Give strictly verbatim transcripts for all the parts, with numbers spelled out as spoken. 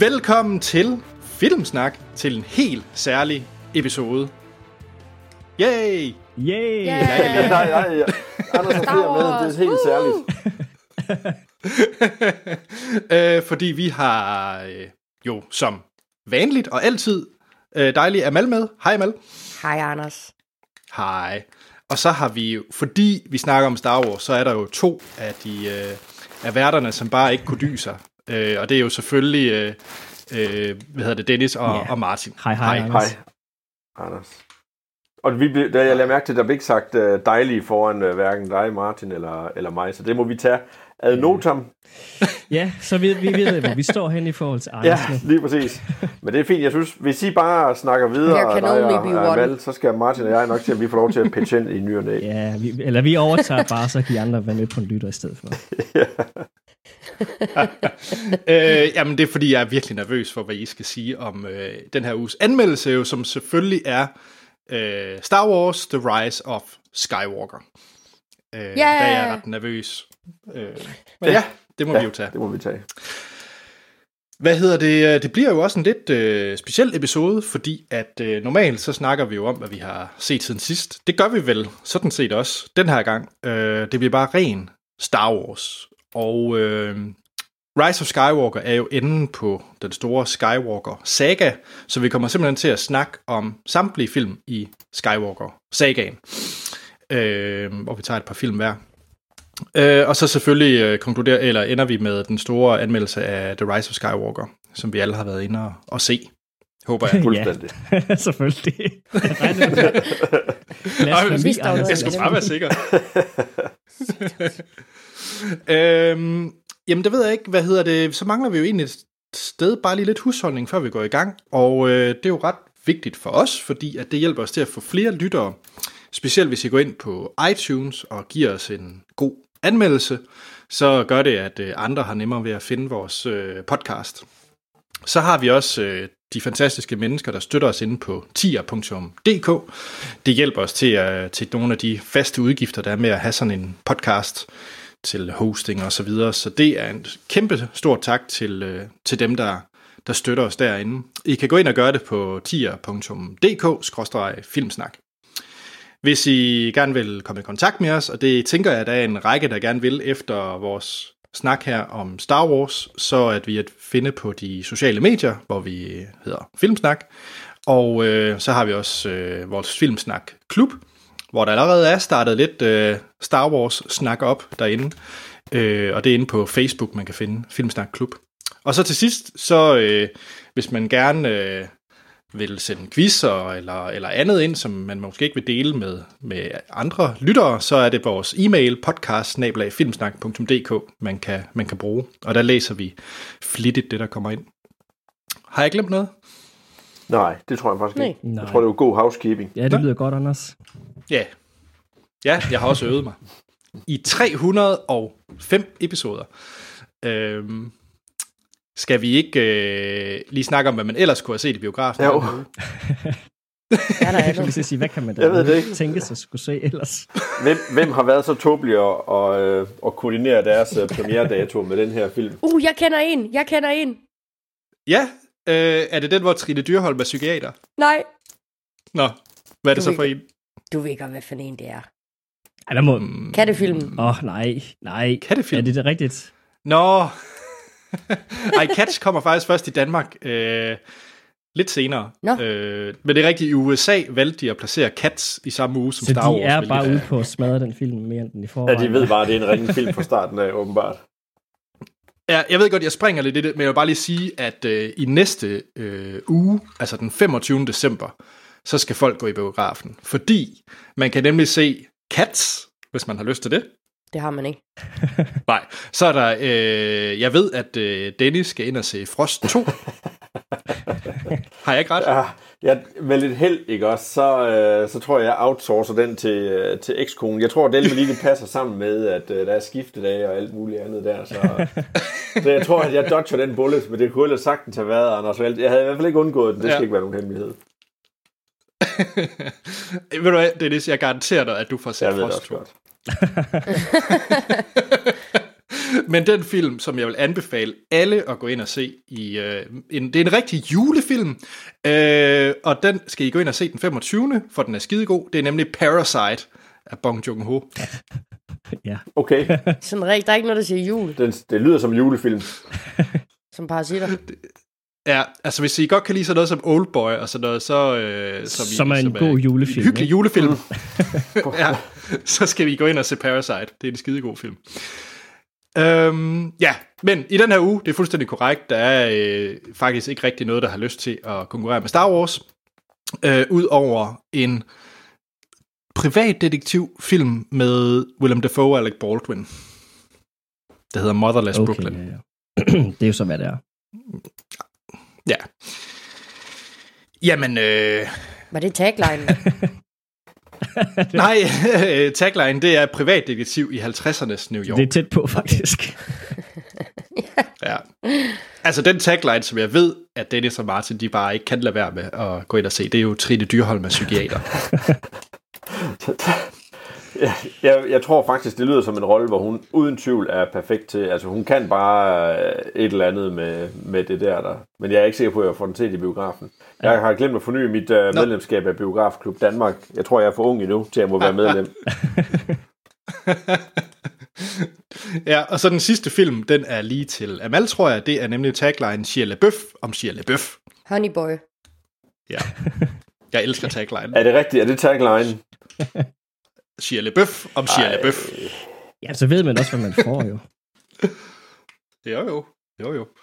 Velkommen til Filmsnak, til en helt særlig episode. Yay! Yay! Yeah. Ja, nej, nej, ja. Anders har flere med, det er helt særligt. øh, fordi vi har øh, jo som vanligt og altid øh, dejligt Amal med. Hej Amal. Hej Anders. Hej. Og så har vi jo, fordi vi snakker om Star Wars, så er der jo to af de øh, af værterne, som bare ikke kunne dy sig. Øh, og det er jo selvfølgelig øh, øh, hvad hedder det, Dennis og, yeah. og Martin. Hej, hej, hej, Anders. Hej, Anders. Og vi blev, da jeg lagde mærke til, at der blev ikke sagt uh, dejlige foran uh, hverken dig, Martin, eller, eller mig, så det må vi tage ad notam. Ja, så vi, vi ved, hvor vi står hen i forhold til Anders. Ja, lige præcis. Men det er fint, jeg synes, hvis I bare snakker videre, og dig og Amal, så skal Martin og jeg nok til, at vi får lov til at pitche ind i ny og næ. Ja, vi, eller vi overtager bare, så kan de andre være med på en lytter i stedet for. Ja. øh, jamen det er fordi jeg er virkelig nervøs for hvad I skal sige om øh, den her uges anmeldelse jo, som selvfølgelig er øh, Star Wars The Rise of Skywalker. øh, yeah. Der er jeg ret nervøs. øh, Men ja, det må ja, vi jo tage. Det må vi tage. Hvad hedder det? Det bliver jo også en lidt øh, speciel episode, fordi at øh, normalt så snakker vi jo om, hvad vi har set siden sidst. Det gør vi vel sådan set også den her gang. øh, Det bliver bare ren Star Wars. Og øh, Rise of Skywalker er jo enden på den store Skywalker-saga, så vi kommer simpelthen til at snakke om samtlige film i Skywalker-sagaen, øh, hvor vi tager et par film hver. Øh, og så selvfølgelig øh, konkluderer, eller ender vi med den store anmeldelse af The Rise of Skywalker, som vi alle har været inde og, og se. Håber jeg. Fuldstændig. Ja, selvfølgelig. Jeg skal bare være sikker. øhm, jamen, det ved jeg ikke. Hvad hedder det? Så mangler vi jo egentlig et sted, bare lige lidt husholdning, før vi går i gang. Og øh, det er jo ret vigtigt for os, fordi at det hjælper os til at få flere lyttere. Specielt hvis I går ind på iTunes og giver os en god anmeldelse, så gør det, at øh, andre har nemmere ved at finde vores øh, podcast. Så har vi også øh, de fantastiske mennesker, der støtter os inde på tier punktum d k. Det hjælper os til, uh, til nogle af de faste udgifter, der er med at have sådan en podcast til hosting og så videre. Så det er en kæmpe stor tak til, uh, til dem, der, der støtter os derinde. I kan gå ind og gøre det på tier punktum d k skråstreg filmsnak. Hvis I gerne vil komme i kontakt med os, og det tænker jeg, at der er en række, der gerne vil efter vores snak her om Star Wars, så at vi at finde på de sociale medier, hvor vi hedder Filmsnak. Og øh, så har vi også øh, vores Filmsnak Klub, hvor der allerede er startet lidt øh, Star Wars snak op derinde. Øh, og det er inde på Facebook, man kan finde Filmsnak Klub. Og så til sidst, så øh, hvis man gerne øh, vil sende quizzer eller, eller andet ind, som man måske ikke vil dele med, med andre lyttere, så er det vores e-mail podcast bindestreg filmsnak punktum d k, man kan, man kan bruge. Og der læser vi flittigt det, der kommer ind. Har jeg glemt noget? Nej, det tror jeg faktisk Nej. ikke. Jeg tror, det er god housekeeping. Ja, det lyder godt, Anders. Ja. Ja, jeg har også øvet mig. I tre hundrede og fem episoder. Øhm, Skal vi ikke øh, lige snakke om, hvad man ellers kunne have set i biografen? Jo. Ja, der er jeg sige, hvad kan man da jeg ved det ikke. tænke sig skulle se ellers? Hvem, hvem har været så tåbelig at, at, at koordinere deres uh, premieredato med den her film? Uh, jeg kender en. Jeg kender en. Ja, øh, er det den, hvor Trine Dyrholm er psykiater? Nej. Nå, hvad er det Du så for ved- en? Du ved godt, hvad for en det er. Ej, der må... Mm, Kattefilmen. Åh, oh, nej, nej. Kattefilm? Er det det rigtigt? Nå. Ej, Cats kommer faktisk først i Danmark øh, lidt senere. Nå. Øh, men det er rigtigt, i U S A valgte de at placere Cats i samme uge som Så Star Wars. de er hvilket bare ude på at smadre den film mere end den i Ja, forvejen. de ved bare, at det er en ringen film fra starten af, åbenbart. Ja, jeg ved godt, jeg springer lidt i det, men jeg vil bare lige sige, at øh, i næste øh, uge, altså den femogtyvende december, så skal folk gå i biografen. Fordi man kan nemlig se Cats, hvis man har lyst til det. Det har man ikke. Nej, så er der, øh, jeg ved, at øh, Dennis skal ind og se Frost to. Har jeg ikke ret? Ja, ja, med lidt held, ikke også, så, øh, så tror jeg, jeg outsourcer den til, øh, til ekskonen. Jeg tror, at den lige det passer sammen med, at øh, der er skiftedag og alt muligt andet der. Så, så jeg tror, at jeg dodger den bullet, men det kunne ellers sagtens have været, Anders. Jeg havde i hvert fald ikke undgået den. Det skal Ja. ikke være nogen hemmelighed. Ved du hvad, Dennis, jeg garanterer dig, at du får set Jeg ved det Frost også to. godt. Men den film, som jeg vil anbefale alle at gå ind og se, i, øh, en, det er en rigtig julefilm, øh, og den skal I gå ind og se den femogtyvende for den er skidegod. Det er nemlig Parasite af Bong Joon-ho. Ja. Okay. Sådan rigtig, der er ikke noget, der siger jul, Den, det lyder som en julefilm. som parasitter. Ja, altså hvis I godt kan lide sådan noget som Oldboy og sådan noget, så... Øh, som, I, Som er en som god julefilm, En hyggelig ikke? julefilm. Ja, så skal vi gå ind og se Parasite. Det er en skidegod film. Øhm, ja, men i den her uge, det er fuldstændig korrekt, der er øh, faktisk ikke rigtig noget, der har lyst til at konkurrere med Star Wars, øh, ud over en privatdetektivfilm med Willem Dafoe og Alec Baldwin, der hedder Motherless Okay, Brooklyn. ja, ja. Det er jo så, hvad det er. Ja. Jamen, øh, Var det tagline? nej, tagline, det er privatdetektiv i halvtredsernes New York. Det er tæt på, faktisk. Ja. Altså den tagline, som jeg ved, at Dennis og Martin, de bare ikke kan lade være med at gå ind og se, det er jo Trine Dyrholm af psykiater. jeg, jeg, jeg tror faktisk, det lyder som en rolle, hvor hun uden tvivl er perfekt til. Altså hun kan bare et eller andet med, med det der, der. Men jeg er ikke sikker på, at jeg får den set i biografen. Jeg har glemt at forny mit uh, medlemskab af Biografklub Danmark. Jeg tror, jeg er for ung endnu til at må være medlem. Ja, og så den sidste film, den er lige til Amal, tror jeg. Det er nemlig tagline Shia LaBeouf om Shia LaBeouf. Honey boy. Ja, jeg elsker tagline. Er det rigtigt? Er det tagline? Shia LaBeouf om Shia LaBeouf. Ja, så ved man også, hvad man får jo. Jo, jo. Jo, jo.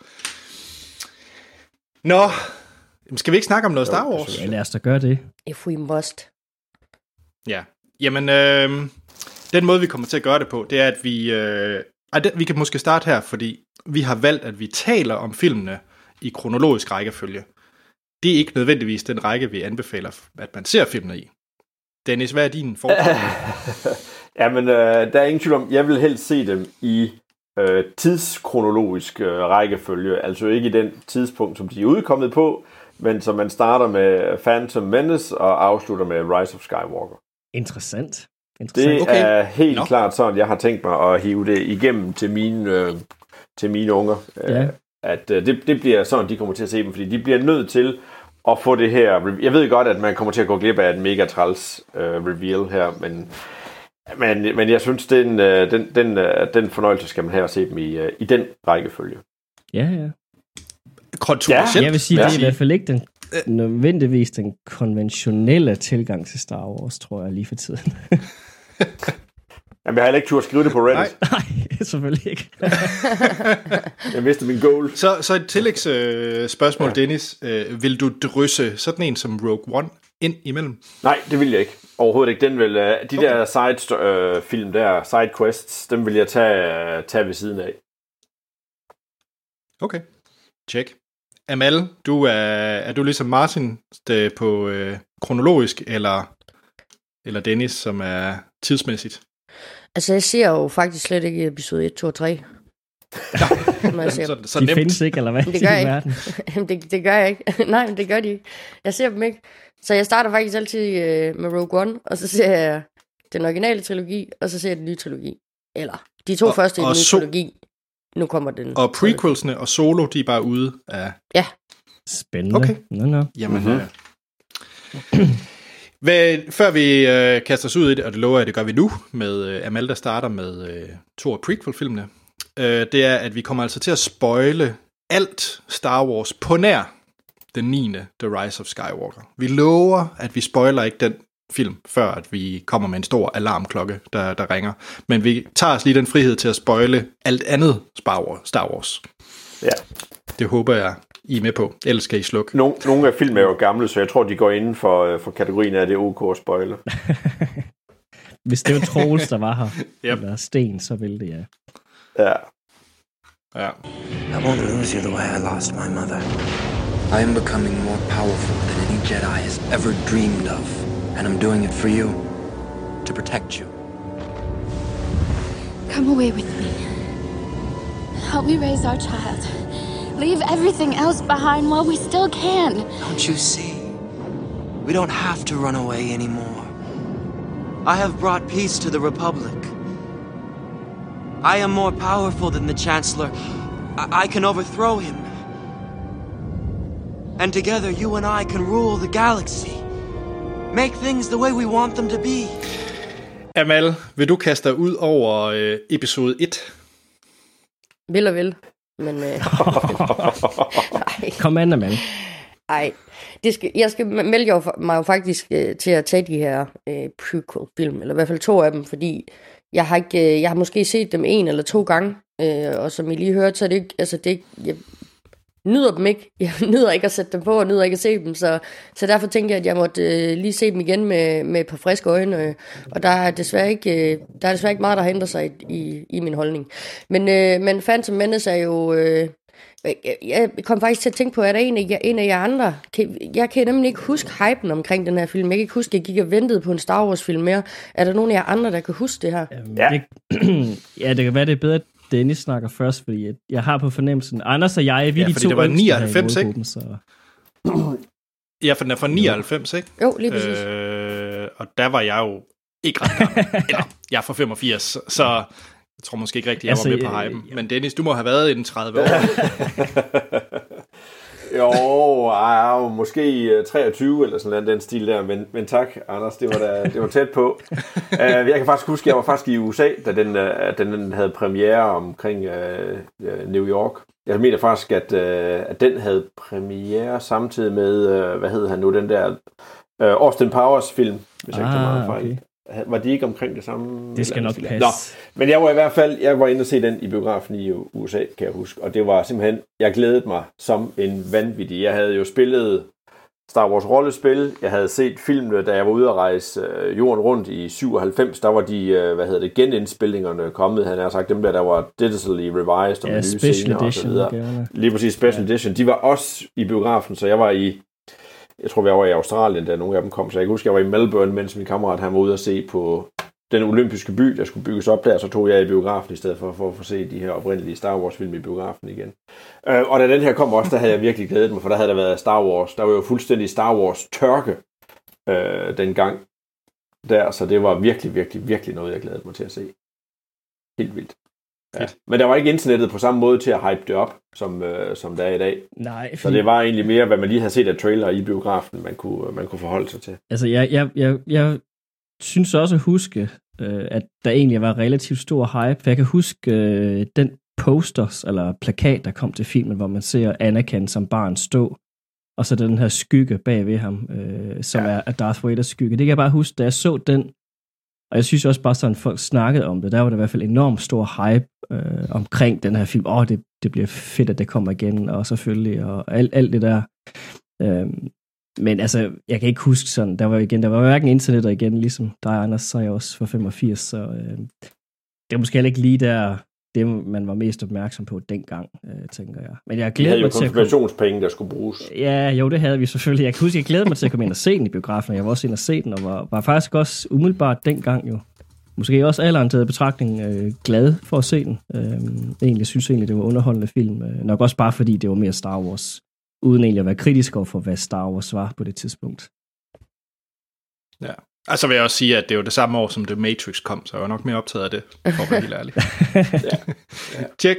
Nå, skal vi ikke snakke om noget Star Wars? Ja, lad os da gøre det. If we must. Ja, jamen, øh, den måde, vi kommer til at gøre det på, det er, at vi... Øh, ej, det, vi kan måske starte her, fordi vi har valgt, at vi taler om filmene i kronologisk rækkefølge. Det er ikke nødvendigvis den række, vi anbefaler, at man ser filmene i. Dennis, hvad er din forslag? Jamen, øh, der er ingen tvivl om, jeg vil helst se dem i øh, tidskronologisk øh, rækkefølge. Altså ikke i den tidspunkt, som de er udkommet på, men som man starter med Phantom Menace og afslutter med Rise of Skywalker. Interessant. Interessant. Det Okay. er helt Nå. klart sådan, jeg har tænkt mig at hive det igennem til mine, øh, til mine unger. Ja. Øh, at øh, det, det bliver sådan, de kommer til at se dem, fordi de bliver nødt til at få det her... Jeg ved godt, at man kommer til at gå glip af et mega træls øh, reveal her, men, men, men jeg synes, den, øh, den, den, øh, den fornøjelse skal man have at se dem i, øh, i den rækkefølge. Ja, ja. Kontroversielt. Jeg vil sige, Ja. det er i hvert fald ikke den nødvendigvis den konventionelle tilgang til Star Wars, tror jeg, lige for tiden. Jamen, jeg har heller ikke tur at skrive det på Reddit. Nej. Nej, selvfølgelig ikke. Jeg vidste min goal. Så, så et tillægsspørgsmål, øh, Dennis. Øh, vil du drysse sådan en som Rogue One ind imellem? Nej, det vil jeg ikke. Overhovedet ikke. Den vil, uh, de okay. der side-film, uh, der side quests, dem vil jeg tage, uh, tage ved siden af. Okay, check. Amal, du er, er du ligesom Martin det på øh, kronologisk, eller, eller Dennis, som er tidsmæssigt? Altså, jeg ser jo faktisk slet ikke episode et, to og tre. Når jeg ser Så, dem. så De nemt. findes ikke, eller hvad? Det gør jeg i ikke. verden. Jamen, det, det gør jeg ikke. Nej, men det gør de ikke. Jeg ser dem ikke. Så jeg starter faktisk altid øh, med Rogue One, og så ser jeg den originale trilogi, og så ser jeg den nye trilogi. Eller de to Og- første i den og nye so- trilogi. Nu kommer den. Og prequelsene og Solo, de er bare ude af... Ja. Spændende. Okay. Nå, nå. Jamen, Mhm. øh, hvad, før vi øh, kaster os ud i det, og det lover jeg, det gør vi nu, med øh, Amal, der starter med øh, to af prequel-filmene, øh, det er, at vi kommer altså til at spoile alt Star Wars på nær den niende The Rise of Skywalker. Vi lover, at vi spoiler ikke den film, før at vi kommer med en stor alarmklokke, der, der ringer. Men vi tager os lige den frihed til at spoile alt andet Star Wars. Star Wars. Ja. Det håber jeg, I er med på. Ellers skal I slukke. Nogle, nogle af film er jo gamle, så jeg tror, de går inden for, øh, for kategorien af det OK spoiler. Hvis det var Troels, der var her, Yep. eller Sten, så ville det, ja. Ja. Ja. I won't lose you the way I lost my mother. I am becoming more powerful than any Jedi has ever dreamed of. And I'm doing it for you. To protect you. Come away with me. Help me raise our child. Leave everything else behind while we still can. Don't you see? We don't have to run away anymore. I have brought peace to the Republic. I am more powerful than the Chancellor. I, I can overthrow him. And together, you and I can rule the galaxy. Make things the way we want them to be. Amal, vil du kaste dig ud over øh, episode et? Vil og vil. Men, øh... Kom an, Amal. Ej, det skal, jeg skal melde mig jo faktisk øh, til at tage de her øh, prequel-film, eller i hvert fald to af dem, fordi jeg har ikke, øh, jeg har måske set dem en eller to gange, øh, og som I lige hørte, så er det ikke, altså det er ikke, jeg nyder dem ikke, jeg nyder ikke at sætte dem på, og nyder ikke at se dem, så, så derfor tænkte jeg, at jeg måtte øh, lige se dem igen med, med et par friske øjne, øh, og der er desværre ikke, øh, der er desværre ikke meget, der har ændret sig i, i, i min holdning. Men, øh, men Phantom Menace er jo... Øh, Jeg kom faktisk til at tænke på, at der er en af jer, en af jer andre. Jeg kan nemlig ikke huske hypen omkring den her film. Jeg kan ikke huske, at jeg gik og ventede på en Star Wars film mere. Er der nogen af jer andre, der kan huske det her? Ja, det, ja, det kan være, det er bedre, at Dennis snakker først, fordi jeg har på fornemmelsen. Anders og jeg, vi er ja, de to det var nioghalvfems, ikke? Så... Ja, for den er fra nioghalvfems, ikke? Jo, lige præcis. Øh, og der var jeg jo ikke ret gammel. Eller, jeg er fra femogfirs, så... Jeg tror måske ikke rigtigt, jeg altså, var med på hypen. Ja. Men Dennis, du må have været i den tredive år. jo, ej, måske treogtyve eller sådan noget, den stil der. Men, men tak, Anders, det var, da, det var tæt på. uh, jeg kan faktisk huske, at jeg var faktisk i U S A, da den, uh, den havde premiere omkring uh, New York. Jeg mener faktisk, at, uh, at den havde premiere samtidig med, uh, hvad hed han nu, den der uh, Austin Powers film, hvis jeg ikke tager meget fejl. Okay. Var de ikke omkring det samme? Det skal nok passe. Nå, men jeg var i hvert fald, jeg var inde og se den i biografen i U S A, kan jeg huske. Og det var simpelthen, jeg glædede mig som en vanvittig. Jeg havde jo spillet Star Wars rollespil. Jeg havde set filmene, da jeg var ude at rejse øh, jorden rundt i syvoghalvfems. Der var de, øh, hvad hedder det, genindspillingerne kommet. Han har sagt dem der, der var digitally revised og ja, med nye scener og så videre. Lige præcis, special ja. edition. De var også i biografen, så jeg var i Jeg tror, jeg var i Australien, da nogle af dem kom. Så jeg kan huske, jeg var i Melbourne, mens min kammerat han var ude at se på den olympiske by, der skulle bygges op der. Så tog jeg i biografen i stedet for, for at få se de her oprindelige Star Wars-film i biografen igen. Øh, og da den her kom også, der havde jeg virkelig glædet mig, for der havde der været Star Wars. Der var jo fuldstændig Star Wars-tørke øh, dengang der. Så det var virkelig, virkelig, virkelig noget, jeg glædede mig til at se. Helt vildt. Ja. Men der var ikke internettet på samme måde til at hype det op, som, øh, som der er i dag. Nej, så det var egentlig mere, hvad man lige havde set af trailer i biografen, man kunne, man kunne forholde sig til. Altså, jeg, jeg, jeg, jeg synes også at huske, øh, at der egentlig var relativt stor hype, for jeg kan huske øh, den posters, eller plakat, der kom til filmen, hvor man ser Anakin som barn stå, og så den her skygge bag ved ham, øh, som ja. er Darth Vaders skygge. Det kan jeg bare huske, da jeg så den. Og jeg synes også bare sådan, folk snakkede om det. Der var der i hvert fald enormt stor hype øh, omkring den her film. Åh, det, det bliver fedt, at det kommer igen, og selvfølgelig, og alt, alt det der. Øh, men altså, jeg kan ikke huske sådan, der var igen, der var hverken internet og igen, ligesom dig, Anders, så er jeg også fra femogfirs, så øh, det er måske heller ikke lige der, det man var mest opmærksom på dengang, øh, tænker jeg. Men jeg glæder mig til at konfirmationspenge, der skulle bruges. Ja, jo, det havde vi selvfølgelig. Jeg kan huske, jeg glæder mig til at komme ind og se den i biografen, og jeg var også ind og se den, og var, var faktisk også umiddelbart dengang jo, måske også alderen taget betragtning, øh, glad for at se den. Øh, egentlig synes jeg egentlig, det var underholdende film. Øh, nok også bare fordi det var mere Star Wars, uden egentlig at være kritisk over for, hvad Star Wars var på det tidspunkt. Ja. Altså vil jeg også sige, at det var det samme år, som The Matrix kom, så jeg var nok mere optaget af det, for at være helt ærlig. ja. Ja. Tjek.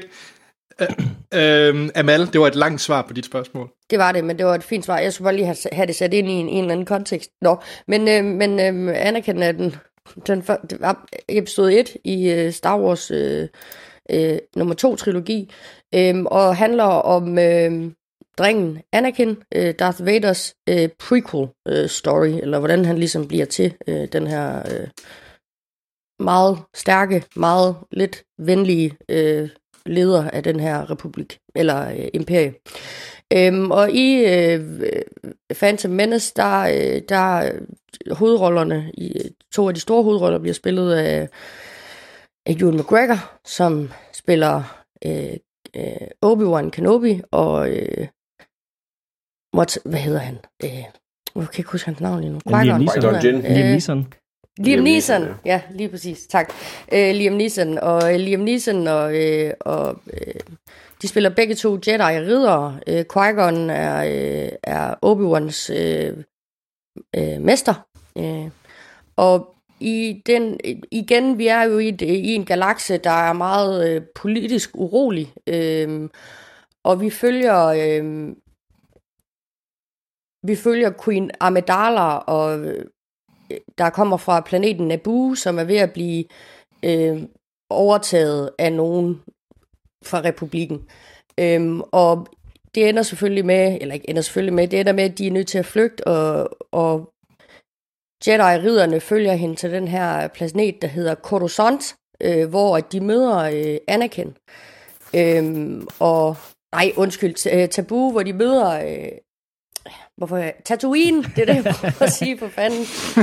Uh, uh, Amal, det var et langt svar på dit spørgsmål. Det var det, men det var et fint svar. Jeg skulle bare lige have, have det sat ind i en, en eller anden kontekst. Nå, men, uh, men uh, Anakin er den, den for, det var episode et i uh, Star Wars uh, uh, nummer to trilogi, um, og handler om... Uh, drengen Anakin, øh, Darth Vaders øh, prequel øh, story, eller hvordan han ligesom bliver til øh, den her øh, meget stærke, meget lidt venlige øh, leder af den her republik, eller øh, imperie. Øhm, og i øh, Phantom Menace, der, øh, der hovedrollerne, i, to af de store hovedroller bliver spillet af, af Ewan McGregor, som spiller øh, øh, Obi-Wan Kenobi, og øh, What, hvad hedder han? Øh, jeg kan ikke huske hans navn lige nu. Liam Neeson. Liam Neeson. Liam Neeson, ja, lige præcis. Tak. Øh, Liam Neeson og øh, Liam Neeson og, øh, og øh, de spiller begge to Jedi-riddere. Øh, Qui-Gon er, øh, er Obi-Wans øh, øh, mester. Øh, og i den, igen, vi er jo i, et, i en galakse, der er meget øh, politisk urolig, øh, og vi følger, øh, vi følger Queen Amidala, og øh, der kommer fra planeten Naboo, som er ved at blive øh, overtaget af nogen fra republikken. Øh, og det ender selvfølgelig med, eller ikke ender selvfølgelig med, det ender med, at de er nødt til at flygte, og, og Jedi-ridderne følger hende til den her planet, der hedder Coruscant, øh, hvor de møder øh, Anakin. Øh, og, nej, undskyld, Tabu, hvor de møder, øh, hvorfor, Tatooine, det er det, jeg prøver at sige, for fanden.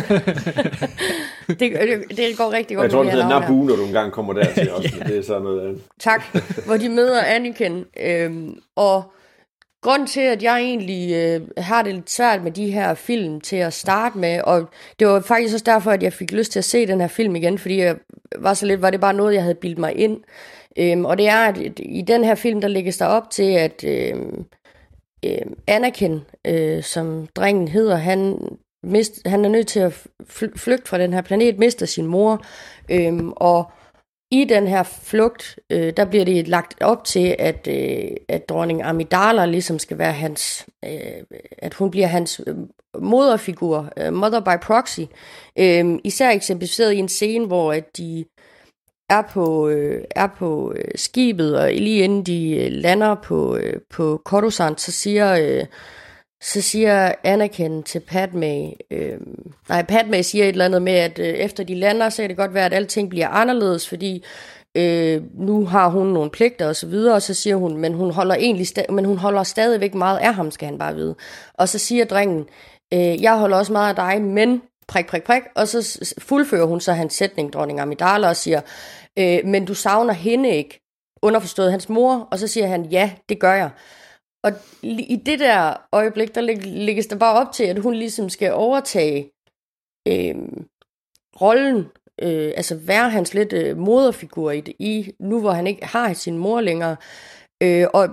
det, det, det går rigtig godt. Jeg tror, det hedder Naboo, når du engang kommer dertil også, ja. Det er sådan noget andet. Tak, hvor de møder Anakin, øh, og grunden til, at jeg egentlig øh, har det lidt svært med de her film til at starte med, og det var faktisk også derfor, at jeg fik lyst til at se den her film igen, fordi jeg var så lidt, var det bare noget, jeg havde bildt mig ind. Øhm, og det er, at i den her film, der lægges der op til, at øh, øh, Anakin, øh, som drengen hedder, han, mist, han er nødt til at flygte fra den her planet, mister sin mor, øh, og i den her flugt, øh, der bliver det lagt op til, at, øh, at dronning Amidala ligesom skal være hans, øh, at hun bliver hans øh, moderfigur, øh, mother by proxy. Øh, især eksemplificeret i en scene, hvor at de er på, øh, er på øh, skibet, og lige inden de øh, lander på, øh, på Coruscant, så siger... Øh, Så siger Anakin til Padme, øh, nej, Padme siger et eller andet med, at øh, efter de lander, så kan det godt være, at alting bliver anderledes, fordi øh, nu har hun nogle pligter og så videre, og så siger hun, men hun holder egentlig sta- men hun holder stadigvæk meget af ham, skal han bare vide. Og så siger drengen, øh, jeg holder også meget af dig, men prik, prik, prik, og så fuldfører hun så hans sætning, dronning Amidala, og siger, øh, men du savner hende ikke, underforstået hans mor, og så siger han, ja, det gør jeg. Og i det der øjeblik, der lægges der bare op til, at hun ligesom skal overtage øh, rollen, øh, altså være hans lidt øh, moderfigur i, i, nu hvor han ikke har sin mor længere. Øh, og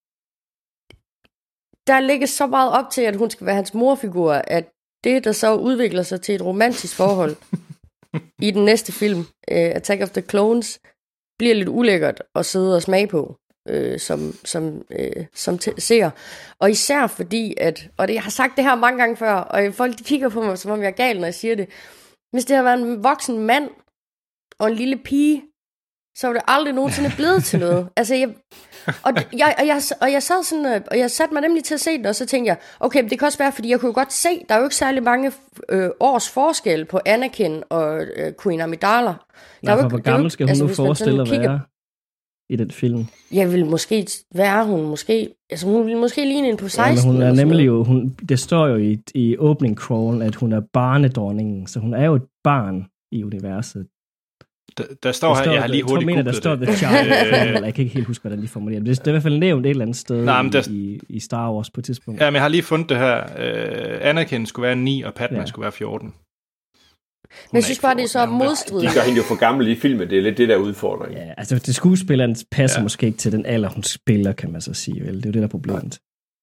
der lægges så meget op til, at hun skal være hans morfigur, at det, der så udvikler sig til et romantisk forhold i den næste film, øh, Attack of the Clones, bliver lidt ulækkert at sidde og smage på. Øh, som, som, øh, som t- ser. Og især fordi, at, og det, jeg har sagt det her mange gange før, og folk de kigger på mig, som om jeg er gal, når jeg siger det. Hvis det har været en voksen mand og en lille pige, så var det aldrig nogensinde blevet til noget. Altså, jeg, og, jeg, og, jeg, og jeg sad sådan, og jeg satte mig nemlig til at se den, og så tænkte jeg, okay, men det kan også være, fordi jeg kunne godt se, der er jo ikke særlig mange øh, års forskel på Anakin og øh, Queen Amidala. Nej, for hvor gammel skal hun altså, nu forestille at være i den film? Jeg vil måske være hun måske, altså hun vil måske ligne en på seksten. Ja, hun er nemlig jo, hun, det står jo i, i opening crawl, at hun er barnedronningen, så hun er jo et barn i universet. Der, der står her, jeg har lige hurtigt googlet det. Der står The Child, jeg kan ikke helt huske, hvordan de formulerer det. Det er i hvert fald nævnt et eller andet sted Nej, der, i, i Star Wars på et tidspunkt. Ja, men jeg har lige fundet det her. Uh, Anakin skulle være ni, og Padme ja. skulle være fjorten. Men jeg synes bare, det er så modstridigt. De gør hende jo for gammel i filmen, det er lidt det der udfordring. Ja, altså det skuespilleren passer ja. måske ikke til den alder, hun spiller, kan man så sige. Vel? Det er jo det, der er problemet.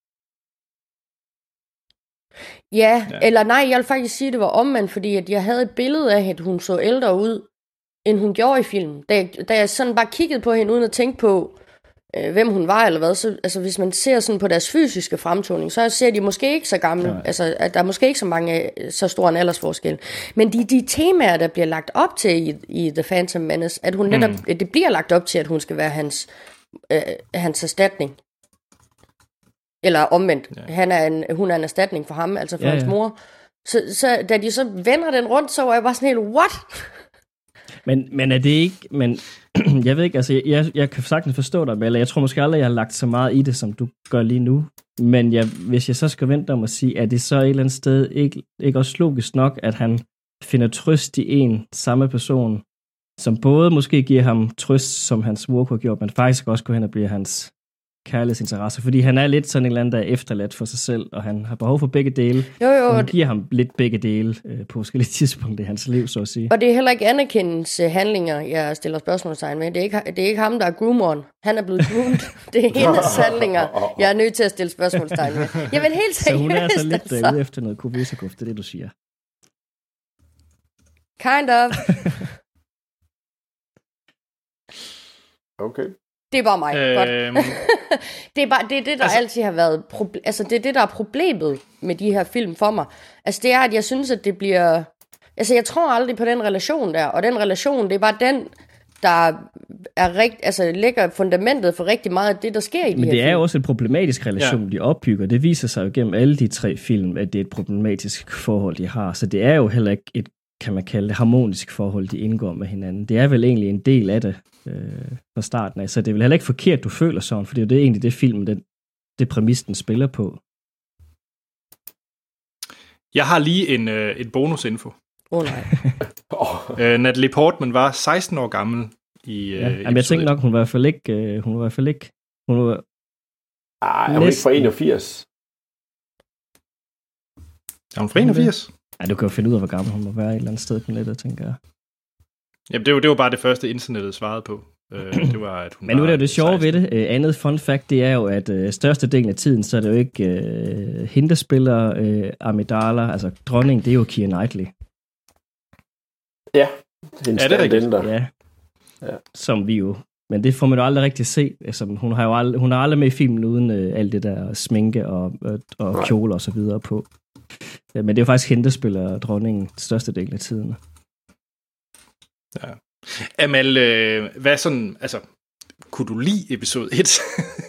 Ja, ja, eller nej, jeg vil faktisk sige, at det var omvendt, fordi at jeg havde et billede af, at hun så ældre ud, end hun gjorde i filmen. Da jeg, da jeg sådan bare kiggede på hende, uden at tænke på, øh, hvem hun var, eller hvad, så altså, hvis man ser sådan på deres fysiske fremtoning, så ser de måske ikke så gamle, ja. altså, at der er måske ikke så mange, så stor en aldersforskel. Men de, de temaer, der bliver lagt op til i, i The Phantom Menace, at hun netop, mm. det bliver lagt op til, at hun skal være hans, øh, hans erstatning. Eller omvendt. Ja. Han er en, hun er en erstatning for ham, altså for ja, hans ja. mor. Så, så da de så vender den rundt, så var jeg bare sådan helt, what? Men, men er det ikke, men jeg ved ikke, altså jeg, jeg kan sagtens forstå dig, eller jeg tror måske aldrig, jeg har lagt så meget i det, som du gør lige nu, men jeg, hvis jeg så skal vente om at sige, er det så et eller andet sted ikke, ikke også logisk nok, at han finder trøst i en samme person, som både måske giver ham trøst, som hans mor har gjort, men faktisk også går hen og bliver hans kærlighedsinteresse, fordi han er lidt sådan en eller anden, der er efterladt for sig selv, og han har behov for begge dele, jo, jo, og hun giver ham lidt begge dele øh, på forskellige tidspunkter i hans liv, så at sige. Og det er heller ikke Anakins uh, handlinger, jeg stiller spørgsmålstegn med. Det er, ikke, det er ikke ham, der er groomeren. Han er blevet groomed. Det er hendes handlinger, jeg er nødt til at stille spørgsmålstegn med. Jamen helt seriøst. Så hun er altså lidt altså. ude efter noget kubisakuf, det er det, du siger. Kind of. Okay. Det er bare mig. Øhm. Godt. det er bare det, er det der Altså- altid har været proble- altså det er det der er problemet med de her film for mig. Altså det er at jeg synes at det bliver altså jeg tror aldrig på den relation der, og den relation det er bare den der er rigt, altså lægger fundamentet for rigtig meget af det der sker i de Men her det er film. jo også en problematisk relation, ja. de opbygger. Det viser sig jo gennem alle de tre film, at det er et problematisk forhold, de har. Så det er jo heller ikke et, kan man kalde det, harmonisk forhold, de indgår med hinanden. Det er vel egentlig en del af det øh, fra starten af. Så det er vel heller ikke forkert, du føler sådan, for det er jo det, egentlig det film, den, det præmis, den spiller på. Jeg har lige en, øh, et bonusinfo. Åh oh, nej. Øh, Natalie Portman var seksten år gammel i øh, Ja. Jamen, jeg tænker nok, hun var i hvert fald ikke... Øh, hun var i hvert fald ikke... Hun var Ej, er hun ikke fra enogfirs? Er hun fra enogfirs? Ej, du kan jo finde ud af, hvor gammel hun må være et eller andet sted på nettet, tænker jeg. Jamen, det var, det var bare det første, internettet svarede på. Øh, det var, at hun Men nu er det jo var det sjove ved seksten. det. Uh, andet fun fact, det er jo, at uh, størstedelen af tiden, så er det jo ikke uh, hende, der spiller uh, Amidala, altså dronningen, det er jo Keira Knightley. Ja. Hendes Er det rigtigt? stand-in der. Ja. Ja. Som vi jo... Men det får man jo aldrig rigtig se. Altså, hun har jo aldrig, hun er aldrig med i filmen uden uh, alt det der sminke og, og, og kjole og så videre på. Ja, men det er jo faktisk hende, der spiller dronningen størstedelen af tiden. Ja. Amal, øh, hvad sådan, altså, kunne du lide episode et?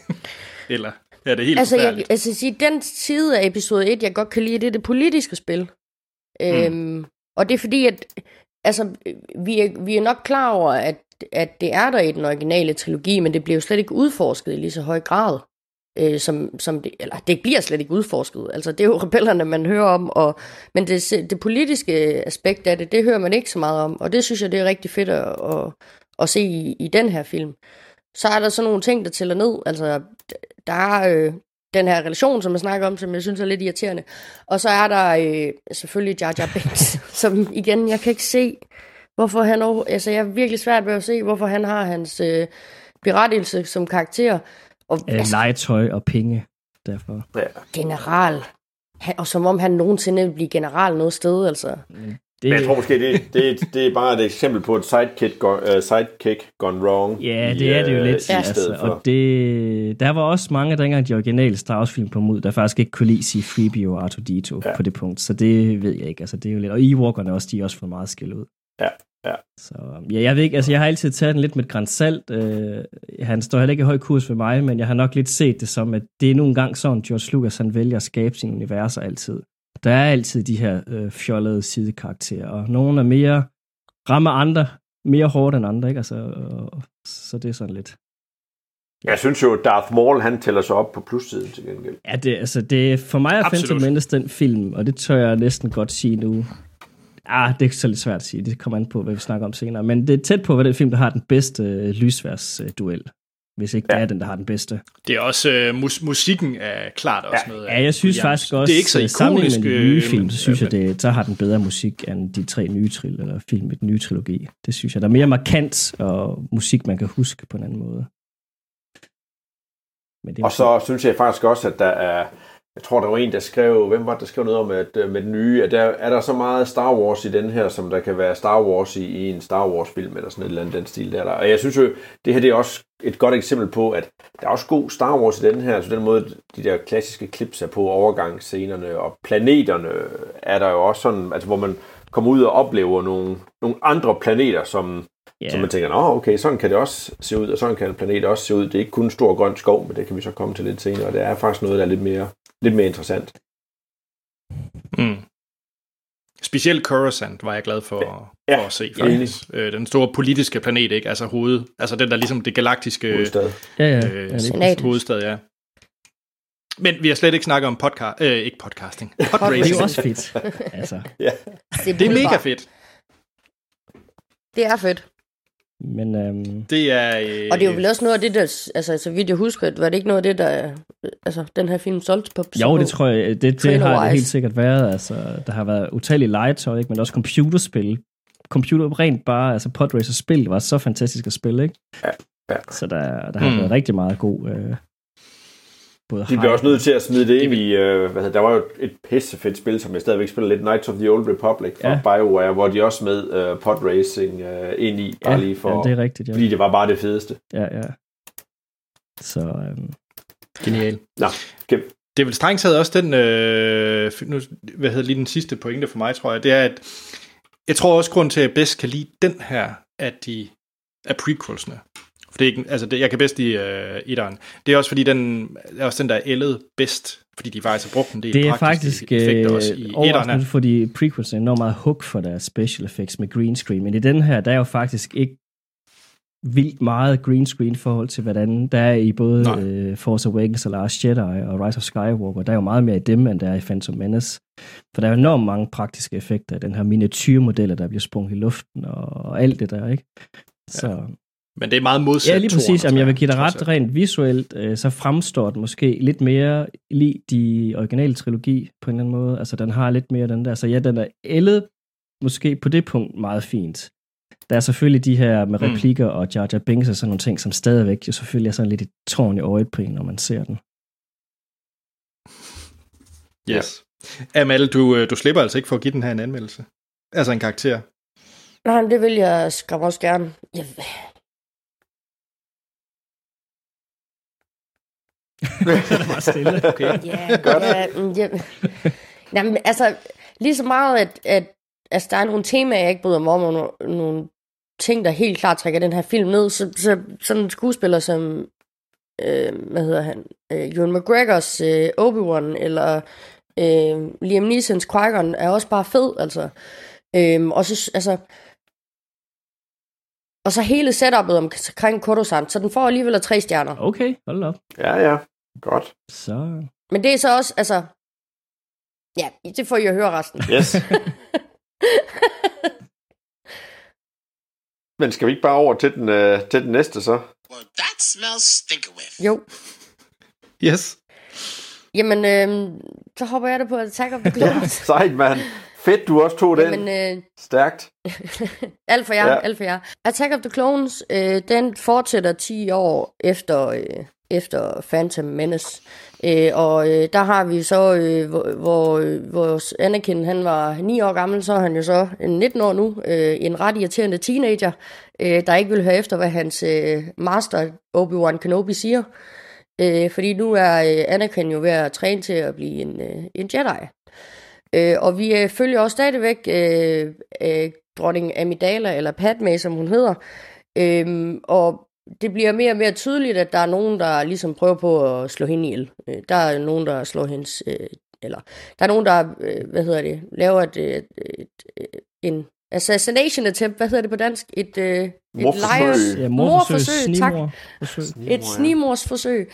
Eller er det helt Altså, jeg, forfærdeligt? altså sige, den side af episode et, jeg godt kan lide, det er det politiske spil. Mm. Øhm, og det er fordi, at altså, vi, er, vi er nok klar over, at, at det er der i den originale trilogi, men det bliver jo slet ikke udforsket i lige så høj grad. Øh, som, som det, eller det bliver slet ikke udforsket. Altså, det er jo rebellerne, man hører om, og, men det, det politiske aspekt af det, det hører man ikke så meget om, og det synes jeg, det er rigtig fedt at, at, at se i, i den her film. Så er der sådan nogle ting, der tæller ned. Altså, der er øh, den her relation, som jeg snakker om, som jeg synes er lidt irriterende. Og så er der øh, selvfølgelig Jar Jar Binks, som igen, jeg kan ikke se, hvorfor han over, altså jeg er virkelig svært ved at se, hvorfor han har hans øh, berettigelse som karakter. Og, Øh, altså, legetøj og penge, derfor. Ja. general. Han, og som om han nogensinde vil blive general noget sted, altså. Det, Men jeg tror måske, det, det, det er bare et eksempel på et sidekick, go, uh, sidekick gone wrong. Ja, i, det er det jo uh, lidt. I Altså, stedet for. og det, der var også mange, dengang de originale Star Wars-film kom ud, der faktisk ikke kunne lide C tre P O og R to D to ja. på det punkt. Så det ved jeg ikke. Altså, det er jo lidt. Og Ewokerne også, de er også fået meget skæld ud. Ja, ja. Så ja, jeg ved ikke, altså jeg har altid taget den lidt med et gran salt. Øh, han står heller ikke i høj kurs ved mig, men jeg har nok lidt set det som, at det er nogle gange sådan, George Lucas han vælger at skabe sine universer altid. Der er altid de her øh, fjollede sidekarakterer, og nogle er mere, rammer andre mere hårdt end andre, ikke? Altså, og, så det er sådan lidt. Jeg synes jo, at Darth Maul, han tæller sig op på plussiden til gengæld. Ja, det, altså det, for mig er Absolut. Phantom Menace den film, og det tør jeg næsten godt sige nu. Ah, det er så lidt svært at sige, det kommer an på, hvad vi snakker om senere, men det er tæt på, hvad den film, der har den bedste øh, lysværs-duel. Hvis ikke ja. det er den, der har den bedste. Det er også, øh, mus- musikken er klart også Ja. noget af. Ja, jeg synes Jamen, faktisk også, det er ikke så ikonisk, sammenlignet med de nye øh, film, så synes ja, jeg, det, så har den bedre musik end de tre nye trill, eller film i den nye trilogi. Det synes jeg, der er mere markant, og musik, man kan huske på en anden måde. Men det er Og så synes jeg faktisk også, at der er, jeg tror, der var en, der skrev, hvem var det, der skrev noget om, at med den nye, at der er der så meget Star Wars i den her, som der kan være Star Wars i, i en Star Wars-film, eller sådan et eller andet den stil der. Og jeg synes jo, det her det er også et godt eksempel på, at der er også god Star Wars i den her, så den måde, de der klassiske clips er på, overgangsscenerne, og planeterne er der jo også sådan, altså hvor man kommer ud og oplever nogle, nogle andre planeter, som Yeah. Så man tænker, nå okay, sådan kan det også se ud, og sådan kan en planet også se ud. Det er ikke kun en stor grøn skov, men det kan vi så komme til lidt senere, og det er faktisk noget, der er lidt mere, lidt mere interessant. Mm. Specielt Coruscant var jeg glad for, Ja, for at se, faktisk. Øh, den store politiske planet, ikke? Altså hoved, altså den der ligesom det galaktiske Hovedstad. Ja, ja. øh, ja, det er Senat. hovedstad, ja. Men vi har slet ikke snakket om podcast, øh, ikke podcasting, det er podracing. jo også fedt. Altså. Ja. Det er mega fedt. Det er fedt. Men øhm, Det er... Øh, Og det er jo vel også noget af det, der, altså så vidt jeg husker, var det ikke noget af det, der, altså den her film solgte på? jo, det tror jeg, det, det har det Trailer-wise. helt sikkert været. Altså, der har været utallige legetøj, ikke? Men også computerspil. Computer rent bare, altså Podracer-spil var så fantastisk at spille, ikke? Ja, ja. Så der, der har Mm. været rigtig meget god... Øh, både de bliver også nødt til at smide det ind i, øh, hvad hedder, der var jo et pissefedt spil, som jeg stadigvæk spiller lidt, Knights of the Old Republic fra ja. BioWare, hvor de også smed øh, podracing øh, ind i, bare ja, lige for, ja, det er rigtigt, ja. fordi det var bare det fedeste. Ja, ja. Så, øhm, genial. Nå, okay. Det er vel strengt taget også den, øh, nu, hvad hedder lige den sidste pointe for mig, tror jeg, det er, at jeg tror også, grund til, at jeg bedst kan lide den her, at de er prequelsene. For det er ikke, altså det, jeg kan bedst lide øh, etteren. Det er også fordi, den er også den, der er ældet bedst, fordi de faktisk har brugt en del det er praktiske faktisk effekter også i etteren. fordi prequels er enormt meget hook for deres special effects med green screen, men i den her, der er jo faktisk ikke vildt meget green screen i forhold til, hvordan der er i både uh, Force Awakens og Last Jedi og Rise of Skywalker. Der er jo meget mere i dem, end der er i Phantom Menace. For der er jo enormt mange praktiske effekter i den her miniatyrmodeller, der bliver sprunget i luften og alt det der, ikke? Så... Ja. Men det er meget modsat. Ja, lige præcis. Jamen, jeg vil give dig ret rent visuelt, øh, så fremstår den måske lidt mere lige de originale trilogi på en eller anden måde. Altså, den har lidt mere den der. Så ja, den er ældet måske på det punkt meget fint. Der er selvfølgelig de her med replikker mm. og Jar Jar Binks og sådan nogle ting, som stadigvæk jo selvfølgelig er sådan lidt et tårn i øjet på en, når man ser den. Yes. Amal, du, du slipper altså ikke for at give den her en anmeldelse. Altså en karakter. Nej, det vil jeg skam også gerne. Jeg... det er meget stille. Okay. Ja, godt. Ja, ja. Jamen, altså, lige så meget, at, at altså, der er nogle temaer, jeg ikke bryder mig om, og nogle, nogle ting, der helt klart trækker den her film ned, så, så sådan en skuespiller som, øh, hvad hedder han, øh, Ewan McGregors øh, Obi-Wan, eller øh, Liam Neesons Qui-Gon, er også bare fed, altså. Øh, og så, altså, og så hele setupet omkring Coruscant, så den får alligevel tre stjerner. Okay, hold op. Ja, ja, godt. Så... Men det er så også, altså, ja, det får I at høre resten. Yes. Men skal vi ikke bare over til den, øh, til den næste, så? Well, that smells stinkerwith. Jo. Yes. Jamen, øh, så hopper jeg da på Attack of the Clones. Ja, sejt, mand. Fedt, du også tog den. Jamen, øh, Stærkt. alt for jer, Ja. alt for jer. Attack of the Clones, øh, den fortsætter ti år efter, øh, efter Phantom Menace. Øh, og øh, der har vi så, øh, hvor, hvor øh, vores Anakin, han var ni år gammel, så er han jo så nitten år nu, øh, en ret irriterende teenager, øh, der ikke vil høre efter, hvad hans øh, master Obi-Wan Kenobi siger. Øh, fordi nu er øh, Anakin jo ved at træne til at blive en, øh, en Jedi. Øh, og vi øh, følger også stadigvæk øh, øh, dronning Amidala, eller Padme, som hun hedder. Øh, og det bliver mere og mere tydeligt, at der er nogen, der ligesom prøver på at slå hende ihjel. Øh, der er nogen, der slår hendes... Øh, eller der er nogen, der, øh, hvad hedder det, laver et, et, et, et, en assassination attempt, hvad hedder det på dansk? Et, øh, et Morforsøg. Ja, morforsøg, tak. Snigmor. Et snigmorsforsøg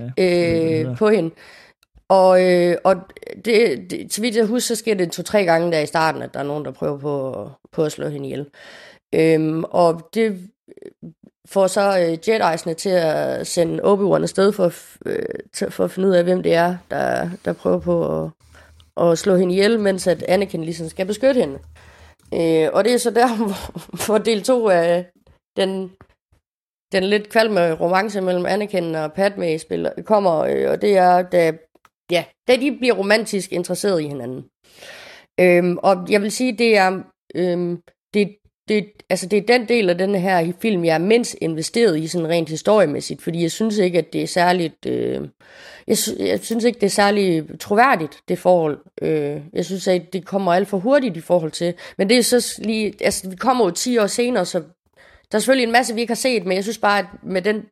Ja. øh, på hende. Og, øh, og det, det, så vidt jeg husker, så sker det to-tre gange der i starten, at der er nogen, der prøver på, på at slå hende ihjel. Øhm, og det får så øh, Jedi'sne til at sende Obi-Wan afsted for, øh, til, for at finde ud af, hvem det er, der, der prøver på at, at slå hende ihjel, mens at Anakin ligesom skal beskytte hende. Øh, og det er så der, hvor, hvor del to af den, den lidt kvalme romance mellem Anakin og Padme spiller, kommer, øh, og det er, da, ja, da de bliver romantisk interesseret i hinanden. Øhm, og jeg vil sige, det er, øhm, det, det, altså det er den del af den her film, jeg er mindst investeret i, sådan rent historiemæssigt, fordi jeg synes ikke, at det er særligt, øh, jeg, sy- jeg synes ikke, det er særligt troværdigt, det forhold. Øh, jeg synes, at det kommer alt for hurtigt i forhold til, men det er så lige, altså vi kommer jo ti år senere, så der er selvfølgelig en masse, vi ikke har set, men jeg synes bare, at med den,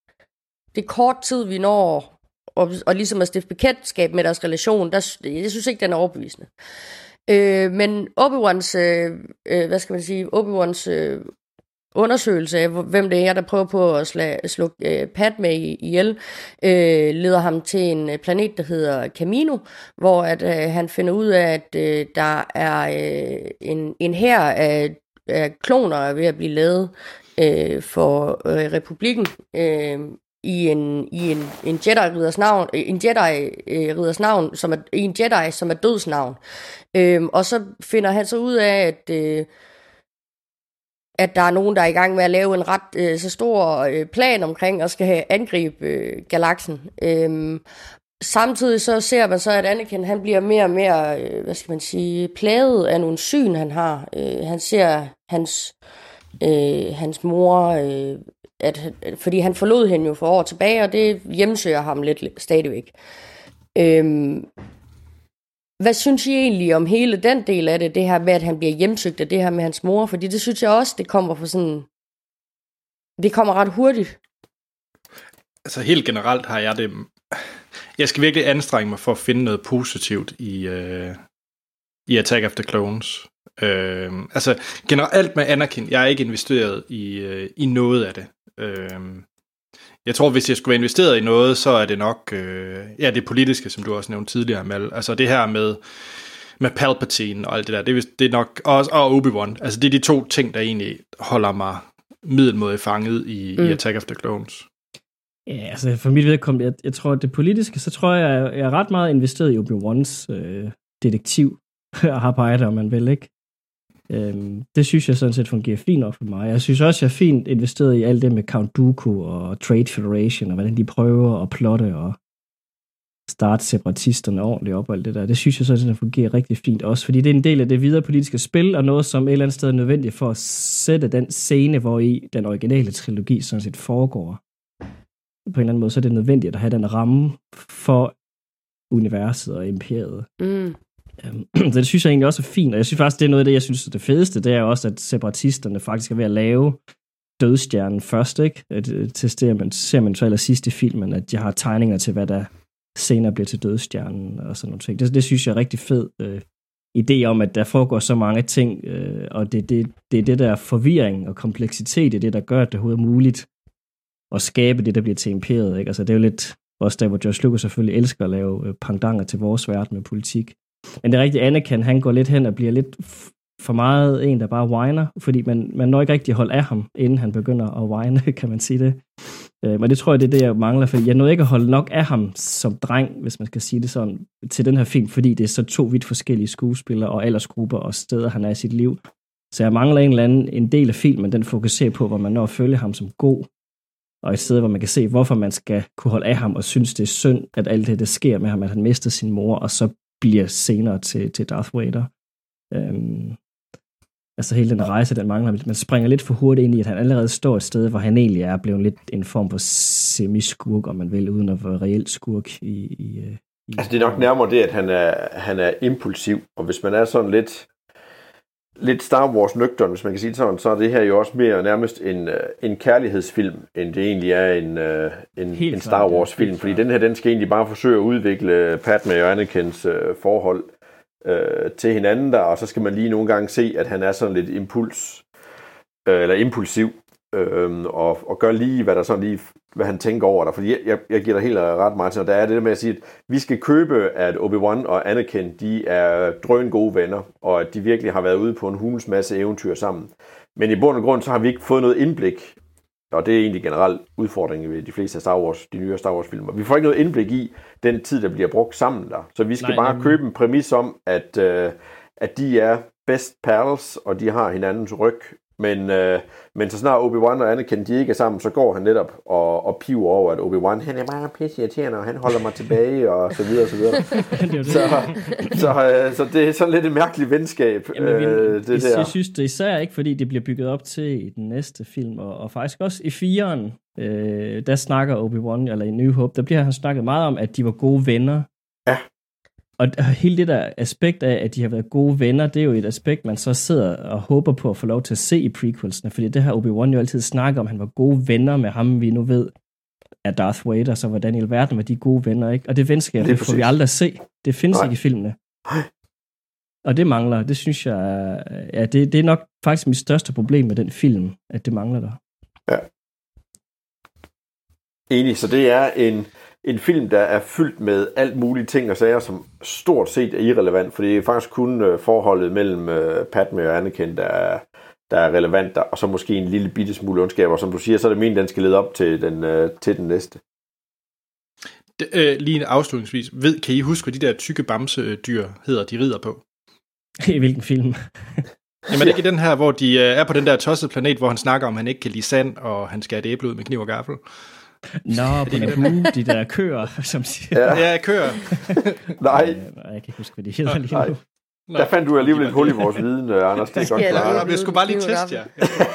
det kort tid, vi når, og, og ligesom at stifte bekendtskab med deres relation, der, jeg synes ikke, den er overbevisende. Øh, men Obi-Wans, øh, øh, hvad skal man sige, Obi-Wans øh, undersøgelse af, hvem det er, der prøver på at sla, slå øh, Padme ihjel, øh, leder ham til en planet, der hedder Kamino, hvor at, øh, han finder ud af, at øh, der er øh, en, en hær af, af kloner ved at blive lavet øh, for øh, republikken, øh, i en i en en Jedi-ridders navn, en Jedi-ridders navn, som er en Jedi, som er dødsnavn. Øhm, og så finder han så ud af, at øh, at der er nogen, der er i gang med at lave en ret øh, så stor øh, plan omkring og skal have angribe øh, galaksen. Øhm, samtidig så ser man så, at Anakin han bliver mere og mere, øh, hvad skal man sige, plaget af nogle syn, han har. Øh, han ser hans, øh, hans mor, øh, at, fordi han forlod hende jo for år tilbage, og det hjemsøger ham lidt stadigvæk. Øhm, Hvad synes I egentlig om hele den del af det, det her med, at han bliver hjemsøgt af det her med hans mor? Fordi det synes jeg også, det kommer for sådan... Det kommer ret hurtigt. Altså helt generelt har jeg det... Jeg skal virkelig anstrenge mig for at finde noget positivt i, uh, i Attack of the Clones. Uh, altså generelt med Anakin, jeg er ikke investeret i, uh, i noget af det. Uh, Jeg tror, hvis jeg skulle være investeret i noget, så er det nok øh, ja, det politiske, som du også nævnte tidligere, Mal. Altså det her med, med Palpatine og alt det der, det er, det er nok, og, og Obi-Wan. Altså det er de to ting, der egentlig holder mig middelmådigt fanget i, mm. i Attack of the Clones. Ja, altså for mit vedkommende, jeg, jeg tror, at det politiske, så tror jeg, jeg er ret meget investeret i Obi-Wans øh, detektivarbejde, om man vil, ikke? Øhm, det synes jeg sådan set fungerer fint op for mig. Jeg synes også, jeg er fint investeret i alt det med Count Dooku og Trade Federation, og hvordan de prøver at plotte og starte separatisterne ordentligt op og alt det der. Det synes jeg sådan set fungerer rigtig fint også, fordi det er en del af det videre politiske spil, og noget, som et eller andet sted er nødvendigt for at sætte den scene, hvor i den originale trilogi sådan set foregår. På en eller anden måde, så er det nødvendigt at have den ramme for universet og imperiet. Mm. Så det synes jeg egentlig også er fint, og jeg synes faktisk, det er noget af det, jeg synes er det fedeste, det er også, at separatisterne faktisk er ved at lave dødstjernen først, ikke? Til ser man, ser man så allersidst i filmen, at de har tegninger til, hvad der senere bliver til dødstjernen og sådan nogle ting. Det, det synes jeg er rigtig fed øh, idé om, at der foregår så mange ting, øh, og det, det, det er det der forvirring og kompleksitet, det er det, der gør, at det overhovedet er muligt at skabe det, der bliver til imperiet, ikke? Altså det er jo lidt også der, hvor George Lucas selvfølgelig elsker at lave øh, pendanger til vores verden med politik. Men det er rigtigt, Anakin, han går lidt hen og bliver lidt for meget en, der bare whiner, fordi man, man når ikke rigtig holde af ham, inden han begynder at whine, kan man sige det. Øh, men det tror jeg, det er det, jeg mangler, fordi jeg nåede ikke at holde nok af ham som dreng, hvis man skal sige det sådan, til den her film, fordi det er så to vidt forskellige skuespillere og aldersgrupper og steder, han er i sit liv. Så jeg mangler en eller anden en del af filmen, den fokuserer på, hvor man når at følge ham som god, og et sted, hvor man kan se, hvorfor man skal kunne holde af ham, og synes, det er synd, at alt det, der sker med ham, at han mister sin mor, og så bliver senere til, til Darth Vader. Øhm, altså hele den rejse, den mangler. Man springer lidt for hurtigt ind i, at han allerede står et sted, hvor han egentlig er blevet lidt en form for semi-skurk, om man vil, uden at være reelt skurk. I, i, i altså det er nok nærmere det, at han er, han er impulsiv, og hvis man er sådan lidt lidt Star Wars nøgtern, hvis man kan sige det sådan, så er det her jo også mere nærmest en, en kærlighedsfilm, end det egentlig er en, en, en Star Wars film, fordi den her, den skal egentlig bare forsøge at udvikle Padme og Anakins øh, forhold øh, til hinanden der, og så skal man lige nogle gange se, at han er sådan lidt impuls, øh, eller impulsiv, øh, og, og gør lige, hvad der sådan lige, hvad han tænker over der, fordi jeg, jeg, jeg giver dig helt ret meget til, og der er det der med at sige, at vi skal købe, at Obi-Wan og Anakin, de er drøn gode venner, og at de virkelig har været ude på en hulens masse eventyr sammen. Men i bund og grund, så har vi ikke fået noget indblik, og det er egentlig generelt udfordringen ved de fleste af Star Wars, de nye Star Wars filmer. Vi får ikke noget indblik i den tid, der bliver brugt sammen der. Så vi skal Nej, bare jamen. købe en præmis om, at, øh, at de er best pals, og de har hinandens ryg. Men, øh, men så snart Obi-Wan og Anakin, de ikke er sammen, så går han netop og, og piver over, at Obi-Wan, han er bare pisseirriterende, og han holder mig tilbage, og så videre, og så videre. så, så, øh, så det er sådan lidt et mærkeligt venskab. Jamen, øh, det jeg, der. jeg synes det især ikke, fordi det bliver bygget op til i den næste film, og, og faktisk også i fireren, øh, der snakker Obi-Wan, eller i New Hope, der bliver han snakket meget om, at de var gode venner. Ja. Og hele det der aspekt af, at de har været gode venner, det er jo et aspekt, man så sidder og håber på at få lov til at se i prequelsene, fordi det her Obi-Wan jo altid snakker om, at han var gode venner med ham, vi nu ved er Darth Vader, så hvordan i alverden var de gode venner, ikke? Og det venskab, det får vi aldrig at se. Det findes Nej. ikke i filmene. Nej. Og det mangler, det synes jeg, ja, det, det er nok faktisk mit største problem med den film, at det mangler der. Ja. Enig, så det er en En film, der er fyldt med alt mulige ting og sager, som stort set er irrelevant, for det er faktisk kun forholdet mellem Padme og Anakin, der er, der er relevant, der, og så måske en lille bitte smule ondskab, og som du siger, så er det meningen, den skal lede op til den, til den næste. Det, øh, lige en afslutningsvis. Ved, kan I huske, hvad de der tykke bamsedyr hedder, de rider på? I hvilken film? Jamen er det ikke i den her, hvor de er på den der tossede planet, hvor han snakker om, at han ikke kan lide sand, og han skal have et æble ud med kniv og gaffel? Nå, på Naboo, de der køer, som siger. Ja, ja køer. Nej. Øh, jeg kan ikke huske, hvad de hedder lige nu. Nej. Der fandt du alligevel et hul i vores viden, Anders. Det er godt klart. Jeg skulle bare lige teste jer.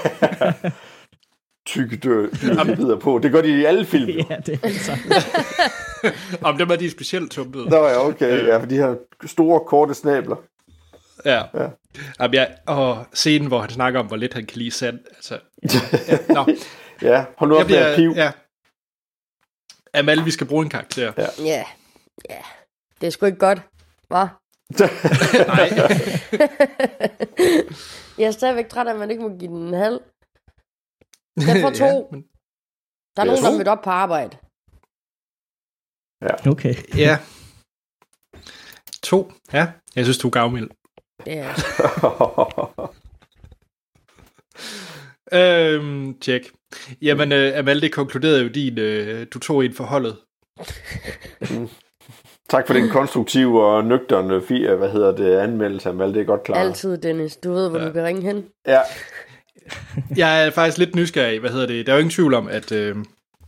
Tykke dør, dyr videre på. Det gør de i alle film. Ja, det er så. Om dem er de specielt tumpede. Nå ja, okay. Ja, for de her store, korte snabler. Ja. Ja. Jamen, ja. Og scenen, hvor han snakker om, hvor lidt han kan lide sand. Altså, ja. Nå. Ja, hold nu op med at piv. Ja. Amal, vi skal bruge en karakter. Ja. Ja, ja. Det er sgu ikke godt, hva'? Nej. Jeg er stadigvæk træt af, at man ikke må give den en halv. Jeg får to. Ja, men... Der er Ja, nogen, to. der er mødt op på arbejde. Ja. Okay. Ja. To. Ja, jeg synes, du er gavmild. Ja. øhm, tjek. Jamen, øh, Amal, det konkluderede jo din, øh, du tog ind for holdet. Tak for den konstruktive og nøgterne fi- hvad hedder det, anmeldelse, Amal. Det er godt klart. Altid, Dennis. Du ved, hvor ja. du kan ringe hen. Ja. Jeg er faktisk lidt nysgerrig, hvad hedder det? Der er jo ingen tvivl om, at øh,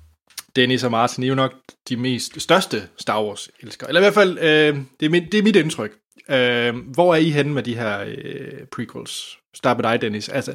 Dennis og Martin er jo nok de mest største Star Wars elskere. Eller i hvert fald, øh, det, er mit, det er mit indtryk. Øh, hvor er I henne med de her øh, prequels? Start med dig, Dennis. Altså,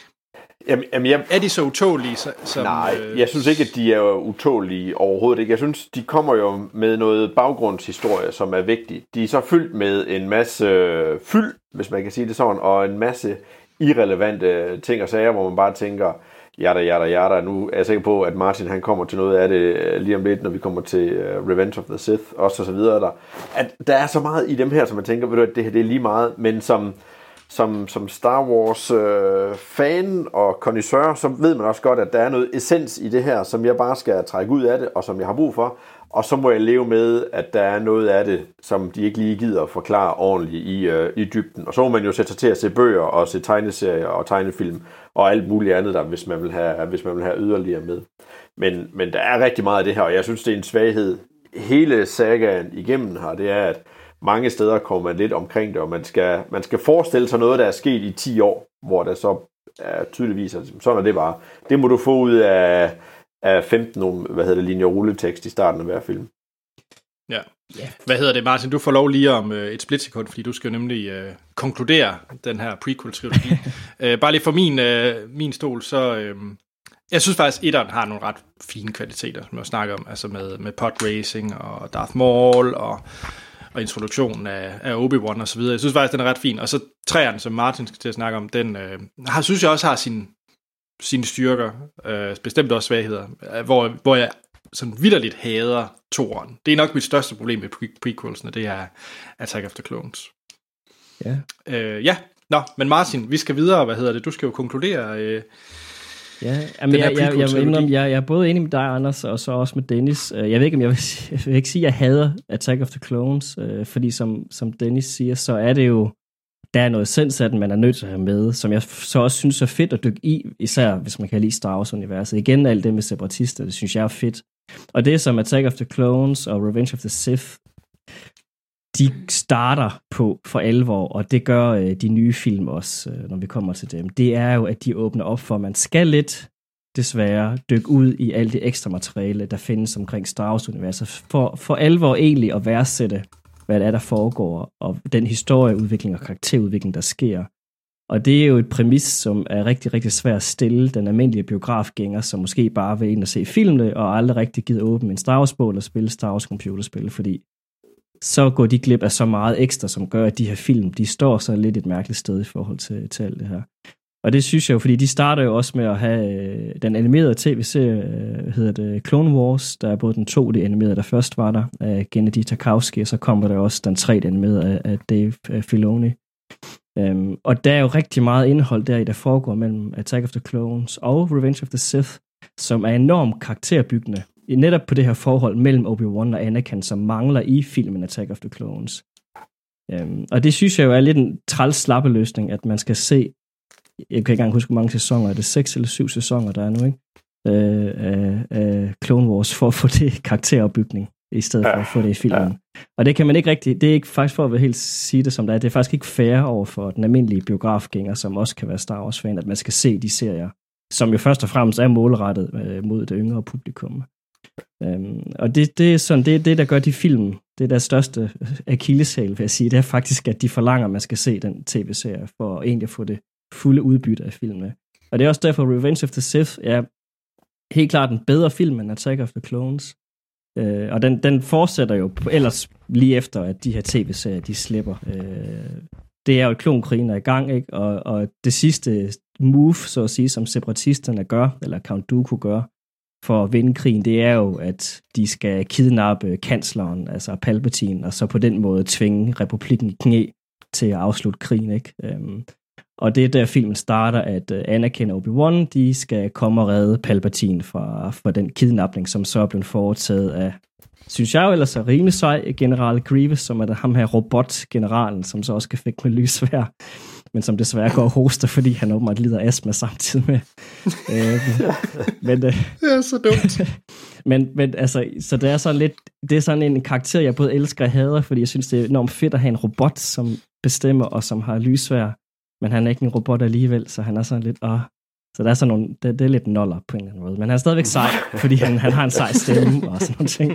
Jamen, jamen, jeg... er de så utålige? Som, Nej, øh, jeg synes ikke, at de er utålige overhovedet ikke. Jeg synes, de kommer jo med noget baggrundshistorie, som er vigtigt. De er så fyldt med en masse fyld, hvis man kan sige det sådan, og en masse irrelevante ting og sager, hvor man bare tænker, jada, jada, jada. Nu er jeg sikker på, at Martin han kommer til noget af det lige om lidt, når vi kommer til uh, Revenge of the Sith, også og så videre. Der. At der er så meget i dem her, som man tænker, ved du, at det her det er lige meget, men som, som, som Star Wars øh, fan og connoisseur, så ved man også godt, at der er noget essens i det her, som jeg bare skal trække ud af det, og som jeg har brug for. Og så må jeg leve med, at der er noget af det, som de ikke lige gider at forklare ordentligt i, øh, i dybden. Og så må man jo sætte sig til at se bøger og se tegneserier og tegnefilm og alt muligt andet, der, hvis man vil have, hvis man vil have yderligere med. Men, men der er rigtig meget af det her, og jeg synes, det er en svaghed. Hele sagaen igennem her, det er, at mange steder kommer man lidt omkring det, og man skal, man skal forestille sig noget, der er sket i ti år, hvor der så er tydeligvis, at sådan er det bare. Det må du få ud af... af femten, hvad hedder det, linjer rulletekst i starten af hver film. Ja. Hvad hedder det, Martin? Du får lov lige om øh, et splitsekund, fordi du skal jo nemlig øh, konkludere den her prequel-trilogi. øh, bare lige for min, øh, min stol, så... Øh, jeg synes faktisk, etteren har nogle ret fine kvaliteter, som jeg snakker om, altså med, med pod racing og Darth Maul og, og introduktionen af, af Obi-Wan og så videre. Jeg synes faktisk, den er ret fin. Og så treeren, som Martin skal til at snakke om, den øh, har, synes jeg også har sin sine styrker, øh, bestemt også svagheder, hvor, hvor jeg sådan vitterligt hader toeren. Det er nok mit største problem med pre- prequelsene, det er Attack of the Clones. Ja. Øh, ja, nå, men Martin, vi skal videre, hvad hedder det? Du skal jo konkludere øh, Ja, jamen, jeg, jeg, jeg, jeg, indrømme, jeg, jeg er både enig med dig, Anders, og så også med Dennis. Jeg ved ikke, om jeg vil, jeg vil ikke sige, at jeg hader Attack of the Clones, øh, fordi som, som Dennis siger, så er det jo, der er noget sens af den, man er nødt til at have med, som jeg så også synes er fedt at dykke i, især hvis man kan lide Star Wars-universet. Igen alt det med separatister, det synes jeg er fedt. Og det som Attack of the Clones og Revenge of the Sith, de starter på for alvor, og det gør øh, de nye film også, øh, når vi kommer til dem. Det er jo, at de åbner op for, at man skal lidt, desværre, dykke ud i alt det ekstra materiale, der findes omkring Star Wars-universet, for, for alvor egentlig at værdsætte, hvad det er, der foregår, og den historieudvikling og karakterudvikling, der sker. Og det er jo et præmis, som er rigtig, rigtig svært at stille den almindelige biografgænger, som måske bare vil ind og se filmene, og aldrig rigtig givet åbne en Star Wars-bog eller spille Star Wars-computerspil, fordi så går de glip af så meget ekstra, som gør, at de her film, de står så lidt et mærkeligt sted i forhold til, til alt det her. Og det synes jeg jo, fordi de starter jo også med at have øh, den animerede tv-serie, øh, hedder det Clone Wars, der er både den to D animerede, der først var der, af Gennady Tartakovsky, og så kommer der også den tre D animerede af, af Dave øh, Filoni. Um, og der er jo rigtig meget indhold der i, der foregår mellem Attack of the Clones og Revenge of the Sith, som er enormt karakterbyggende, netop på det her forhold mellem Obi-Wan og Anakin, som mangler i filmen Attack of the Clones. Um, og det synes jeg jo er lidt en træls slappe løsning, at man skal se, jeg kan ikke engang huske, hvor mange sæsoner, er det seks eller syv sæsoner, der er nu, ikke? Uh, uh, uh, Clone Wars, for at få det karakteropbygning. i stedet for at få det i filmen. Ja. Og det kan man ikke rigtig, det er ikke faktisk for at helt sige det som det er, det er faktisk ikke fair over for den almindelige biografgænger, som også kan være Star Wars-fan, at man skal se de serier, som jo først og fremmest er målrettet øh, mod det yngre publikum. Um, og det, det er sådan, det er det, der gør de film, det er deres største akilleshæl, vil jeg sige, det er faktisk, at de forlanger, at man skal se den tv-serie, for egentlig at få det fulde udbytte af filmen. Og det er også derfor, Revenge of the Sith er helt klart en bedre film end Attack of the Clones. Uh, og den, den fortsætter jo på, ellers lige efter, at de her tv-serier, de slipper. Uh, det er jo, klonkrigen er i gang, ikke? Og, og det sidste move, så at sige, som separatisterne gør, eller Count Dooku gør, for at vinde krigen, det er jo, at de skal kidnappe kansleren, altså Palpatine, og så på den måde tvinge republikken i knæ til at afslutte krigen, ikke? Um, og det er der filmen starter, at Anakin og Obi-Wan, de skal komme og redde Palpatine fra, fra den kidnapning, som så er blevet foretaget af, synes jeg jo ellers er rimelig sej, General Grievous, som er der, ham her robotgeneralen, som så også skal fække med lysvær, men som desværre går og hoster, fordi han åbenbart lider astma samtidig med. øh, men, øh, det er så dumt. men, men altså, så det er sådan lidt, det er sådan en karakter, jeg både elsker og hader, fordi jeg synes, det er enormt fedt at have en robot, som bestemmer og som har lysvær, men han er ikke en robot alligevel, så han er sådan lidt, åh. Så der er sådan nogle, det, det er lidt noller på en eller anden måde, men han er stadigvæk sej, fordi han, han har en sej stemme og sådan nogle ting.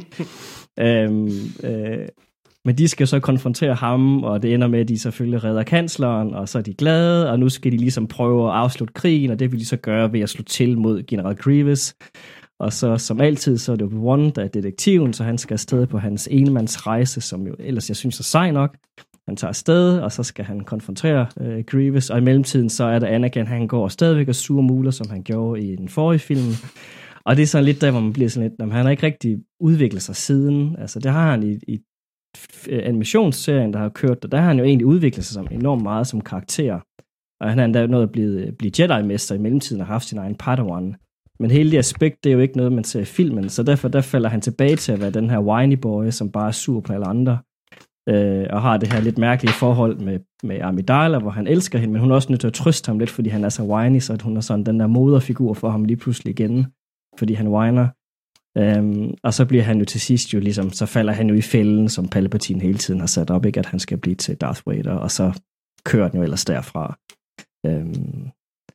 Øhm, øh, men de skal så konfrontere ham, og det ender med, at de selvfølgelig redder kansleren, og så er de glade, og nu skal de ligesom prøve at afslutte krigen, og det vil de så gøre ved at slå til mod General Grievous. Og så som altid, så er det Obi-Wan, der er detektiven, så han skal afsted på hans enemandsrejse, som jo ellers jeg synes er sej nok. Han tager afsted, og så skal han konfrontere øh, Grievous, og i mellemtiden så er der Anakin, han går stadigvæk og suger muler, som han gjorde i den forrige film. Og det er sådan lidt der, hvor man bliver sådan lidt, jamen, han har ikke rigtig udviklet sig siden. Altså det har han i, i animationsserien, der har kørt, og der har han jo egentlig udviklet sig som enormt meget som karakter. Og han er endda nået at blive, blive Jedi-mester i mellemtiden og har haft sin egen Padawan. Men hele det aspekt, det er jo ikke noget, man ser i filmen, så derfor der falder han tilbage til at være den her whiny boy, som bare er sur på alle andre. Øh, og har det her lidt mærkelige forhold med, med Amidala, hvor han elsker hende, men hun er også nødt til at trøste ham lidt, fordi han er så whiny, så at hun er sådan den der moderfigur for ham lige pludselig igen, fordi han whiner. Øhm, og så bliver han jo til sidst jo ligesom, så falder han jo i fælden, som Palpatine hele tiden har sat op, ikke, at han skal blive til Darth Vader, og så kører den jo ellers derfra. Øhm,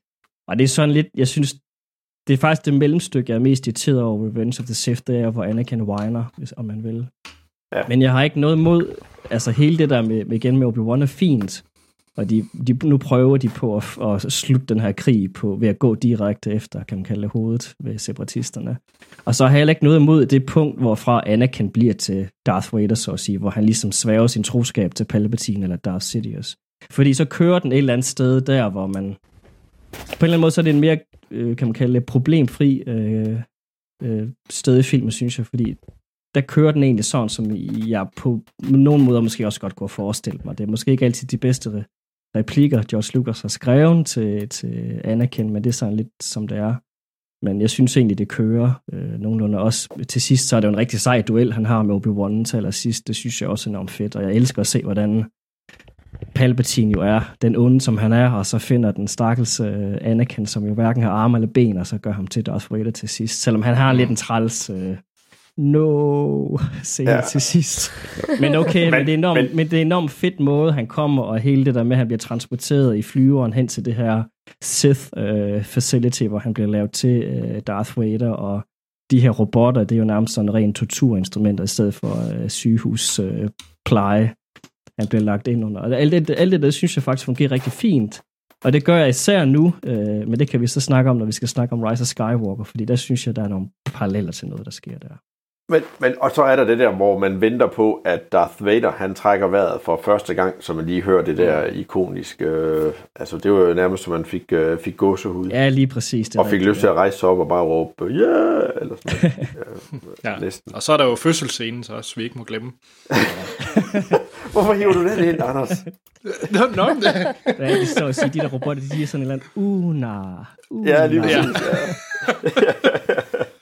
og det er sådan lidt, jeg synes, det er faktisk det mellemstykke, jeg er mest irriteret over Revenge of the Sith, det er, hvor Anakin whiner, hvis, om man vil. Ja. Men jeg har ikke noget mod, altså hele det der med, med igen med Obi-Wan er fint, og de, de, nu prøver de på at, at slutte den her krig på, ved at gå direkte efter, kan man kalde det, hovedet ved separatisterne. Og så har jeg heller ikke noget imod det punkt, hvorfra Anakin bliver til Darth Vader, så at sige, hvor han ligesom sværger sin troskab til Palpatine eller Darth Sidious. Fordi så kører den et eller andet sted der, hvor man, på en eller anden måde, så er det en mere, øh, kan man kalde det, problemfri øh, øh, sted i filmen, synes jeg, fordi der kører den egentlig sådan, som jeg på nogle måder måske også godt kunne forestille mig. Det er måske ikke altid de bedste replikker, George Lucas har skrevet til, til Anakin, men det er sådan lidt, som det er. Men jeg synes egentlig, det kører øh, nogenlunde også. Til sidst, så er det jo en rigtig sej duel, han har med Obi-Wan til allersidst. Det synes jeg også er enormt fedt, og jeg elsker at se, hvordan Palpatine jo er den onde, som han er, og så finder den stakkels øh, Anakin, som jo hverken har arme eller ben, og så gør ham til Darth Vader til sidst. Selvom han har lidt en træls øh, no scene ja. til sidst. Men okay, men, men, det er enormt, men... men det er enormt fedt måde, han kommer, og hele det der med, at han bliver transporteret i flyveren hen til det her Sith øh, facility, hvor han bliver lavet til øh, Darth Vader, og de her robotter, det er jo nærmest sådan rent torturinstrumenter, i stedet for øh, sygehuspleje, øh, han bliver lagt ind under. Og alt det, alt det der, synes jeg faktisk fungerer rigtig fint. Og det gør jeg især nu, øh, men det kan vi så snakke om, når vi skal snakke om Rise of Skywalker, fordi der synes jeg, der er nogle paralleller til noget, der sker der. Men, men, og så er der det der, hvor man venter på, at Darth Vader, han trækker vejret for første gang, så man lige hører det der ikoniske, øh, altså det var jo nærmest, som man fik, øh, fik gåsehud. Ja, lige præcis. Det og fik lyst til at rejse sig op og bare råbe, ja, yeah! Eller sådan ja, næsten. Og så er der jo fødselsscenen, så også vi ikke må glemme. Hvorfor hiver du den ind, Anders? Nå, nå, det. Hvad er det, så at sige, de der robotter, de er sådan et eller andet, una, una. Ja, lige præcis, ja.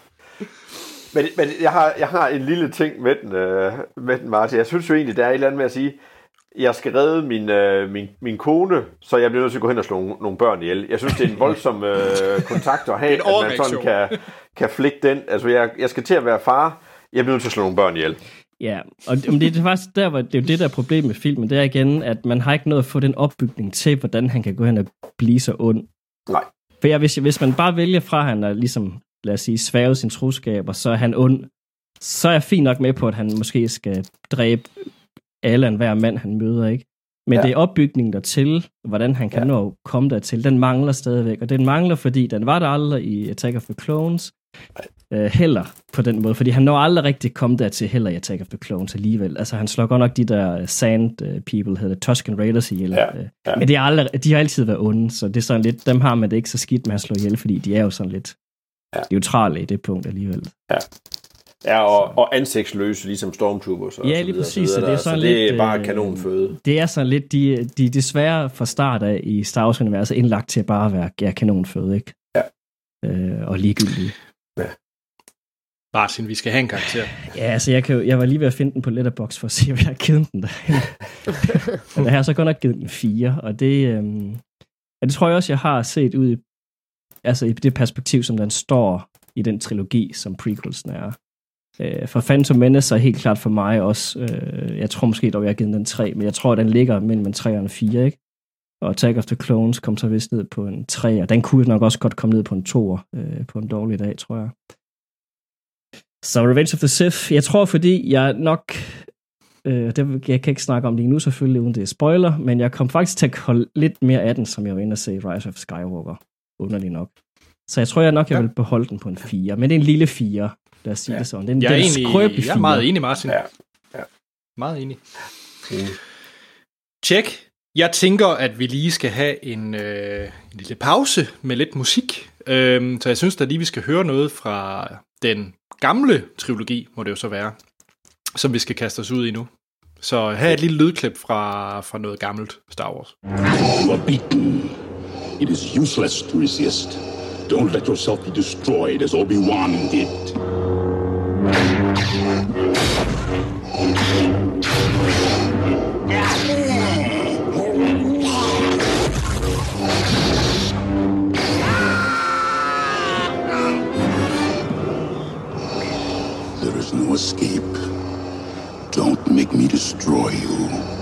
Men, men jeg, har, jeg har en lille ting med den, øh, med den, Martin. Jeg synes jo egentlig, der er et eller andet med at sige, jeg skal redde min, øh, min, min kone, så jeg bliver nødt til at gå hen og slå nogle, nogle børn ihjel. Jeg synes, det er en voldsom øh, kontakt at have, at man sådan kan, kan flikke den. Altså, jeg, jeg skal til at være far. Jeg bliver nødt til at slå nogle børn ihjel. Ja, og det, det er faktisk der, hvor det er jo det der problem med filmen, det er igen, at man har ikke noget at få den opbygning til, hvordan han kan gå hen og blive så ond. Nej. For ja, hvis, hvis man bare vælger fra, at han er ligesom, lad os sige, sværget sin troskab, og så er han ond, så er jeg fint nok med på, at han måske skal dræbe alle en hver mand, han møder, ikke? Men ja. Det er opbygningen dertil, hvordan han kan ja. nå at komme dertil, den mangler stadigvæk. Og den mangler, fordi den var der aldrig i Attack of the Clones, øh, heller på den måde. Fordi han når aldrig rigtig komme dertil heller i Attack of the Clones alligevel. Altså han slår godt nok de der Sand People, hedder det, Tusken Raiders ihjel. Ja. Ja. Men de har, aldrig, de har altid været onde, så det er sådan lidt, dem har man det ikke så skidt med at slå ihjel, fordi de er jo sådan lidt ja. neutrale i det punkt alligevel. Ja. Ja, og, og ansigtsløse, ligesom Stormtroopers. Og ja, lige så præcis. Så det er, sådan så det lidt, er bare kanonføde. Det er sådan lidt, de, de desværre fra start af i Star Wars-universet indlagt til at bare være ja, kanonføde, ikke? Ja. Øh, og ligegyldige. Ja. Martin, vi skal have en karakter. Ja, altså jeg, kan jo, jeg var lige ved at finde den på Letterboxd for at se, hvad jeg har givet den derhen. Men jeg har så godt nok givet den fire, og det, øhm, ja, det tror jeg også, jeg har set ud i, altså i det perspektiv, som den står i den trilogi, som prequelsen er. For Phantom Menace er helt klart for mig også, øh, jeg tror måske dog, jeg har givet den tre, men jeg tror, den ligger mellem en tre og en fire, ikke? Og Attack of the Clones kom så vist ned på en tre, og den kunne nok også godt komme ned på en to øh, på en dårlig dag, tror jeg. Så Revenge of the Sith, jeg tror, fordi jeg nok, øh, det, jeg kan ikke snakke om lige nu selvfølgelig, uden det er spoiler, men jeg kom faktisk til at holde lidt mere af den, som jeg var inde at se Rise of Skywalker, underligt nok. Så jeg tror jeg nok, jeg vil beholde den på en fire, men det er en lille fire. Lad os sige ja. det sådan. Den, jeg, er den egentlig, jeg er meget enig, Martin. Ja. Ja. Meget enig. Mm. Tjek. Jeg tænker, at vi lige skal have en, øh, en lille pause med lidt musik. Øhm, så jeg synes da lige, vi skal høre noget fra den gamle trilogi, må det jo så være, som vi skal kaste os ud i nu. Så have et lille lydklip fra, fra noget gammelt Star Wars. You are beaten. It is useless to resist. Don't let yourself be destroyed as Obi-Wan did. There is no escape. Don't make me destroy you.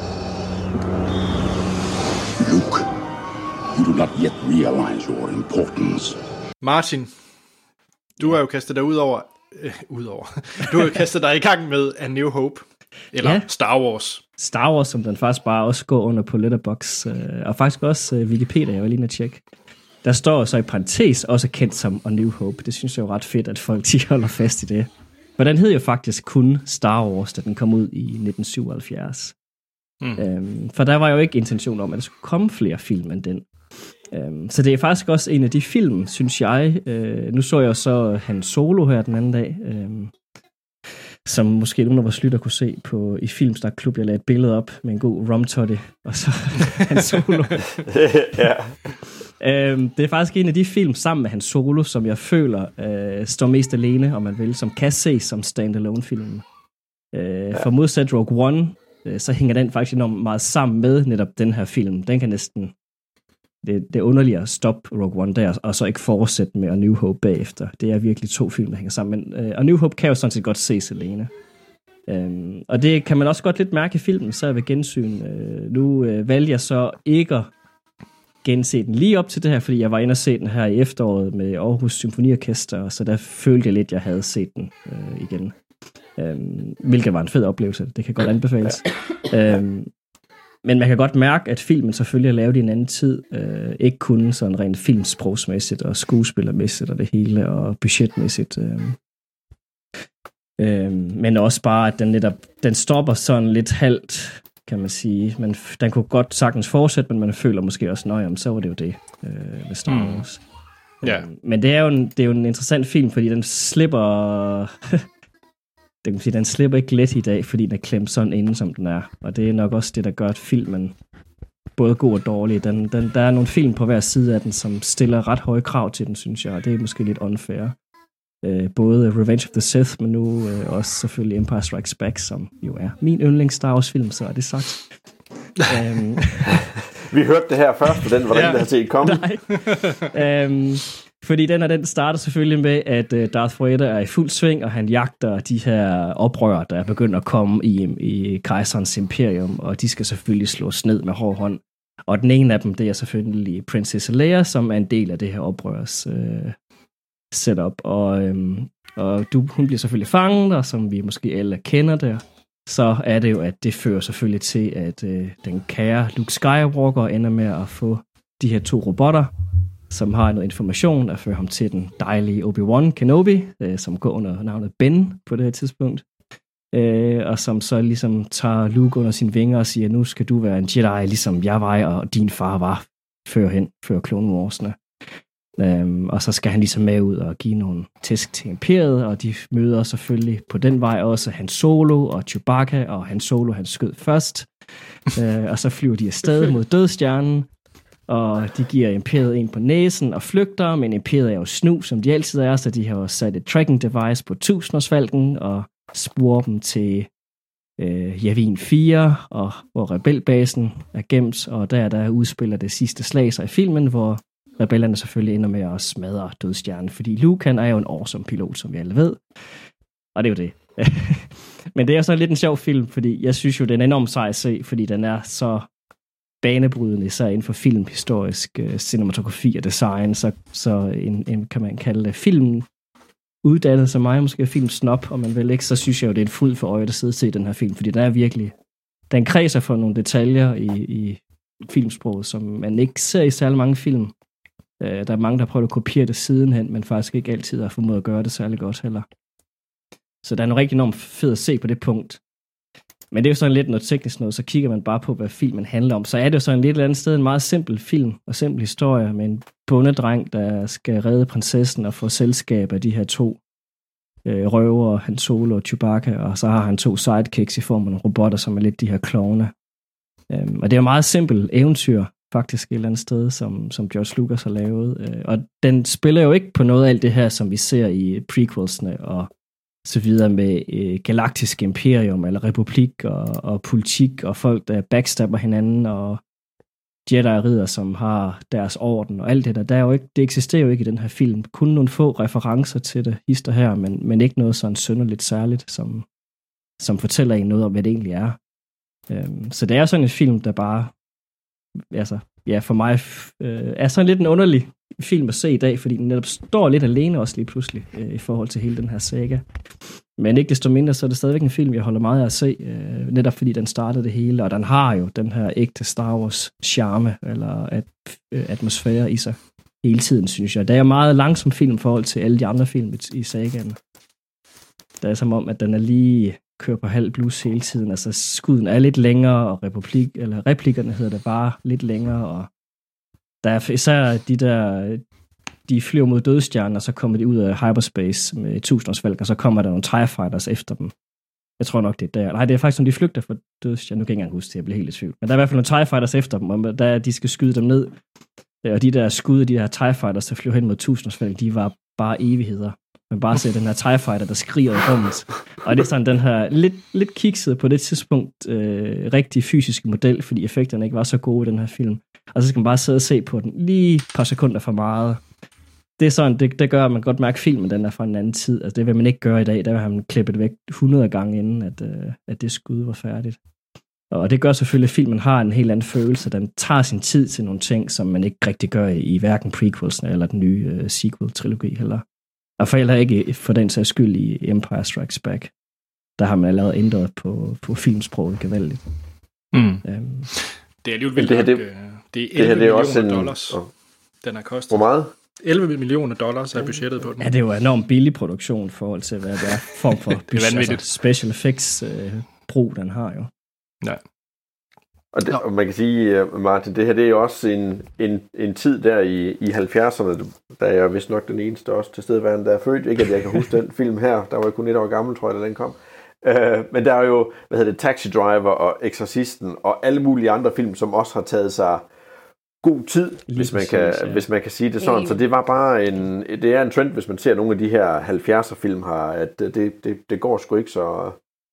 Luke, you do not yet realize your importance. Martin, du har jo kastet dig ud over, øh, ud over. Du har jo kastet dig i gang med A New Hope, eller ja. Star Wars. Star Wars, som den faktisk bare også går under på Letterboxd, øh, og faktisk også øh, Wikipedia, jeg var lige at tjekke. Der står så i parentes også kendt som A New Hope. Det synes jeg jo ret fedt, at folk de holder fast i det. For den hed jo faktisk kun Star Wars, da den kom ud i nitten syvoghalvfjerds. Mm. Øhm, for der var jo ikke intention om, at der skulle komme flere film end den. Um, så det er faktisk også en af de film, synes jeg. Uh, nu så jeg så Han Solo her den anden dag, um, som måske nogen af vores lytter kunne se på i Filmsnak Klub. Jeg lagde et billede op med en god rum-toddy, og så Han Solo. ja. um, det er faktisk en af de film sammen med Han Solo, som jeg føler uh, står mest alene, om man vil, som kan ses som standalone-film. Uh, ja. For modsat Rogue One, uh, så hænger den faktisk enormt meget sammen med netop den her film. Den kan næsten Det, det er underligt at stoppe Rogue One der, og så ikke fortsætte med A New Hope bagefter. Det er virkelig to film, der hænger sammen. Men uh, A New Hope kan jo sådan set godt ses alene. Um, og det kan man også godt lidt mærke i filmen, så ved gensyn. Uh, nu uh, valgte jeg så ikke at gense den lige op til det her, fordi jeg var inde og se den her i efteråret med Aarhus Symfoniorkester, så der følte jeg lidt, at jeg havde set den uh, igen. Um, hvilket var en fed oplevelse. Det kan godt anbefales. Um, Men man kan godt mærke, at filmen selvfølgelig er lavet i en anden tid. Øh, ikke kun sådan rent filmsprogsmæssigt og skuespillermæssigt og det hele, og budgetmæssigt. Øh. Øh, men også bare, at den netop, den stopper sådan lidt halvt, kan man sige. Men den kunne godt sagtens fortsætte, men man føler måske også, nøj, så var det jo det øh, med Star Wars. Mm. Yeah. Øh, men det er, jo en, det er jo en interessant film, fordi den slipper... Det kan sige, den slipper ikke let i dag, fordi den er klemt sådan inde, som den er. Og det er nok også det, der gør, at filmen både god og dårlig. Den, den, der er nogle film på hver side af den, som stiller ret høje krav til den, synes jeg. Og det er måske lidt unfair. Øh, både Revenge of the Sith, men nu øh, også selvfølgelig Empire Strikes Back, som jo er min yndlings Star Wars film, så er det sagt. øhm, Vi hørte det her først, og den var der ja. ikke, der havde set komme. øhm, Fordi den her, den starter selvfølgelig med, at Darth Vader er i fuld sving, og han jagter de her oprør, der er begyndt at komme i, i kejserens imperium, og de skal selvfølgelig slås ned med hård hånd. Og den ene af dem, det er selvfølgelig Princess Leia, som er en del af det her oprørs øh, setup. Og, øhm, og du, hun bliver selvfølgelig fanget, og som vi måske alle kender der, så er det jo, at det fører selvfølgelig til, at øh, den kære Luke Skywalker ender med at få de her to robotter, som har noget information, der fører ham til den dejlige Obi-Wan Kenobi, øh, som går under navnet Ben på det her tidspunkt, øh, og som så ligesom tager Luke under sine vinger og siger, nu skal du være en Jedi, ligesom jeg var, og din far var førhen, før Clone Wars'ene. Um, og så skal han ligesom med ud og give nogle tæsk til Imperiet, og de møder selvfølgelig på den vej også Han Solo og Chewbacca, og Han Solo han skød først, uh, og så flyver de afsted mod Dødstjernen, og de giver Imperiet en på næsen og flygter, men Imperiet er jo snu, som de altid er, så de har jo sat et tracking device på Tusindårsfalken og sporer dem til uh, Yavin fire, og hvor rebelbasen er gemt, og der der udspiller det sidste slag sig i filmen, hvor rebellerne selvfølgelig ender med at smadre Dødstjernen, fordi Luke han er jo en awesome pilot, som vi alle ved. Og det er jo det. Men det er jo sådan lidt en sjov film, fordi jeg synes jo, den er enormt sej at se, fordi den er så banebrydende, især inden for filmhistorisk uh, cinematografi og design, så, så en, en, kan man kalde det film uddannet som mig, måske filmsnop, og man vil ikke, så synes jeg jo, det er en fuld for øjet at sidde og se den her film, fordi den er virkelig, den kredser for nogle detaljer i, i filmsproget, som man ikke ser i særlig mange film. Der er mange, der prøver at kopiere det sidenhen, men faktisk ikke altid har formået at gøre det særlig godt heller. Så der er noget rigtig enormt fedt at se på det punkt. Men det er jo sådan lidt noget teknisk noget, så kigger man bare på, hvad filmen handler om. Så er det jo sådan et lidt andet sted en meget simpel film og simpel historie med en bondedreng, der skal redde prinsessen og få selskab af de her to øh, røver, Han Solo og Chewbacca, og så har han to sidekicks i form af nogle robotter, som er lidt de her klovne. Øhm, og det er jo meget simpelt eventyr, faktisk et eller andet sted, som, som George Lucas har lavet. Øh, og den spiller jo ikke på noget af alt det her, som vi ser i prequelsene og så videre med øh, galaktisk imperium, eller republik og, og politik, og folk, der backstabber hinanden, og Jedi-ridder, som har deres orden, og alt det der. der er jo ikke, det eksisterer jo ikke i den her film. Kun nogle få referencer til det, hister her, men, men ikke noget sådan synderligt særligt, som, som fortæller en noget om, hvad det egentlig er. Øhm, så det er sådan en film, der bare altså, ja, for mig øh, er sådan lidt en underlig film at se i dag, fordi den netop står lidt alene også lige pludselig øh, i forhold til hele den her saga. Men ikke desto mindre, så er det stadigvæk en film, jeg holder meget af at se, øh, netop fordi den startede det hele, og den har jo den her ægte Star Wars charme, eller at, øh, atmosfære i sig hele tiden, synes jeg. Det er en meget langsom film i forhold til alle de andre film i sagaen. Det er som om, at den er lige kører på halv blus hele tiden. Altså skuden er lidt længere, og replik, eller replikkerne hedder det bare lidt længere, og der er især de der, de flyver mod Dødstjernen, og så kommer de ud af hyperspace med tusindårsfalken, og så kommer der nogle TIE Fighters efter dem. Jeg tror nok, det er der. Nej, det er faktisk, når de flygter fra Dødstjernen. Nu kan jeg ikke engang huske det, jeg bliver helt i tvivl. Men der er i hvert fald nogle TIE Fighters efter dem, og der de skal skyde dem ned. Og de der skud af de her TIE Fighters, der flyver hen mod tusindårsfalken, de var bare evigheder. Man bare ser den her TIE Fighter, der skriger i rummet. Og det er sådan den her lidt, lidt kiksede på det tidspunkt øh, rigtig fysiske model, fordi effekterne ikke var så gode i den her film. Og så skal man bare sidde og se på den lige et par sekunder for meget. Det er sådan, det, det gør, at man godt mærker, at filmen den er fra en anden tid. Altså det vil man ikke gøre i dag. Der vil han klippet væk hundrede gange inden, at, øh, at det skud var færdigt. Og det gør selvfølgelig, at filmen har en helt anden følelse. Den tager sin tid til nogle ting, som man ikke rigtig gør i, i hverken prequelsene eller den nye øh, sequel-trilogi heller. Og for heller ikke for den sags skyld i Empire Strikes Back. Der har man allerede ændret på, på filmsproget gevaldigt. Mm. Øhm. Det er alligevel vildt det, nok. Det, det er elleve det her, det er også millioner en, dollars, oh. den har kostet. Hvor meget? elleve millioner dollars er budgettet på den. Ja, det er jo enormt billig produktion i forhold til, hvad det er form for budget, altså special effects øh, brug, den har jo. Nej. Og, det, og man kan sige, Martin, det her det er jo også en, en, en tid der i, i halvfjerdserne, da jeg vist nok den eneste også til stedværende, der er født. Ikke at jeg kan huske den film her, der var jeg kun et år gammel, tror jeg, da den kom. Uh, men der er jo, hvad hedder det, Taxi Driver og Exorcisten og alle mulige andre film, som også har taget sig god tid, hvis man, kan, ja. hvis man kan sige det sådan. Så det var bare en, det er en trend, hvis man ser nogle af de her halvfjerdser film her, at det, det, det går sgu ikke så...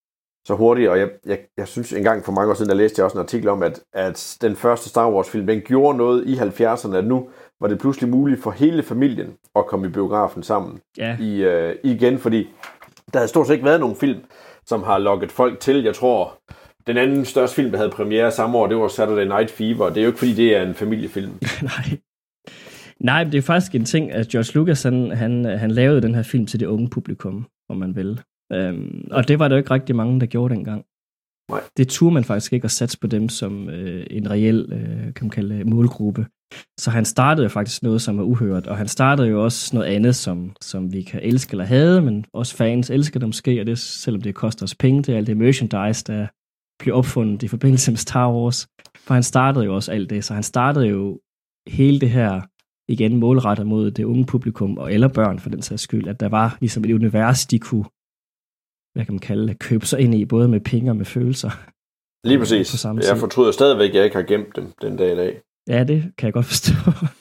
så hurtigt, og jeg, jeg, jeg synes engang for mange år siden, der læste jeg også en artikel om, at, at den første Star Wars film, den gjorde noget i halvfjerdserne, at nu var det pludselig muligt for hele familien at komme i biografen sammen ja. i, øh, igen, fordi der havde stort set ikke været nogen film, som har lokket folk til. Jeg tror, den anden største film, der havde premiere samme år, det var Saturday Night Fever. Det er jo ikke, fordi det er en familiefilm. Nej. Nej, men det er faktisk en ting, at George Lucas, han, han, han lavede den her film til det unge publikum, om man vil. Øhm, og det var der jo ikke rigtig mange, der gjorde dengang. Nej. Det turde man faktisk ikke at satse på dem som øh, en reel, øh, kan man kalde det, målgruppe. Så han startede jo faktisk noget, som var uhørt, og han startede jo også noget andet, som, som vi kan elske eller hade, men også fans elsker det måske, og det selvom det koster os penge til alt det merchandise, der blev opfundet i forbindelse med Star Wars. For han startede jo også alt det, så han startede jo hele det her, igen målrettet mod det unge publikum, og eller børn for den sags skyld, at der var ligesom et univers, de kunne, hvad kan man kalde det, købe sig ind i, både med penge og med følelser. Lige præcis. Jeg fortryder stadigvæk, at jeg ikke har gemt dem den dag i dag. Ja, det kan jeg godt forstå.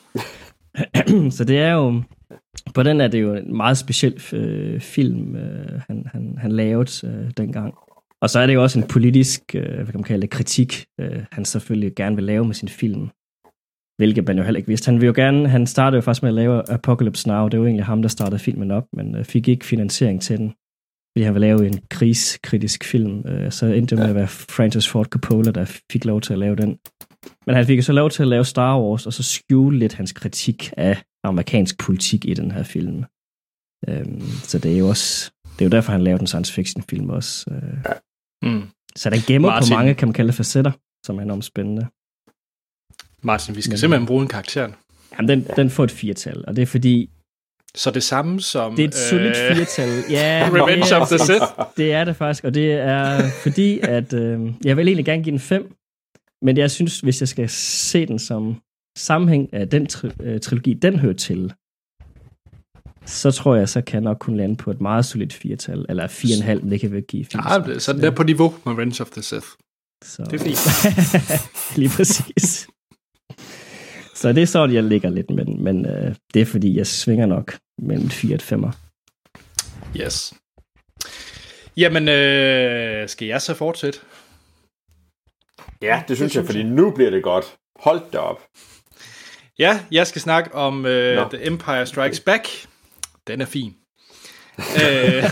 Så det er jo, på den er det jo en meget speciel øh, film, øh, han, han, han lavede øh, dengang. Og så er det jo også en politisk, øh, hvad kan man kalde det, kritik, øh, han selvfølgelig gerne vil lave med sin film. Hvilket man jo heller ikke vidste. Han vil jo gerne, han startede jo faktisk med at lave Apocalypse Now. Det var jo egentlig ham, der startede filmen op, men øh, fik ikke finansiering til den. Fordi han ville lave en krigskritisk film. Øh, så endte det med at være Francis Ford Coppola, der fik lov til at lave den. Men han fik jo så lov til at lave Star Wars, og så skjule lidt hans kritik af amerikansk politik i den her film. Øhm, så det er jo også, det er jo derfor, han lavede en science fiction film også. Øh. Mm. Så den gemmer Martin. på mange, kan man kalde det, facetter, som er enormt spændende. Martin, vi skal Men, simpelthen bruge en karakter. Jamen, den, den får et firetal, og det er fordi... Så det samme som... Det er et solidt øh, firetal. Ja, Revenge det er, of the Sith. Det er det faktisk, og det er fordi, at øh, jeg vil egentlig gerne give den fem, men jeg synes, hvis jeg skal se den som sammenhæng af den tri- øh, trilogi, den hører til, så tror jeg, så kan jeg nok kunne lande på et meget solidt firetal, eller fire komma fem, men det kan vi give fire. Ja, så den er på niveau med Revenge of the Sith. Så. Det er fint. Lige præcis. Så det er sådan, jeg ligger lidt, men, men øh, det er fordi, jeg svinger nok mellem fire og femmer. Yes. Jamen, øh, skal jeg så fortsætte? Ja, det synes det jeg, fordi nu bliver det godt. Hold da op. Ja, jeg skal snakke om øh, no. The Empire Strikes Back. Den er fin. øh,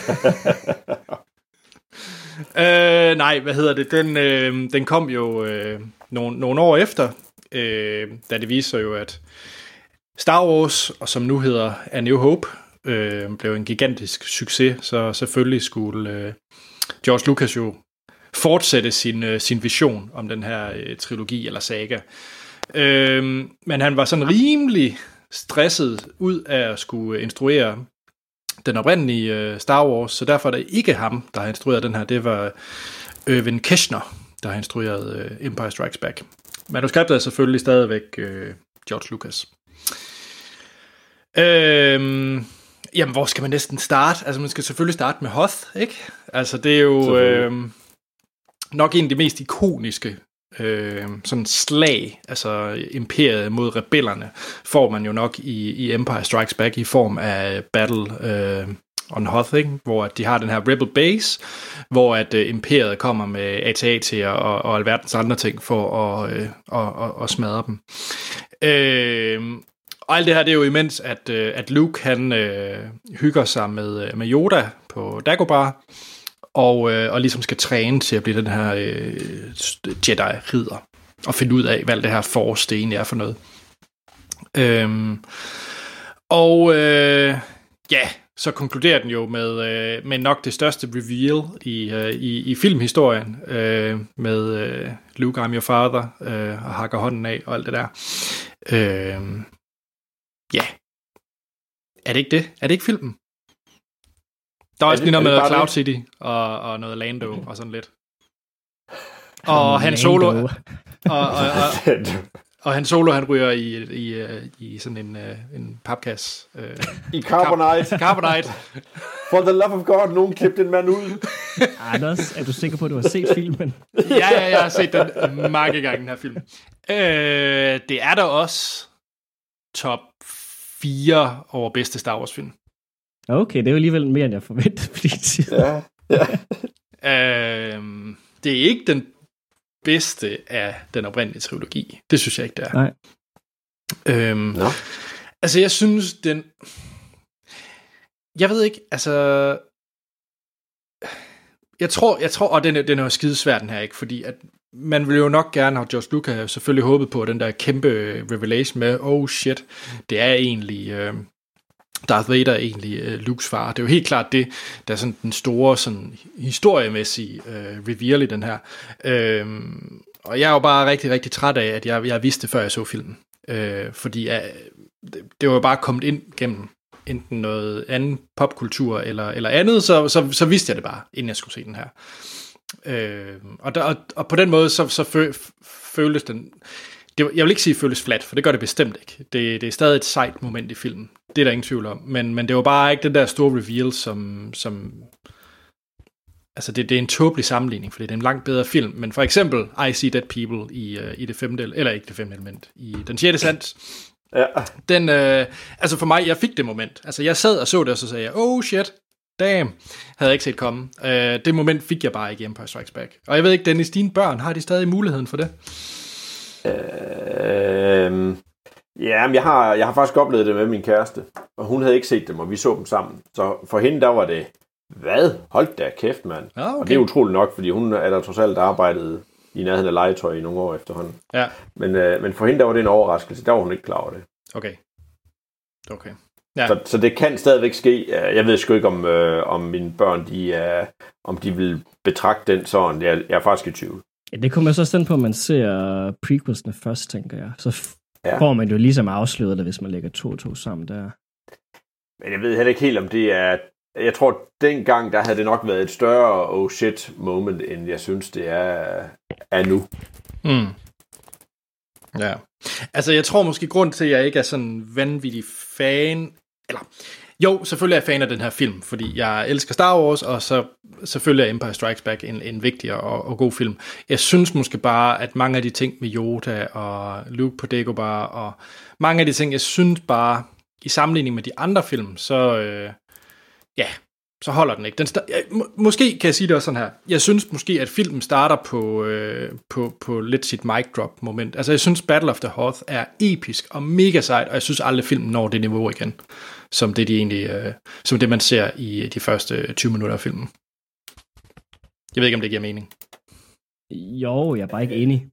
øh, nej, hvad hedder det? Den, øh, den kom jo øh, nogle, nogle år efter, øh, da det viser jo, at Star Wars, og som nu hedder A New Hope, øh, blev en gigantisk succes, så selvfølgelig skulle øh, George Lucas jo fortsætte sin, øh, sin vision om den her øh, trilogi eller saga. Øh, men han var sådan rimelig stresset ud af at skulle instruere den oprindelige øh, Star Wars, så derfor er det ikke ham, der har instrueret den her. Det var Irvin Kershner, der har instrueret øh, Empire Strikes Back. Manuskriptet er selvfølgelig stadigvæk øh, George Lucas. Øh, jamen, hvor skal man næsten starte? Altså, man skal selvfølgelig starte med Hoth, ikke? Altså, det er jo øh, nok en af de mest ikoniske øh, sådan slag, altså imperiet mod rebellerne, får man jo nok i, i Empire Strikes Back i form af Battle øh, on Hoth, ikke? Hvor de har den her rebel base, hvor at øh, imperiet kommer med A T A T'er og, og alverdens andre ting for at, øh, og, og, og smadre dem. Øh, og alt det her, det er jo imens, at, øh, at Luke, han øh, hygger sig med, med Yoda på Dagobah, og, øh, og ligesom skal træne til at blive den her øh, Jedi-ridder, og finde ud af, hvad det her Force det egentlig er for noget. Øhm, og øh, ja, så konkluderer den jo med, øh, med nok det største reveal i, øh, i, i filmhistorien, øh, med øh, Luke, I'm your father, øh, og hakker hånden af, og alt det der. Øh, ja. Er det ikke det? Er det ikke filmen? Der er også lige noget med Cloud det? City og, og noget Lando og sådan lidt. Og Han Solo og, og, og, og Han Solo, han ryger i, i, i sådan en, en papkasse. I Carbonite. Carbonite. For the love of God, nogen klippede den mand ud. Anders, er du sikker på, at du har set filmen? ja, ja, jeg har set den mange gange, den her film. Øh, det er der også top fire over bedste Star Wars film. Okay, det er jo alligevel mere, end jeg forventede på din side. Ja, ja. øhm, det er ikke den bedste af den oprindelige trilogi. Det synes jeg ikke, det er. Nej. Øhm, Nå. Altså, jeg synes, den... Jeg ved ikke, altså... Jeg tror, jeg tror, og den er, den er jo skidesvær, den her, ikke? Fordi at man ville jo nok gerne have, George Lucas have selvfølgelig håbet på den der kæmpe revelation med, oh shit, det er egentlig... Øh, Darth Vader er egentlig øh, Lukes far. Det er jo helt klart det, der er sådan den store sådan, historiemæssige øh, reveal i den her. Øhm, og jeg er jo bare rigtig, rigtig træt af, at jeg, jeg vidste det, før jeg så filmen. Øh, fordi øh, det, det var jo bare kommet ind gennem enten noget anden popkultur eller, eller andet, så, så, så vidste jeg det bare, inden jeg skulle se den her. Øh, og, der, og, og på den måde, så, så fø, føles den... Det, jeg vil ikke sige, at det føles flat, for det gør det bestemt ikke. Det, det er stadig et sejt moment i filmen. Det er der ingen tvivl om. Men, men det var bare ikke den der store reveal, som... som altså, det, det er en tåbelig sammenligning, fordi det er en langt bedre film. Men for eksempel, I See Dead People i, uh, i det femte... Eller ikke det femte element. I den sjette sans. Ja. Den... Øh, altså for mig, jeg fik det moment. Altså, jeg sad og så det, og så sagde jeg, oh shit, damn, havde jeg ikke set komme. Uh, det moment fik jeg bare ikke i Empire Strikes Back. Og jeg ved ikke, Dennis, dine børn, har de stadig muligheden for det? Øh, ja, men jeg har, jeg har faktisk oplevet det med min kæreste, og hun havde ikke set dem, og vi så dem sammen. Så for hende, der var det, hvad? Hold da kæft, mand. Ah, okay. Og det er utroligt nok, fordi hun er der trods alt arbejdet i nærheden af legetøj i nogle år efterhånden. Ja. Men, øh, men for hende, der var det en overraskelse. Der var hun ikke klar over det. Okay. Okay. Ja. Så, så det kan stadigvæk ske. Jeg ved sgu ikke, om, øh, om mine børn, de er, om de vil betragte den sådan. Jeg, jeg er faktisk i tvivl. Ja, det kommer så sådan på, at man ser prequelsene først, tænker jeg. Så f- ja. får man jo ligesom afsløret det, hvis man lægger to og to sammen der. Men jeg ved heller ikke helt, om det er... Jeg tror, dengang, der havde det nok været et større oh shit moment, end jeg synes, det er, er nu. Mm. Ja. Altså, jeg tror måske, grund til, at jeg ikke er sådan vanvittig fan... Eller... Jo, selvfølgelig er jeg fan af den her film, fordi jeg elsker Star Wars, og så selvfølgelig er Empire Strikes Back en, en vigtig og, og god film. Jeg synes måske bare, at mange af de ting med Yoda og Luke på Dagobah, og mange af de ting, jeg synes bare, i sammenligning med de andre film, så, øh, ja, så holder den ikke. Den sta- ja, må, måske kan jeg sige det også sådan her. Jeg synes måske, at filmen starter på, øh, på, på lidt sit mic drop moment. Altså, jeg synes Battle of the Hoth er episk og mega sejt, og jeg synes aldrig filmen når det niveau igen, som det, de egentlig, øh, som det man ser i de første tyve minutter af filmen. Jeg ved ikke, om det giver mening. Jo, jeg er bare ikke enig.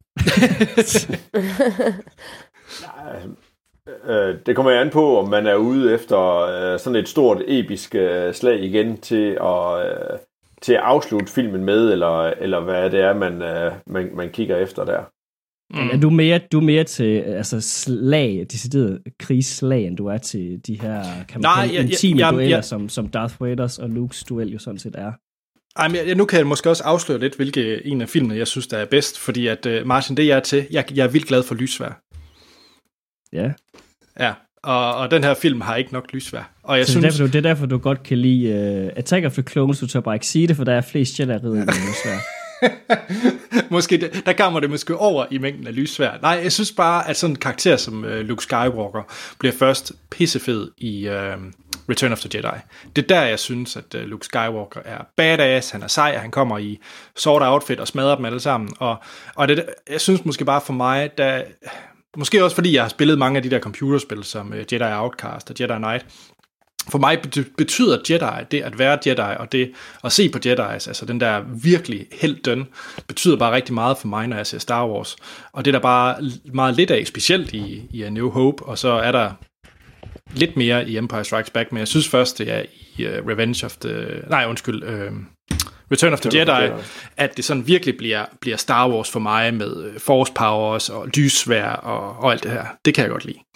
Det kommer an på, om man er ude efter sådan et stort episk slag igen til at, til at afslutte filmen med, eller, eller hvad det er, man, man, man kigger efter der. Mm. Er du mere, du er mere til altså slag, decideret krigsslag, end du er til de her kan man Nej, kalde, intime jeg, jeg, dueller, jeg, som, som Darth Vaders og Lukes duel jo sådan set er? Ej, men jeg, nu kan jeg måske også afsløre lidt, hvilke en af filmene, jeg synes, der er bedst, fordi at, uh, Martin, det jeg er til, jeg, jeg er vildt glad for lysvær. Ja. Ja, og, og den her film har ikke nok lysvær. Og jeg så synes... det, er derfor, du, det er derfor, du godt kan lide uh, Attack of the Clones, du tør bare ikke sige det, for der er flest Jedi-ridder med lysvær. Måske, der kommer det måske over i mængden af lysvær. Nej, jeg synes bare, at sådan en karakter som uh, Luke Skywalker bliver først pissefed i uh, Return of the Jedi. Det er der, jeg synes, at uh, Luke Skywalker er badass, han er sej, han kommer i sort outfit og smadrer dem alle sammen. Og, og det, jeg synes måske bare for mig, der, måske også fordi jeg har spillet mange af de der computerspil som uh, Jedi Outcast og Jedi Knight. For mig betyder Jedi, det at være Jedi, og det at se på Jedi's, altså den der virkelig helten, betyder bare rigtig meget for mig, når jeg ser Star Wars. Og det er der bare meget lidt af, specielt i, i A New Hope, og så er der lidt mere i Empire Strikes Back, men jeg synes først, det er i uh, Revenge of the... Nej, undskyld, uh, Return of the Jedi, at det sådan virkelig bliver, bliver Star Wars for mig med Force Powers og lyssvær og, og alt det her. Det kan jeg godt lide.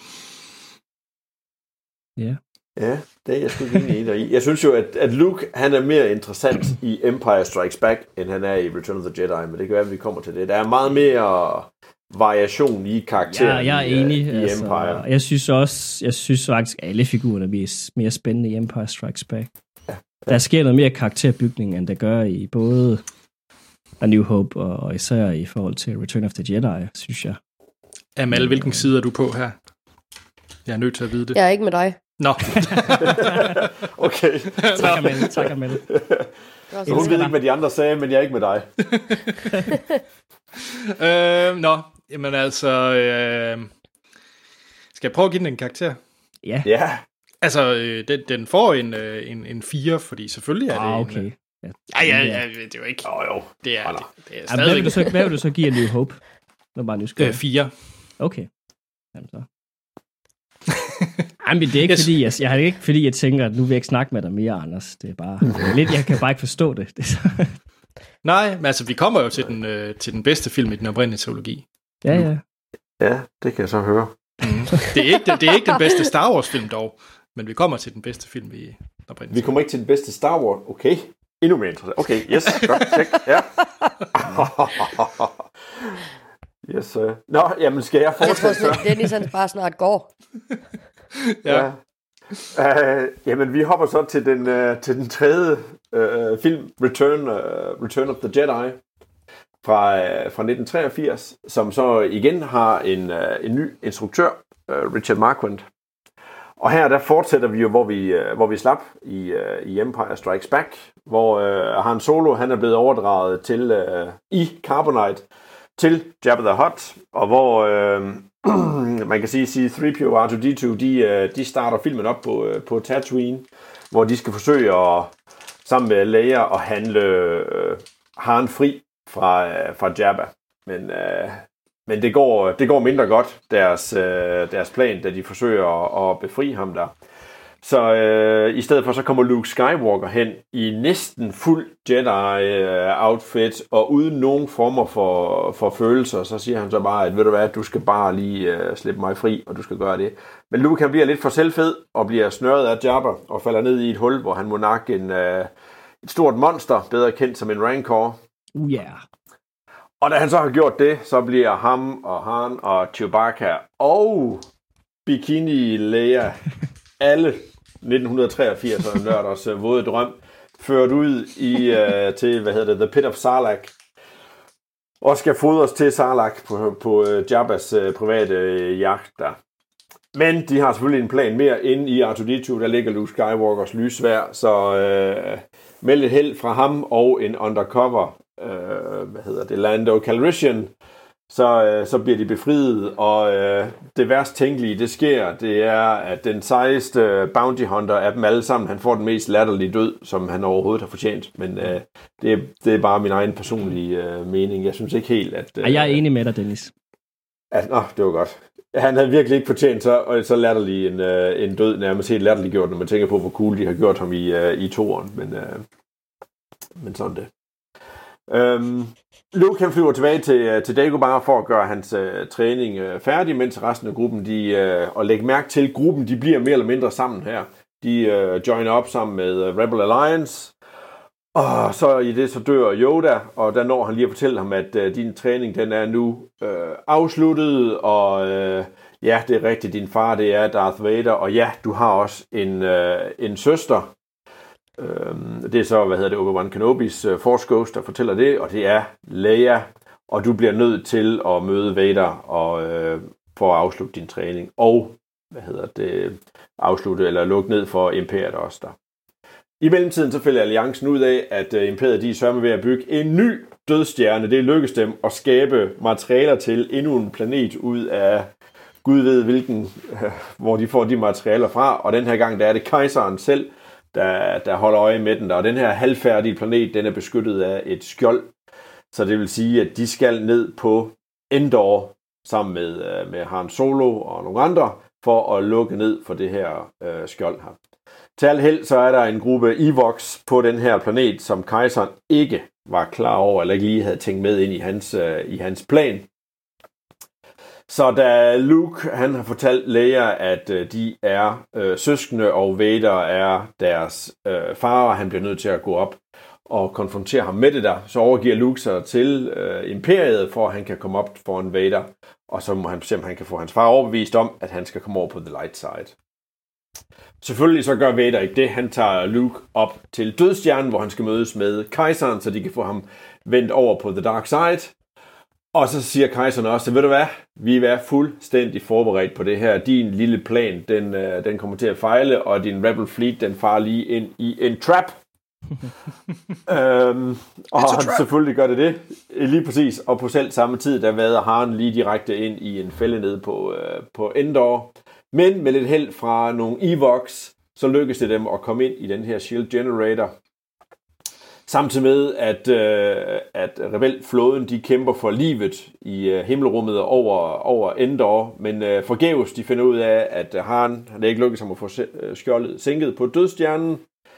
Ja. Yeah. Ja, det er jeg sgu ikke enig i. Jeg synes jo, at, at Luke, han er mere interessant i Empire Strikes Back, end han er i Return of the Jedi, men det kan være, at vi kommer til det. Der er meget mere variation i karakteren. Ja, jeg er enig. i, i altså, Empire. Jeg synes også, jeg synes faktisk, at alle figurerne er mere spændende i Empire Strikes Back. Ja, ja. Der sker noget mere karakterbygning, end der gør i både A New Hope og især i forhold til Return of the Jedi, synes jeg. Amal, hvilken side er du på her? Jeg er nødt til at vide det. Jeg er ikke med dig. Nå. Okay. Tak, Amel. Tak, Amel. Så hun ved ikke, hvad de andre sagde, men jeg er ikke med dig. øh, nå, jamen altså... Øh, Skal jeg prøve at give den en karakter? Ja. Ja. Altså, øh, den, den får en, øh, en, en fire, fordi selvfølgelig er det ah, en... okay. Øh, Ja, ja, ja, ja, det er jo ikke... Jo, jo. Det er, Hold det, da. det er Jamen, stadig... hvad, vil du så, hvad vil du så give A New Hope? Nå, bare nysgerrig. Øh, fire. Okay. Jamen så. Jamen, det er ikke, yes. fordi jeg, jeg, ikke fordi, jeg tænker, at nu vil jeg ikke snakke med dig mere, Anders. Det er bare det er lidt, jeg kan bare ikke forstå det. det Nej, men altså, vi kommer jo til den, øh, til den bedste film i den oprindelige trilogi. ja, ja. Ja, det kan jeg så høre. Mm. Det, er ikke, det, det er ikke den bedste Star Wars-film dog, men vi kommer til den bedste film i den oprindelige. Vi kommer ikke til den bedste Star Wars. Okay. Endnu mere interessant. Okay, yes. Godt, tjek. Ja. Yes. Uh. Nå, jamen skal jeg fortsætte Jeg tror, at Dennis han bare snart går. Ja. Uh, jamen, vi hopper så til den, uh, til den tredje uh, film, Return, uh, Return of the Jedi, fra, uh, fra nitten treogfirs, som så igen har en, uh, en ny instruktør, uh, Richard Marquand. Og her der fortsætter vi jo, hvor vi, uh, hvor vi slap i, uh, i Empire Strikes Back, hvor uh, Han Solo han er blevet overdraget til uh, i Carbonite til Jabba the Hutt, og hvor uh, man kan sige, C tre P O og R to D to, de, de starter filmen op på, på Tatooine, hvor de skal forsøge at, sammen med Leia at handle øh, Han fri fra, øh, fra Jabba. Men, øh, men det, går, det går mindre godt, deres, øh, deres plan, da de forsøger at, at befri ham der. Så øh, i stedet for, så kommer Luke Skywalker hen i næsten fuld Jedi-outfit, og uden nogen former for, for følelser, så siger han så bare, at ved du hvad, du skal bare lige øh, slippe mig fri, og du skal gøre det. Men Luke han bliver lidt for selvfed, og bliver snørret af Jabba, og falder ned i et hul, hvor han må nakke en, øh, et stort monster, bedre kendt som en Rancor. Uh, yeah. Og da han så har gjort det, så bliver ham og Han og Chewbacca og Bikini Leia alle nitten treogfirs nørders uh, våde drøm, ført ud i uh, til, hvad hedder det, The Pit of Sarlacc, og skal fodres til Sarlacc på, på uh, Jabbas uh, private uh, jagt der. Men de har selvfølgelig en plan mere inde i R to D to, der ligger Luke Skywalkers lyssværd, så uh, med lidt held fra ham og en undercover, uh, hvad hedder det, Lando Calrissian, Så, øh, så bliver de befriet, og øh, det værst tænkelige, det sker, det er, at den sejeste bounty hunter af dem alle sammen, han får den mest latterlige død, som han overhovedet har fortjent. Men øh, det, det er bare min egen personlige øh, mening. Jeg synes ikke helt, at... Øh, jeg er enig med dig, Dennis. At, nå, det var godt. Han havde virkelig ikke fortjent så, så latterlig en, øh, en død, nærmest helt latterlig gjort, når man tænker på, hvor cool de har gjort ham i, øh, i toeren. Men, øh, men sådan det. Øhm, Luke han flyver tilbage til, til Dagobah for at gøre hans øh, træning øh, færdig, mens resten af gruppen, de, øh, og lægge mærke til, gruppen de bliver mere eller mindre sammen her. De øh, joiner op sammen med øh, Rebel Alliance, og så i det så dør Yoda, og der når han lige at fortælle ham, at øh, din træning den er nu øh, afsluttet, og øh, ja, det er rigtigt, din far det er Darth Vader, og ja, du har også en, øh, en søster. Det er så, hvad hedder det, Obi-Wan Kenobis uh, Force Ghost, der fortæller det, og det er Leia, og du bliver nødt til at møde Vader og, uh, for at afslutte din træning, og hvad hedder det, afslutte eller lukke ned for Imperiet også der. I mellemtiden så finder Alliancen ud af, at uh, Imperiet de er sørme ved at bygge en ny dødsstjerne. Det lykkes dem at skabe materialer til endnu en planet ud af Gud ved hvilken, uh, hvor de får de materialer fra, og den her gang der er det kejseren selv, Der, der holder øje med den der. Og den her halvfærdige planet, den er beskyttet af et skjold. Så det vil sige, at de skal ned på Endor sammen med, med Han Solo og nogle andre, for at lukke ned for det her øh, skjold her. Til al held, så er der en gruppe Ewoks på den her planet, som kejseren ikke var klar over, eller ikke lige havde tænkt med ind i hans, øh, i hans plan. Så da Luke han har fortalt Leia, at øh, de er øh, søskende, og Vader er deres øh, far, og han bliver nødt til at gå op og konfrontere ham med det der, så overgiver Luke sig til øh, Imperiet, for at han kan komme op foran Vader, og så må han se, om han kan få hans far overbevist om, at han skal komme over på the light side. Selvfølgelig så gør Vader ikke det. Han tager Luke op til dødsstjernen, hvor han skal mødes med kejseren, så de kan få ham vendt over på the dark side. Og så siger kejseren også, ved du hvad, vi er fuldstændig forberedt på det her. Din lille plan, den, øh, den kommer til at fejle, og din Rebel Fleet, den farer lige ind i en trap. øhm, og han trap. Selvfølgelig gør det det, lige præcis. Og på selv samme tid, der vader Han lige direkte ind i en fælde nede på, øh, på Endor. Men med lidt held fra nogle Evox, så lykkes det dem at komme ind i den her Shield Generator. Samtidig med, at, øh, at rebelflåden de kæmper for livet i øh, himmelrummet over, over Endor, men øh, forgæves de finder ud af, at øh, Han, det ikke lykkes ham at få øh, skjoldet sænket på dødsstjernen.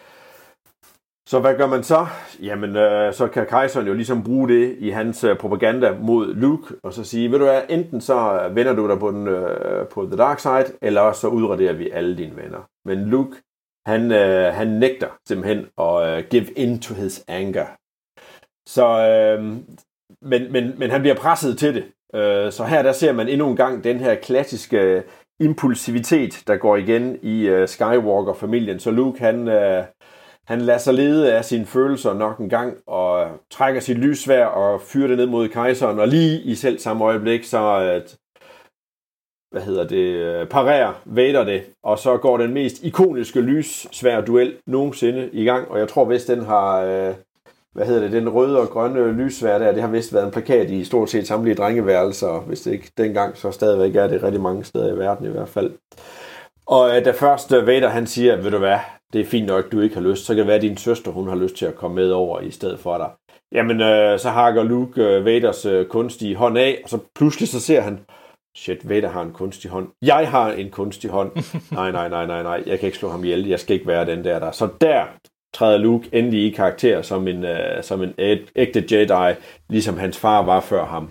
Så hvad gør man så? Jamen, øh, så kan kejseren jo ligesom bruge det i hans øh, propaganda mod Luke, og så sige, ved du hvad, enten så vender du dig på, den, øh, på The Dark Side, eller så udraderer vi alle dine venner. Men Luke, han, øh, han nægter simpelthen at øh, give in to his anger. Så, øh, men, men, men han bliver presset til det. Øh, så her der ser man endnu en gang den her klassiske impulsivitet, der går igen i øh, Skywalker-familien. Så Luke, han... Øh, Han lader sig lede af sine følelser nok en gang, og trækker sit lyssværd og fyrer det ned mod kejseren, og lige i selv samme øjeblik, så at, hvad hedder det, parerer Vader det, og så går den mest ikoniske lyssværd-duel nogensinde i gang, og jeg tror vist, den har, hvad hedder det, den røde og grønne lyssværd der, det har vist været en plakat i stort set samtlige drengeværelser, hvis det ikke dengang, så stadigvæk er det rigtig mange steder i verden i hvert fald. Og da først Vader, han siger, ved du hvad, det er fint nok, du ikke har lyst, så kan det være, at din søster, hun har lyst til at komme med over i stedet for dig. Jamen, øh, så hakker Luke øh, Vaders øh, kunstige hånd af, og så pludselig så ser han, shit, Vader har en kunstig hånd. Jeg har en kunstig hånd. Nej, nej, nej, nej, nej, jeg kan ikke slå ham ihjel, jeg skal ikke være den der der. Så der træder Luke endelig i karakter som en, øh, som en ægte Jedi, ligesom hans far var før ham.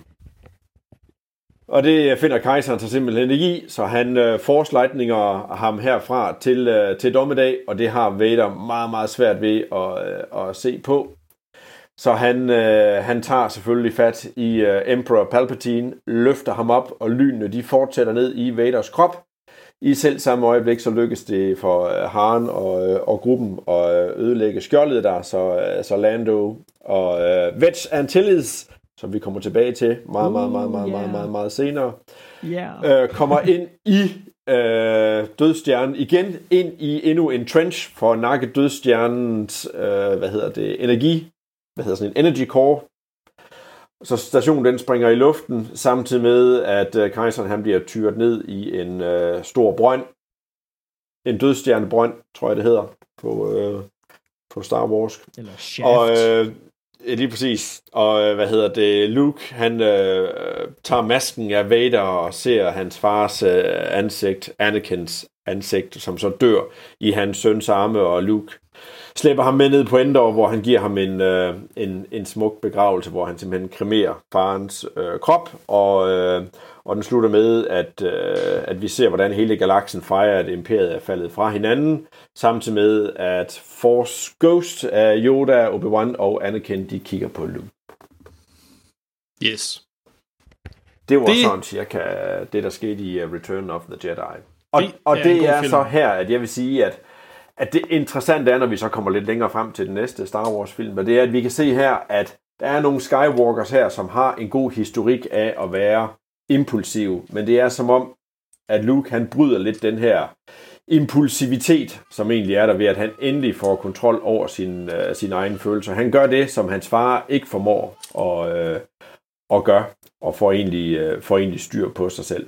Og det finder kejseren sig simpelthen ikke i, så han øh, forslejtninger ham herfra til, øh, til dommedag, og det har Vader meget, meget svært ved at, øh, at se på. Så han, øh, han tager selvfølgelig fat i øh, Emperor Palpatine, løfter ham op, og lynene de fortsætter ned i Vaders krop. I selv samme øjeblik så lykkes det for øh, Han og, øh, og gruppen at ødelægge skjoldet der, så, øh, så Lando og øh, Wedge Antilles, som vi kommer tilbage til meget, meget, meget, meget, meget, meget, meget senere, yeah. øh, kommer ind i øh, dødsstjernen igen, ind i endnu en trench for at nakke dødsstjernens, øh, hvad hedder det, energi, hvad hedder sådan en energy core. Så stationen den springer i luften, samtidig med, at øh, kejseren han bliver tyret ned i en øh, stor brønd. En dødsstjernebrønd, tror jeg det hedder, på, øh, på Star Wars. Eller Shaft. Og, øh, lige præcis. Og hvad hedder det? Luke, han øh, tager masken af Vader og ser hans fars øh, ansigt, Anakins ansigt, som så dør i hans søns arme, og Luke slæber ham med ned på Endor, hvor han giver ham en, øh, en, en smuk begravelse, hvor han simpelthen kremerer farens øh, krop, og, øh, og den slutter med, at, øh, at vi ser, hvordan hele galaksen fejrer, at imperiet er faldet fra hinanden, samtidig med, at Force Ghost af Yoda, Obi-Wan og Anakin, de kigger på Luke. Yes. Det var det... sådan cirka det, der skete i Return of the Jedi. Og det, og er, det er film. så her, at jeg vil sige, at at det interessante er, når vi så kommer lidt længere frem til den næste Star Wars-film, og det er, at vi kan se her, at der er nogle Skywalkers her, som har en god historik af at være impulsiv, men det er som om, at Luke han bryder lidt den her impulsivitet, som egentlig er der ved, at han endelig får kontrol over sin, uh, sine egne følelser. Han gør det, som hans far ikke formår at, uh, at gøre, og får egentlig, uh, får egentlig styr på sig selv.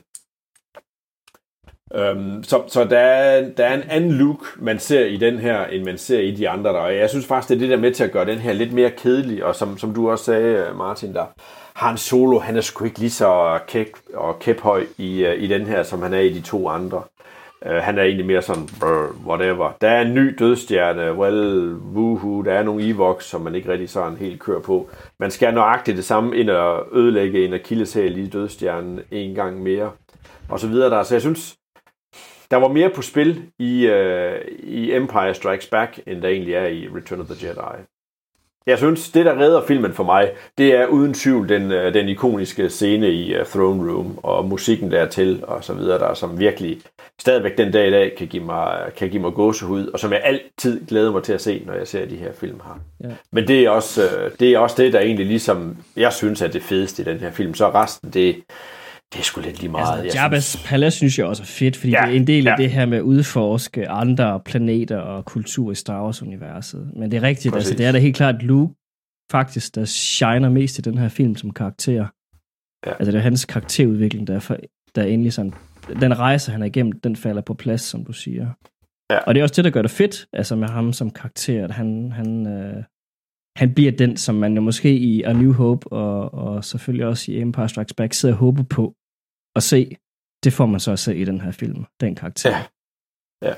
Um, så så der, er, der er en anden look, man ser i den her, end man ser i de andre der. Og jeg synes faktisk, det er det der med til at gøre den her lidt mere kedelig, og som, som du også sagde, Martin, der Han Solo, han er sgu ikke lige så kæp og kæphøj i, i den her, som han er i de to andre. Uh, han er egentlig mere sådan, brr, whatever. Der er en ny dødsstjerne, well, woohoo, der er nogle Evox, som man ikke rigtig sådan helt kører på. Man skal nøjagtigt det samme ind og ødelægge en akilleshæl i dødsstjernen en gang mere, og så videre der. Så jeg synes, der var mere på spil i, uh, i Empire Strikes Back, end der egentlig er i Return of the Jedi. Jeg synes, det der redder filmen for mig, det er uden tvivl den, uh, den ikoniske scene i uh, Throne Room, og musikken dertil, og så videre, der som virkelig stadigvæk den dag i dag kan give mig, kan give mig gåsehud, og som jeg altid glæder mig til at se, når jeg ser de her film her. Ja. Men det er, også, uh, det er også det, der egentlig ligesom, jeg synes er det fedeste i den her film, så resten, det Det er sgu lidt lige meget. Altså, Jabba's Palace synes jeg også er fedt, fordi ja, det er en del af ja. det her med at udforske andre planeter og kultur i Star Wars-universet. Men det er rigtigt, altså, det er da helt klart Luke faktisk, der shiner mest i den her film som karakter. Ja. Altså det er hans karakterudvikling, der, for, der endelig sådan den rejse, han er igennem, den falder på plads, som du siger. Ja. Og det er også det, der gør det fedt, altså med ham som karakter, at han, han, øh, han bliver den, som man jo måske i A New Hope, og, og selvfølgelig også i Empire Strikes Back, sidder og håber på at se. Det får man så at se i den her film, den karakter. Ja. Ja.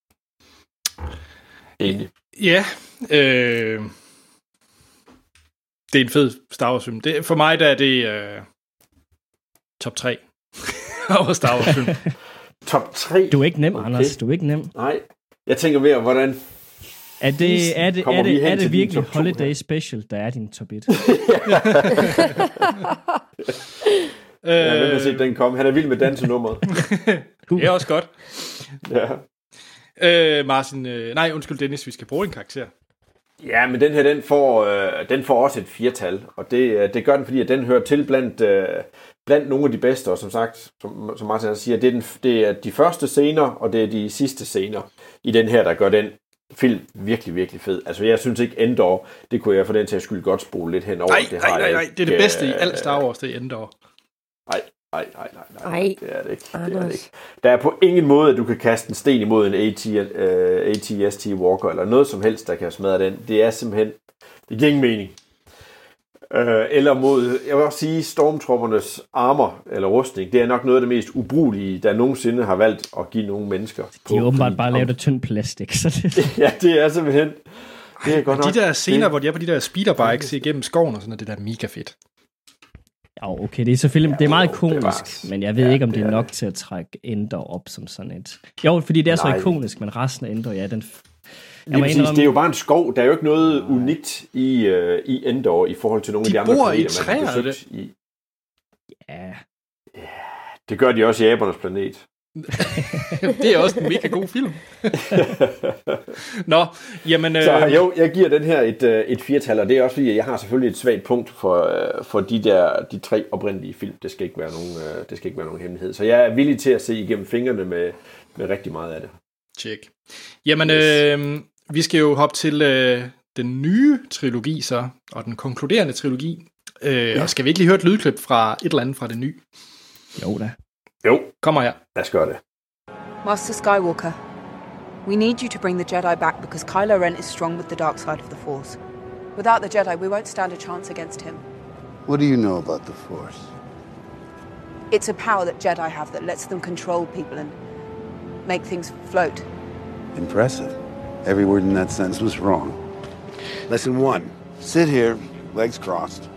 Egentlig. Ja, øh, det er en fed Star Wars film. Det, for mig der er det øh, top tre over Star Wars film. Top tre? Du er ikke nem, okay. Anders. Du er ikke nem. Nej, jeg tænker mere, hvordan... Er det, er det, er det, er det virkelig Holiday Special, der er din top et? Ja, hvem har set den komme? Han er vild med dansenummeret. Det er også godt. Ja. Øh, Martin, øh, nej, undskyld Dennis, vi skal bruge en karakter. Ja, men den her, den får, øh, den får også et firtal, og det, det gør den, fordi at den hører til blandt, øh, blandt nogle af de bedste, og som sagt, som, som Martin siger, det er, den, det er de første scener, og det er de sidste scener i den her, der gør den film virkelig, virkelig fed. Altså, jeg synes ikke Endor, det kunne jeg for den til at skyld godt spole lidt henover. Nej, det har nej, nej, nej, det er det ikke, bedste i alt Star Wars, det er Endor. Nej, nej, nej, nej, nej, Ej, det er det ikke. Det er Anders. det ikke. Der er på ingen måde, at du kan kaste en sten imod en A T S T Walker, eller noget som helst, der kan smadre den. Det er simpelthen, det giver ingen mening. Øh, eller mod, jeg vil også sige, Stormtroppernes armor, eller rustning, det er nok noget af det mest ubrugelige, der nogensinde har valgt at give nogle mennesker. De er åbenbart bare lavet af tynd plastik. Så det... Ja, det er simpelthen, det er godt nok. De der scener, det... hvor de er på de der speederbikes igennem skoven og sådan noget, det der er mega fedt. Ja, okay, det er selvfølgelig, ja, det er meget ikonisk, det var, men jeg ved ja, ikke, om det er nok det. til at trække Endor op som sådan et. Jo, fordi det er Nej. så ikonisk, men resten af Endor, ja, den... Lige præcis, indrømme... det er jo bare en skov. Der er jo ikke noget Nej. unikt i, uh, i Endor i forhold til nogle de af de andre planeter, man har besøgt i. Ja. ja. Det gør de også i Abernes planet. Det er også en mega god film. Nå, jamen... Øh... Så jo, jeg giver den her et, et firtal, og det er også fordi, jeg har selvfølgelig et svagt punkt for, for de der de tre oprindelige film. Det skal ikke være nogen, det skal ikke være nogen hemmelighed. Så jeg er villig til at se igennem fingrene med, med rigtig meget af det. Check. Jamen, øh, vi skal jo hoppe til øh, den nye trilogi så, og den konkluderende trilogi. Øh, ja. Og skal vi ikke lige høre et lydklip fra et eller andet fra det nye? Jo da. Jo. Kommer her. Lad os gøre det. Master Skywalker, we need you to bring the Jedi back because Kylo Ren is strong with the dark side of the Force. Without the Jedi, we won't stand a chance against him. What do you know about the Force? It's a power that Jedi have that lets them control people and make things float. Impressive. Every word in that sentence was wrong. Lesson one. Sit here, legs crossed.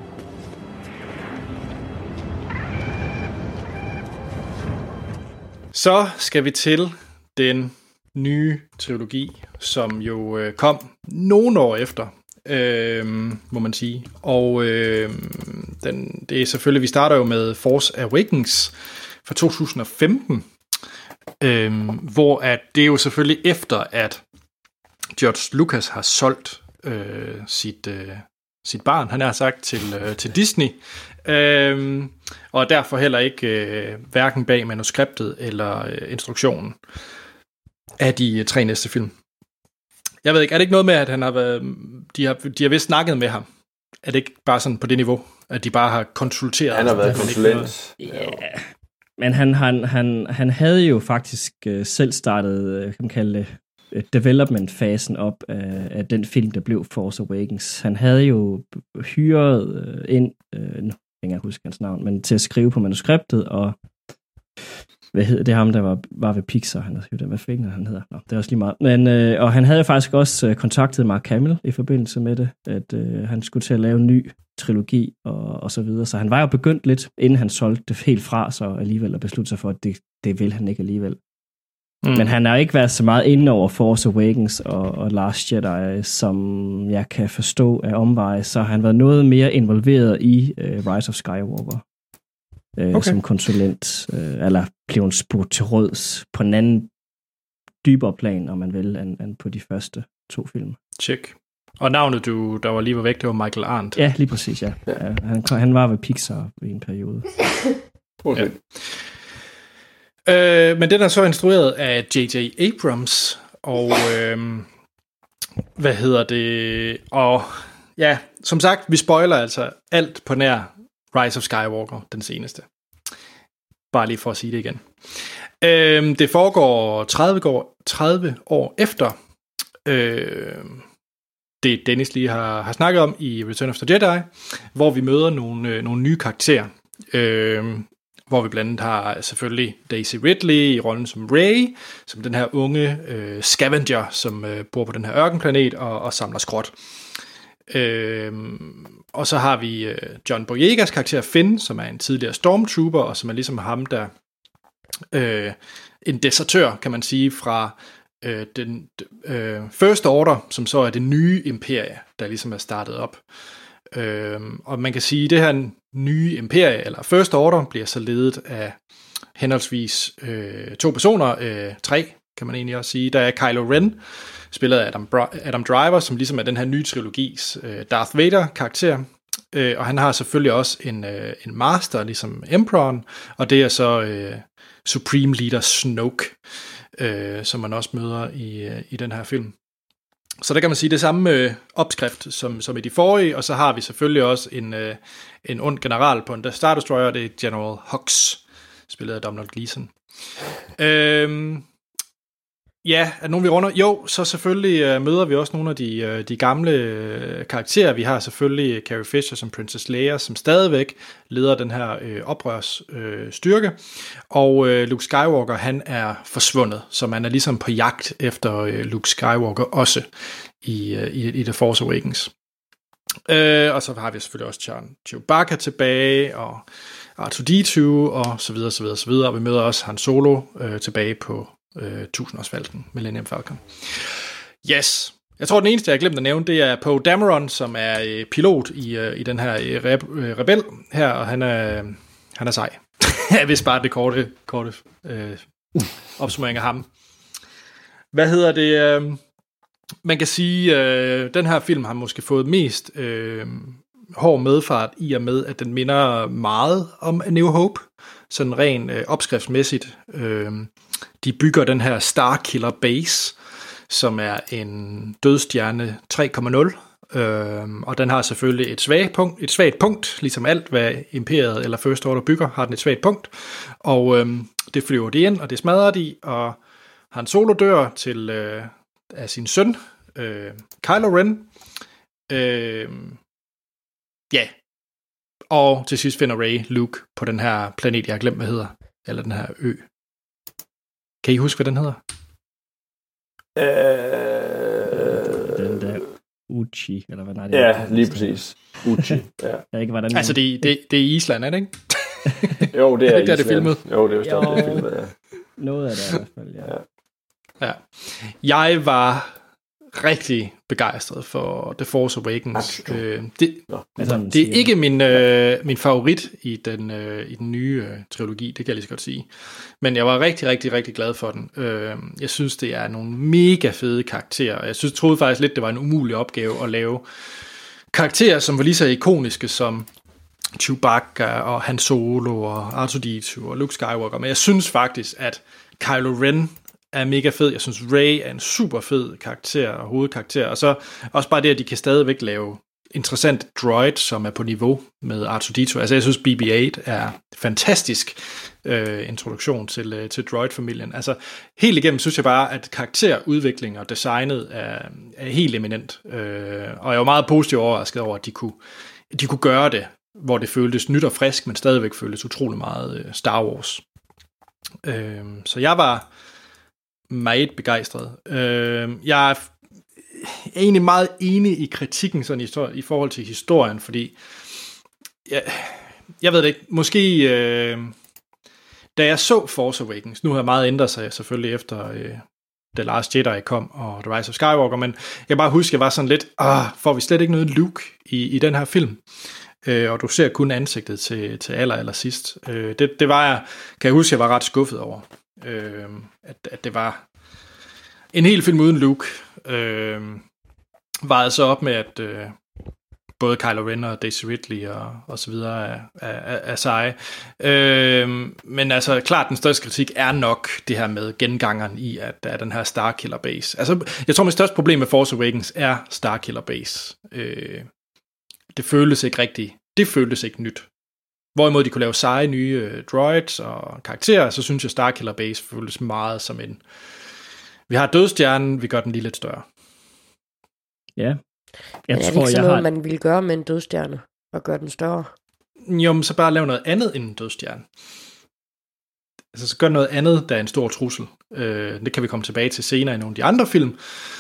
Så skal vi til den nye trilogi, som jo øh, kom nogle år efter, øh, må man sige. Og øh, den, det er selvfølgelig, vi starter jo med Force Awakens fra to tusind og femten, øh, hvor at det er jo selvfølgelig efter, at George Lucas har solgt øh, sit, øh, sit barn, han har sagt, til, øh, til Disney. Øh, og derfor heller ikke øh, hverken bag manuskriptet eller øh, instruktionen af de øh, tre næste film. Jeg ved ikke, er det ikke noget med, at han har været, de har, de har vist snakket med ham? Er det ikke bare sådan på det niveau, at de bare har konsulteret? Han har været konsulent. Ja. Men han, han, han, han havde jo faktisk øh, selv startet, kan man kalde det, development-fasen op af, af den film, der blev Force Awakens. Han havde jo hyret øh, ind, øh, nu kan jeg huske hans navn, men til at skrive på manuskriptet, og hvad hedder det ham, der var, var ved Pixar, han hedder, hvad fanden han hedder? Nå, det er også lige meget. Men, øh, og han havde jo faktisk også øh, kontaktet Mark Hamill i forbindelse med det, at øh, han skulle til at lave en ny trilogi, og, og så videre. Så han var jo begyndt lidt, inden han solgte det helt fra, så alligevel at beslutte sig for, at det, det vil han ikke alligevel. Mm. Men han har ikke været så meget inde over Force Awakens og, og Last Jedi, som jeg kan forstå af omveje, så har han været noget mere involveret i uh, Rise of Skywalker uh, okay. som konsulent, uh, eller blev en spurgt til råds på en anden dybere plan, om man vil, end, end på de første to film. Check. Og navnet, du, der var lige var væk, det var Michael Arndt. Ja, lige præcis, ja. ja. ja han, han var ved Pixar i en periode. Okay. Ja. Øh, men den er så instrueret af J J Abrams, og øh, hvad hedder det, og ja, som sagt, vi spoiler altså alt på nær Rise of Skywalker, den seneste. Bare lige for at sige det igen. Øh, det foregår tredive år, tredive år efter øh, det Dennis lige har, har snakket om i Return of the Jedi, hvor vi møder nogle, øh, nogle nye karakterer. Øh, hvor vi blandt andet har selvfølgelig Daisy Ridley i rollen som Rey, som den her unge øh, scavenger, som øh, bor på den her ørkenplanet og, og samler skrot. Øh, og så har vi øh, John Boyegas karakter Finn, som er en tidligere stormtrooper, og som er ligesom ham, der øh, en desertør, kan man sige, fra øh, den øh, First Order, som så er det nye imperie, der ligesom er startet op. Øh, og man kan sige, at det her nye imperie, eller First Order, bliver så ledet af henholdsvis øh, to personer, øh, tre kan man egentlig også sige. Der er Kylo Ren, spillet af Adam, Adam Driver, som ligesom er den her nye trilogis øh, Darth Vader-karakter. Øh, og han har selvfølgelig også en, øh, en master, ligesom Emperoren, og det er så øh, Supreme Leader Snoke, øh, som man også møder i, øh, i den her film. Så der kan man sige det samme øh, opskrift som, som i de forrige, og så har vi selvfølgelig også en, øh, en ond general på en Star Destroyer, det er General Hux, spillet af Donald Gleeson. Øhm, ja, er nogen vi runder? Jo, så selvfølgelig øh, møder vi også nogle af de, øh, de gamle øh, karakterer. Vi har selvfølgelig Carrie Fisher som Princess Leia, som stadigvæk leder den her øh, oprørsstyrke, øh, og øh, Luke Skywalker, han er forsvundet, så man er ligesom på jagt efter øh, Luke Skywalker også i, øh, i, i The Force Awakens. Øh, og så har vi selvfølgelig også Chewbacca tilbage, og R to D to, og så videre, så videre, så videre. Og vi møder også Han Solo øh, tilbage på øh, Tusindårsfalken, Millennium Falcon. Yes. Jeg tror, den eneste, jeg har glemt at nævne, det er Poe Dameron, som er øh, pilot i, øh, i den her øh, rebel her, og han er, han er sej. Hvis bare det korte, korte øh, opsummering af ham. Hvad hedder det? Øh, man kan sige, øh, den her film har måske fået mest øh, hård medfart i og med, at den minder meget om A New Hope, sådan ren øh, opskriftsmæssigt. Øh, de bygger den her Starkiller Base, som er en dødstjerne tre komma nul, øh, og den har selvfølgelig et svagt punkt, et svagt punkt, ligesom alt, hvad Imperiet eller First Order bygger, har den et svagt punkt, og øh, det flyver de ind, og det smadrer de, og Han Solo dør til øh, af sin søn, øh, Kylo Ren, øh, ja, og til sidst finder Rey Luke på den her planet, jeg har glemt, hvad hedder, eller den her ø. Kan I huske, hvad den hedder? Øh... Den der Uchi, eller hvad nej, det ja, er. lige præcis. Uchi, ja. Jeg ikke, hvordan altså, det, det, det er i Island, er det ikke? Jo, det er, det er det filmet. Jo, det er jo det er filmet, ja. Noget af det i hvert fald, ja. ja. Ja. Jeg var rigtig begejstret for The Force Awakens. Øh, det, altså, det er ikke min, øh, min favorit i den, øh, i den nye øh, trilogi, det kan jeg lige så godt sige. Men jeg var rigtig, rigtig, rigtig glad for den. Øh, jeg synes, det er nogle mega fede karakterer. Jeg synes, troede faktisk lidt, det var en umulig opgave at lave karakterer, som var lige så ikoniske som Chewbacca og Han Solo og R to D to og Luke Skywalker. Men jeg synes faktisk, at Kylo Ren er mega fed. Jeg synes, Rey er en super fed karakter og hovedkarakter. Og så også bare det, at de kan stadigvæk lave interessant droid, som er på niveau med R to D to. Altså, jeg synes, B B otte er fantastisk øh, introduktion til, øh, til droid-familien. Altså, helt igennem synes jeg bare, at karakterudvikling og designet er, er helt eminent. Øh, og jeg var meget positivt overrasket over, at de kunne, de kunne gøre det, hvor det føltes nyt og frisk, men stadigvæk føltes utrolig meget øh, Star Wars. Øh, så jeg var meget begejstret. Øh, jeg er egentlig meget enig i kritikken sådan i, i forhold til historien, fordi jeg, jeg ved det ikke, måske øh, da jeg så Force Awakens, nu har jeg meget ændret sig selvfølgelig efter øh, The Last Jedi kom og The Rise of Skywalker, men jeg bare husker, jeg var sådan lidt, ah, får vi slet ikke noget Luke i, i den her film? Øh, og du ser kun ansigtet til, til aller, aller sidst. Øh, det, det var jeg, kan jeg huske, jeg var ret skuffet over. Øh, at, at det var en hel film uden Luke. Øh, vejede så op med, at øh, både Kylo Ren og Daisy Ridley og, og så videre er, er, er seje. Øh, men altså, klart den største kritik er nok det her med gengangeren i, at der er den her Starkiller Base. Altså, jeg tror, mit største problem med Force Awakens er Starkiller Base. Øh, det føles ikke rigtigt. Det føles ikke nyt. Hvorimod de kunne lave seje nye øh, droids og karakterer, så synes jeg Starkiller Base føles meget som en... Vi har dødstjernen, vi gør den lige lidt større. Ja. Jeg Jeg er det tror, ikke sådan jeg noget, har... man ville gøre med en dødstjerne og gøre den større? Jo, men så bare lave noget andet end en dødstjerne. Altså, så gør noget andet, der er en stor trussel. Øh, det kan vi komme tilbage til senere i nogle af de andre film.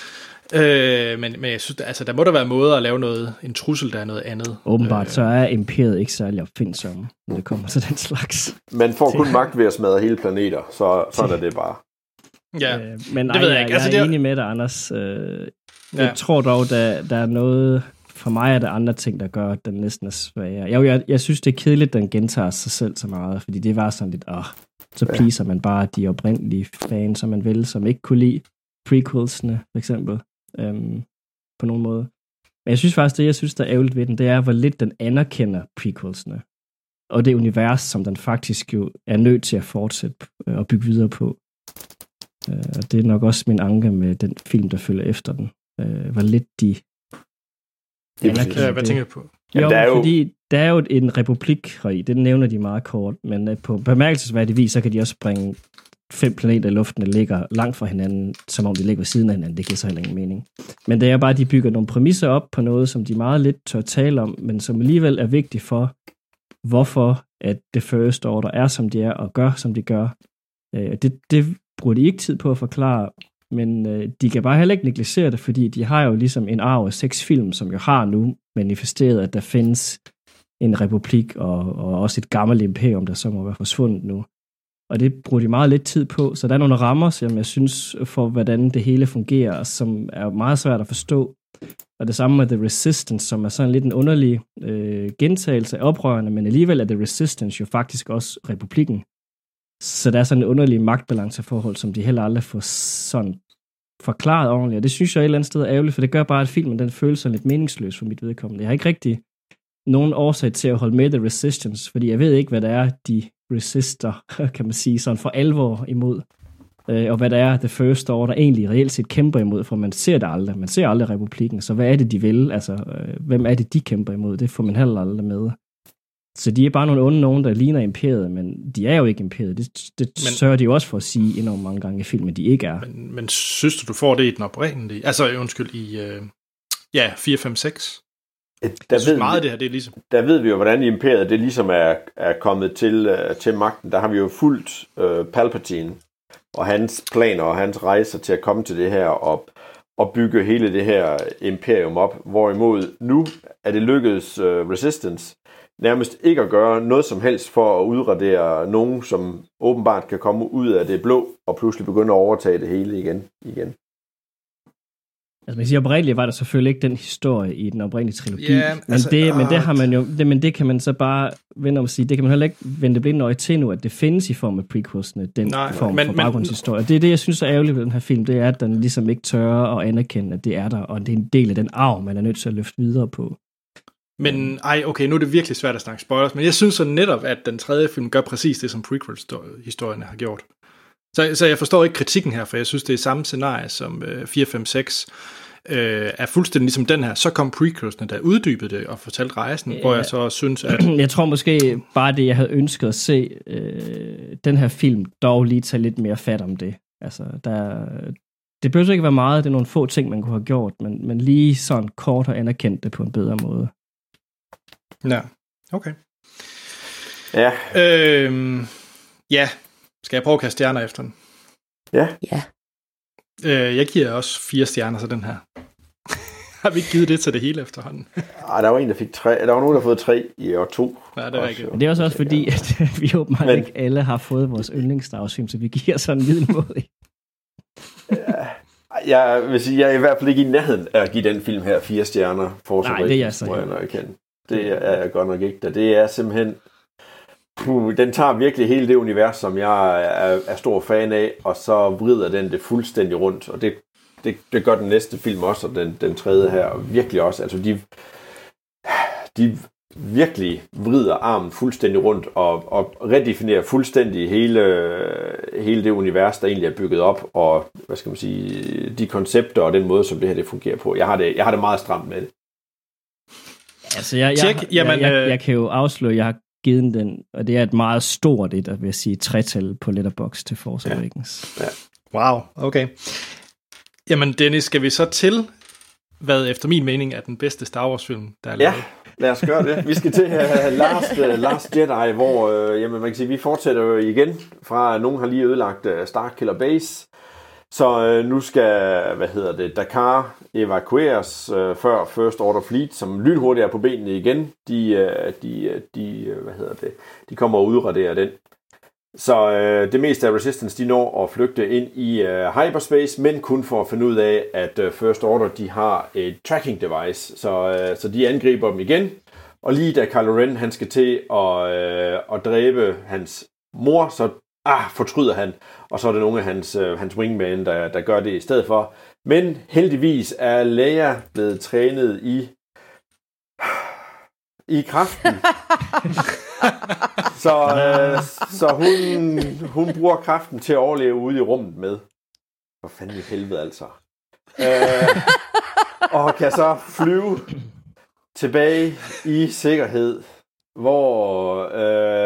Øh, men, men jeg synes, altså, der må der være måder at lave noget, en trussel, der er noget andet. Åbenbart, øh, så er imperiet ikke særlig opfindsomme, når det kommer til den slags. Man får kun magt ved at smadre hele planeter, så sådan er det bare. Ja, øh, men det ej, ved jeg jeg, ikke. jeg Altså, er det er... enig med dig, Anders. Øh, jeg Ja. tror dog, der, der er noget... For mig er der andre ting, der gør, at den næsten er svagere. Jeg, jeg, jeg synes, det er kedeligt, at den gentager sig selv så meget, fordi det var sådan lidt, åh, så pleaser man bare de oprindelige fans, som man vil, som ikke kunne lide prequelsene, for eksempel, øhm, på nogen måde. Men jeg synes faktisk, det jeg synes, der er ærgerligt ved den, det er, hvor lidt den anerkender prequelsene. Og det univers, som den faktisk jo er nødt til at fortsætte øh, og bygge videre på. Øh, og det er nok også min anke med den film, der følger efter den. Øh, hvor lidt de Ja, hvad tænker du på? Jo, Jamen, der er jo... fordi der er jo en republikkrig, det nævner de meget kort, men uh, på bemærkelsesværdig vis, så kan de også bringe fem planeter i luften, der ligger langt fra hinanden, som om de ligger ved siden af hinanden. Det giver så heller ingen mening. Men det er bare, at de bygger nogle præmisser op på noget, som de meget lidt tør tale om, men som alligevel er vigtigt for, hvorfor at det First Order er, som de er, og gør, som de gør. Uh, det, det bruger de ikke tid på at forklare, men øh, de kan bare heller ikke negligere det, fordi de har jo ligesom en arv af seks film, som jo har nu manifesteret, at der findes en republik og, og også et gammelt imperium, der så må være forsvundet nu. Og det bruger de meget lidt tid på, så der er nogle rammer, som jeg synes, for hvordan det hele fungerer, som er meget svært at forstå. Og det samme med The Resistance, som er sådan lidt en underlig øh, gentagelse af oprørerne, men alligevel er The Resistance jo faktisk også republikken. Så der er sådan en underlig magtbalanceforhold, som de heller aldrig får sådan forklaret ordentligt. Og det synes jeg et eller andet sted er ærgerligt, for det gør bare, at filmen den føles sådan lidt meningsløs for mit vedkommende. Jeg har ikke rigtig nogen årsag til at holde med The Resistance, fordi jeg ved ikke, hvad det er, de resister, kan man sige, sådan for alvor imod. Og hvad det er, The First Order egentlig reelt set kæmper imod, for man ser det aldrig. Man ser aldrig republikken, så hvad er det, de vil? Altså, hvem er det, de kæmper imod? Det får man heller aldrig med. Så de er bare nogle onde nogen, der ligner imperiet, men de er jo ikke imperiet. Det, det men, sørger de jo også for at sige enormt mange gange i filmen, de ikke er. Men, men synes du, du får det i den oprindelige? Altså, undskyld, i øh, ja, fire, fem, seks? Der ved, meget af det her, det er ligesom... Der ved vi jo, hvordan imperiet det ligesom er, er kommet til, uh, til magten. Der har vi jo fulgt uh, Palpatine og hans planer og hans rejser til at komme til det her og, og bygge hele det her imperium op. Hvorimod nu er det lykkedes uh, Resistance nærmest ikke at gøre noget som helst for at udradere nogen, som åbenbart kan komme ud af det blå og pludselig begynde at overtage det hele igen. igen. Altså man siger, oprindeligt var der selvfølgelig ikke den historie i den oprindelige trilogi, yeah, men, altså, det, uh, men det har man jo, det, men det kan man så bare vende om at sige, det kan man heller ikke vende det blinde øje til nu, at det findes i form af prequelsene, den nej, form men, for baggrundshistorie. Det er det, jeg synes er ærgerligt ved den her film, det er, at den ligesom ikke tør at anerkende, at det er der, og det er en del af den arv, man er nødt til at løfte videre på. Men ej, okay, nu er det virkelig svært at snakke spoilers, men jeg synes så netop, at den tredje film gør præcis det, som prequel-historierne har gjort. Så, så jeg forstår ikke kritikken her, for jeg synes, det er samme scenarie som øh, fire, fem, seks, øh, er fuldstændig ligesom den her. Så kom prequelsene, der uddybede det og fortalte rejsen, ja. Hvor jeg så synes, at... Jeg tror måske bare det, jeg havde ønsket at se, øh, den her film dog lige tage lidt mere fat om det. Altså, der... Det behøver ikke være meget, det er nogle få ting, man kunne have gjort, men, men lige sådan kort og anerkendt det på en bedre måde. Ja, okay. Ja. Øhm, ja, skal jeg prøve at kaste stjerner efter den? Ja. Ja. Øh, jeg giver også fire stjerner til den her. Har vi ikke givet det til det hele efterhånden? Ej, der var en, der fik tre. Der var nogen, der har fået tre i år to. Ja, det er rigtigt. Men det er også, også fordi, at vi åbenbart men... ikke alle har fået vores yndlingsdagsfilm, så vi giver sådan en middelmåde. Ja. Jeg vil sige, jeg er i hvert fald ikke i nærheden af at give den film her fire stjerner. Nej, det er jeg så ikke. Det er jeg godt nok ikke. Det er simpelthen... Puh, den tager virkelig hele det univers, som jeg er, er stor fan af, og så vrider den det fuldstændig rundt. Og det, det, det gør den næste film også, og den, den tredje her virkelig også. Altså, de, de virkelig vrider armen fuldstændig rundt, og, og redefinerer fuldstændig hele, hele det univers, der egentlig er bygget op, og hvad skal man sige, de koncepter og den måde, som det her det fungerer på. Jeg har det, jeg har det meget stramt med det. Altså, jeg, jeg, jeg, jeg, jeg, jeg kan jo afsløre, jeg har givet den, og det er et meget stort et, at vil jeg sige, tretal på Letterboxd til Force ja. Awakens. Ja. Wow, okay. Jamen Dennis, skal vi så til, hvad efter min mening er den bedste Star Wars film, der er lavet? Ja, lad os gøre det. Vi skal til uh, Last, uh, Last Jedi, hvor uh, jamen, man kan sige, vi fortsætter jo igen fra, at nogen har lige ødelagt uh, Starkiller Base. Så uh, nu skal, hvad hedder det, Dakar evakueres uh, før First Order Fleet, som lynhurtigt er på benene igen. De, uh, de, de, uh, hvad hedder det, de kommer og udraderer den. Så øh, det meste af Resistance, de når at flygte ind i øh, hyperspace, men kun for at finde ud af, at øh, First Order, de har et tracking device, så, øh, så de angriber dem igen. Og lige da Kylo Ren, han skal til at, øh, at dræbe hans mor, så ah, fortryder han, og så er det nogle af hans, øh, hans wingmen, der, der gør det i stedet for. Men heldigvis er Leia blevet trænet i i kraften. Så, øh, så hun, hun bruger kraften til at overleve ude i rummet med. Hvor fanden i helvede altså. Øh, og kan så flyve tilbage i sikkerhed, hvor øh,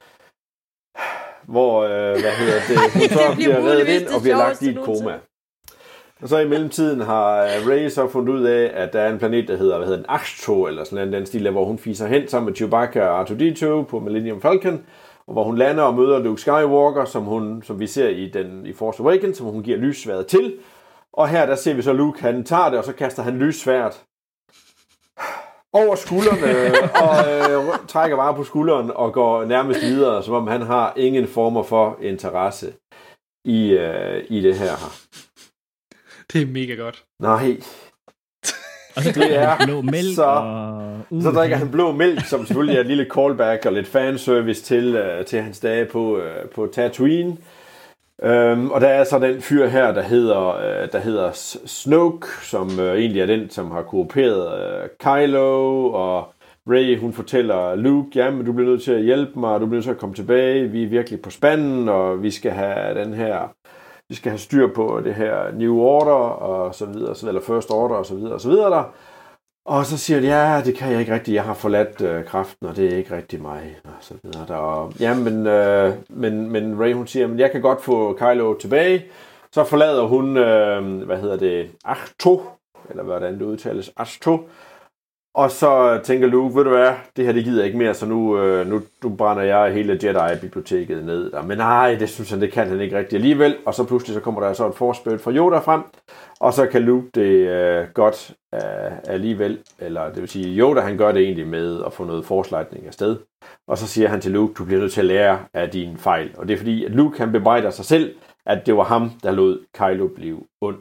hvor øh, hvad hedder det, hun så bliver reddet ind og bliver lagt i et koma. Og så i mellemtiden har Rey så fundet ud af, at der er en planet, der hedder, hvad hedder den, Ahch-To, eller sådan en den stil, hvor hun fiser hen sammen med Chewbacca og R to D two på Millennium Falcon, og hvor hun lander og møder Luke Skywalker, som, hun, som vi ser i, den, i Force Awakens, som hun giver lyssværdet til. Og her der ser vi så Luke, han tager det, og så kaster han lyssværdet over skuldrene, og øh, trækker bare på skulderen og går nærmest videre, som om han har ingen former for interesse i, øh, i det her. Det er mega godt. Nej. Og så drikker han blå mælk. Så, og... uh. så drikker han blå mælk, som selvfølgelig er et lille callback og lidt fanservice til, uh, til hans dage på, uh, på Tatooine. Um, og der er så den fyr her, der hedder, uh, der hedder Snoke, som uh, egentlig er den, som har korruperet uh, Kylo, og Rey, hun fortæller Luke, jamen du bliver nødt til at hjælpe mig, du bliver nødt til at komme tilbage, vi er virkelig på spanden, og vi skal have den her... Vi skal have styr på det her New Order, og så videre, eller First Order, og så videre, og så videre der. Og så siger de, ja, det kan jeg ikke rigtigt, jeg har forladt øh, kraften, og det er ikke rigtig mig, og så videre der. Og, ja, men, øh, men, men Rey, hun siger, men jeg kan godt få Kylo tilbage. Så forlader hun, øh, hvad hedder det, Ahch-To, eller hvordan det udtales, Ahch-To. Og så tænker Luke, ved du hvad, det her det gider jeg ikke mere, så nu, øh, nu, nu brænder jeg hele Jedi-biblioteket ned. Der. Men nej, det synes han, det kan han ikke rigtig alligevel. Og så pludselig så kommer der så et forspil fra Yoda frem, og så kan Luke det øh, godt øh, alligevel. Eller det vil sige, Yoda han gør det egentlig med at få noget forslejtning afsted. Og så siger han til Luke, du bliver nødt til at lære af din fejl. Og det er fordi, at Luke han bebrejder sig selv, at det var ham, der lod Kylo blive ond.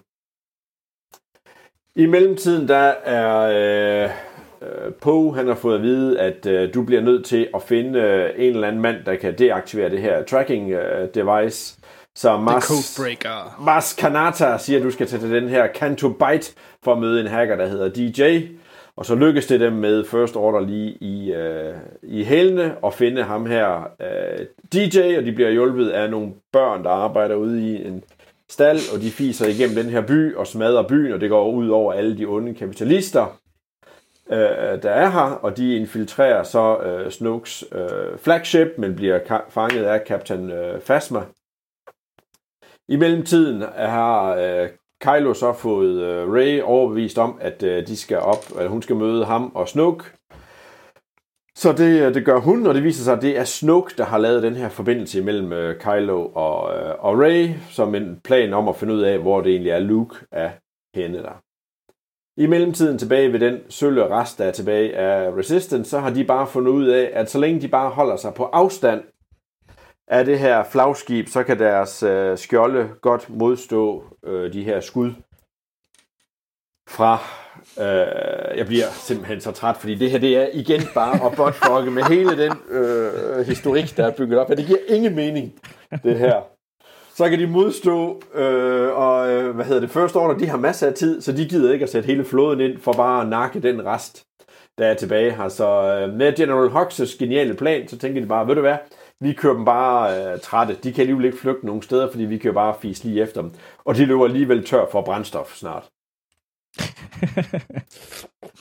I mellemtiden der er... Øh, Poe, han har fået at vide, at øh, du bliver nødt til at finde øh, en eller anden mand, der kan deaktivere det her tracking øh, device. Så Mas, Mas Kanata siger, at du skal tage til den her Canto Bight for at møde en hacker, der hedder D J. Og så lykkes det dem med First Order lige i, øh, i hælene og finde ham her øh, D J, og de bliver hjulpet af nogle børn, der arbejder ude i en stald, og de fiser igennem den her by og smadrer byen, og det går ud over alle de onde kapitalister, der er her, og de infiltrerer så øh, Snokes øh, flagship, men bliver ka- fanget af Captain øh, Phasma. I mellemtiden har øh, Kylo så fået øh, Rey overbevist om, at øh, de skal op, at hun skal møde ham og Snoke. Så det, det gør hun, og det viser sig, at det er Snoke, der har lavet den her forbindelse mellem øh, Kylo og, øh, og Rey, som en plan om at finde ud af, hvor det egentlig er Luke af hende der. I mellemtiden tilbage ved den sølle rest, der er tilbage af Resistance, så har de bare fundet ud af, at så længe de bare holder sig på afstand af det her flagskib, så kan deres øh, skjolde godt modstå øh, de her skud fra... Øh, jeg bliver simpelthen så træt, fordi det her det er igen bare at botfucke med hele den øh, historik, der er bygget op. Ja, det giver ingen mening, det her. Så kan de modstå, øh, og øh, hvad hedder det, First Order, de har masser af tid, så de gider ikke at sætte hele flåden ind for bare at nakke den rest, der er tilbage her. Så øh, med General Hux' geniale plan, så tænker de bare, ved du hvad, vi kører dem bare øh, trætte. De kan alligevel ikke flygte nogen steder, fordi vi kører bare fis lige efter dem. Og de løber alligevel tør for brændstof snart.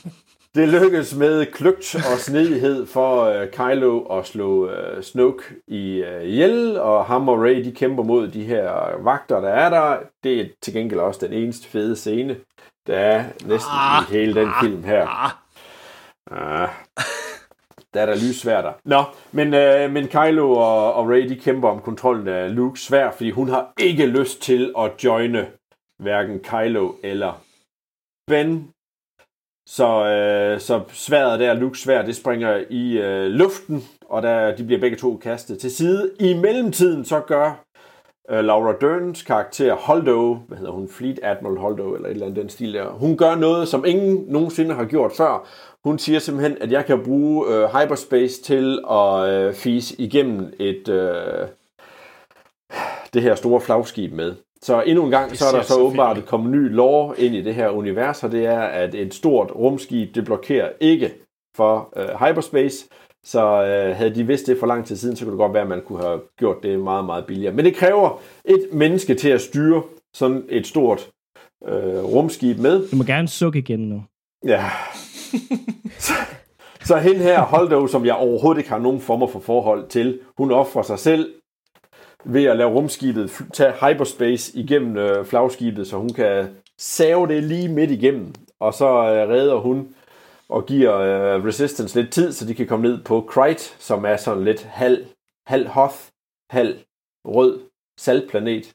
Det lykkes med kløgt og snedighed for uh, Kylo at slå uh, Snoke i uh, ihjel, og ham og Rey, de kæmper mod de her vagter, der er der. Det er til gengæld også den eneste fede scene, der er næsten ah, i hele den ah, film her. Ah. Ah. Der er der lyssværter. Nå, men, øh, men Kylo og, og Rey, de kæmper om kontrollen af Lukes sværd, fordi hun har ikke lyst til at joine hverken Kylo eller Ben. Så, øh, så sværdet der, Lukes sværd, det springer i øh, luften, og der, de bliver begge to kastet til side. I mellemtiden så gør øh, Laura Derns karakter Holdo, hvad hedder hun, Fleet Admiral Holdo, eller et eller andet den stil der, hun gør noget, som ingen nogensinde har gjort før. Hun siger simpelthen, at jeg kan bruge øh, hyperspace til at øh, fise igennem et øh, det her store flagskib med. Så endnu en gang, så er der så, så åbenbart kommet ny lore ind i det her univers, og det er, at et stort rumskib, det blokerer ikke for øh, hyperspace. Så øh, havde de vidst det for lang tid siden, så kunne det godt være, at man kunne have gjort det meget, meget billigere. Men det kræver et menneske til at styre sådan et stort øh, rumskib med. Du må gerne sukke igen nu. Ja. så, så hende her, Holdo, som jeg overhovedet ikke har nogen former for forhold til, hun offrer sig selv ved at lade rumskibet tage hyperspace igennem øh, flagskibet, så hun kan save det lige midt igennem. Og så øh, redder hun og giver øh, Resistance lidt tid, så de kan komme ned på Kryte, som er sådan lidt halv, halv Hoth, halv rød saltplanet.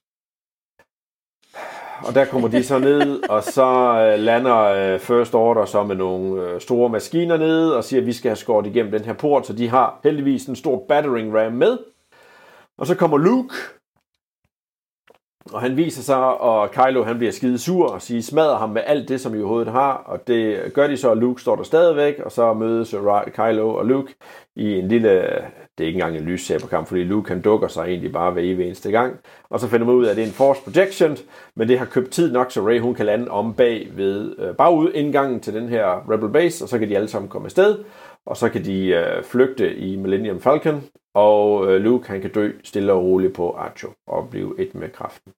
Og der kommer de så ned, og så øh, lander øh, First Order så med nogle øh, store maskiner nede, og siger, at vi skal have skåret igennem den her port, så de har heldigvis en stor battering ram med. Og så kommer Luke, og han viser sig, og Kylo han bliver skide sur, og siger, smadrer ham med alt det, som I overhovedet har, og det gør de så, og Luke står der stadigvæk, og så mødes Kylo og Luke i en lille, det er ikke engang en lyssaberkamp, fordi Luke han dukker sig egentlig bare hver evig eneste gang, og så finder man ud af, at det er en force projection, men det har købt tid nok, så Rey hun kan lande om bag ved øh, bagud indgangen til den her Rebel Base, og så kan de alle sammen komme afsted, og så kan de øh, flygte i Millennium Falcon, og øh, Luke han kan dø stille og roligt på Archer og blive et med kraften.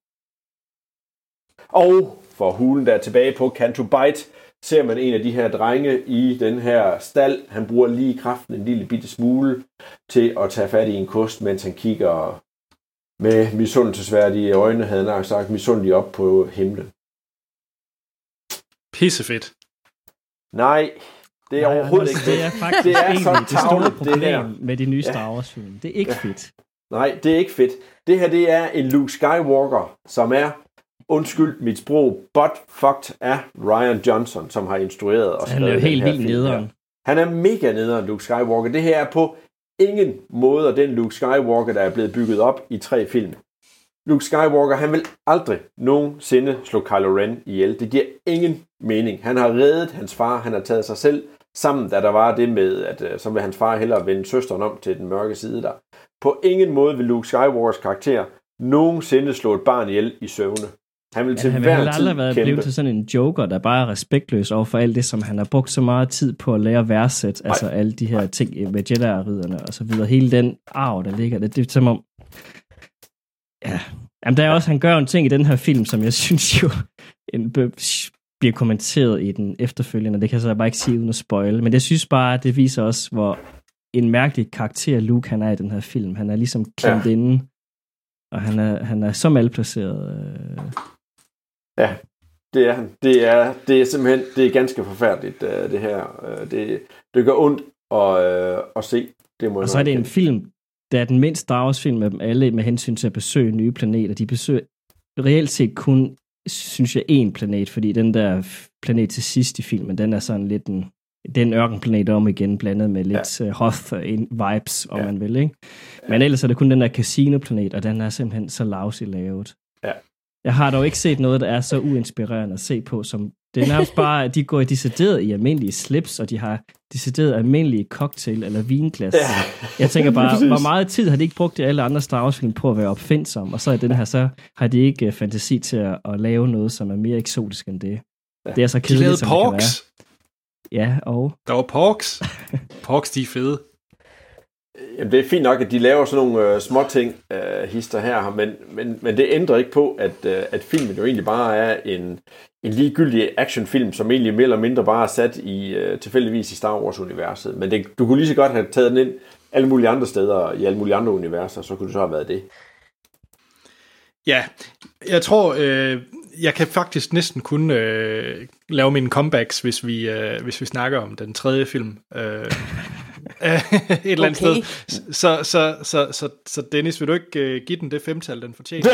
Og for hulen der er tilbage på Canto Bight, ser man en af de her drenge i den her stald. Han bruger lige kraften en lille bitte smule til at tage fat i en kost, mens han kigger med misundelsesværdige øjne, havde han sagt, misundeligt op på himlen. Pissefedt. Nej, det er Nej, overhovedet ikke fedt. Det er faktisk det er så det store problem det her. med de nye Star Wars film. Det er ikke ja. fedt. Nej, det er ikke fedt. Det her, det er en Luke Skywalker, som er, undskyld mit sprog, butt fucked af Rian Johnson, som har instrueret og skrevet den her film. Han er jo helt vildt nederen. Han er mega nederen, Luke Skywalker. Det her er på ingen måde den Luke Skywalker, der er blevet bygget op i tre film. Luke Skywalker, han vil aldrig nogensinde slå Kylo Ren ihjel. Det giver ingen mening. Han har reddet hans far, han har taget sig selv sammen, da der var det med, at så vil hans far hellere vende søsteren om til den mørke side der. På ingen måde vil Luke Skywalkers karakter nogensinde slå et barn ihjel i søvne. Han vil ja, til han hver vil tid aldrig været kæmpe. blevet til sådan en joker, der bare er respektløs over for alt det, som han har brugt så meget tid på at lære værdsæt, altså alle de her ting med Jedi-ridderne og så videre. Hele den arv, der ligger, det, det er som om... Ja, jamen, der er også, han gør en ting i den her film, som jeg synes jo en, bliver kommenteret i den efterfølgende. Det kan jeg så bare ikke sige uden at spoile, men jeg synes bare, at det viser også, hvor en mærkelig karakter Luke han er i den her film. Han er ligesom klemt ja. inde, og han er, han er så malplaceret. Øh... Ja, det er han. Det er, det er simpelthen det er ganske forfærdeligt, det her. Det, det gør ondt at, at se. Det må og så er det en film, der er den mindst Star Wars film af dem alle med hensyn til at besøge nye planeter. De besøger reelt set kun, synes jeg, én planet, fordi den der planet til sidst i filmen, den er sådan lidt en, den ørkenplanet om igen, blandet med lidt ja. Hoth-vibes, om ja. man vil, ikke? Men ellers er det kun den der casino-planet, og den er simpelthen så lousy lavet. Ja. Jeg har dog ikke set noget, der er så uinspirerende at se på, som det er nærmest bare, at de går decideret i almindelige slips, og de har decideret almindelige cocktail eller vinglas. Ja. Jeg tænker bare, hvor meget tid har de ikke brugt i alle andre Star Wars-film på at være opfindsomme, og så i den her, så har de ikke fantasi til at, at lave noget, som er mere eksotisk end det. Ja. Det er så kedeligt, som det kan være. Ja, og... Der var porks. Porks, de er fede. Jamen, det er fint nok, at de laver sådan nogle øh, små ting, øh, hister her, men, men, men det ændrer ikke på, at, øh, at filmen jo egentlig bare er en, en ligegyldig actionfilm, som egentlig mere eller mindre bare er sat i, øh, tilfældigvis i Star Wars-universet. Men det, du kunne lige så godt have taget den ind alle mulige andre steder, i alle mulige andre universer, så kunne det så have været det. Ja, jeg tror, øh, jeg kan faktisk næsten kun øh, lave mine comebacks, hvis vi, øh, hvis vi snakker om den tredje film. Øh, et eller andet Okay. sted. Så, så, så, så, så Dennis, vil du ikke øh, give den det femtal, den fortjener?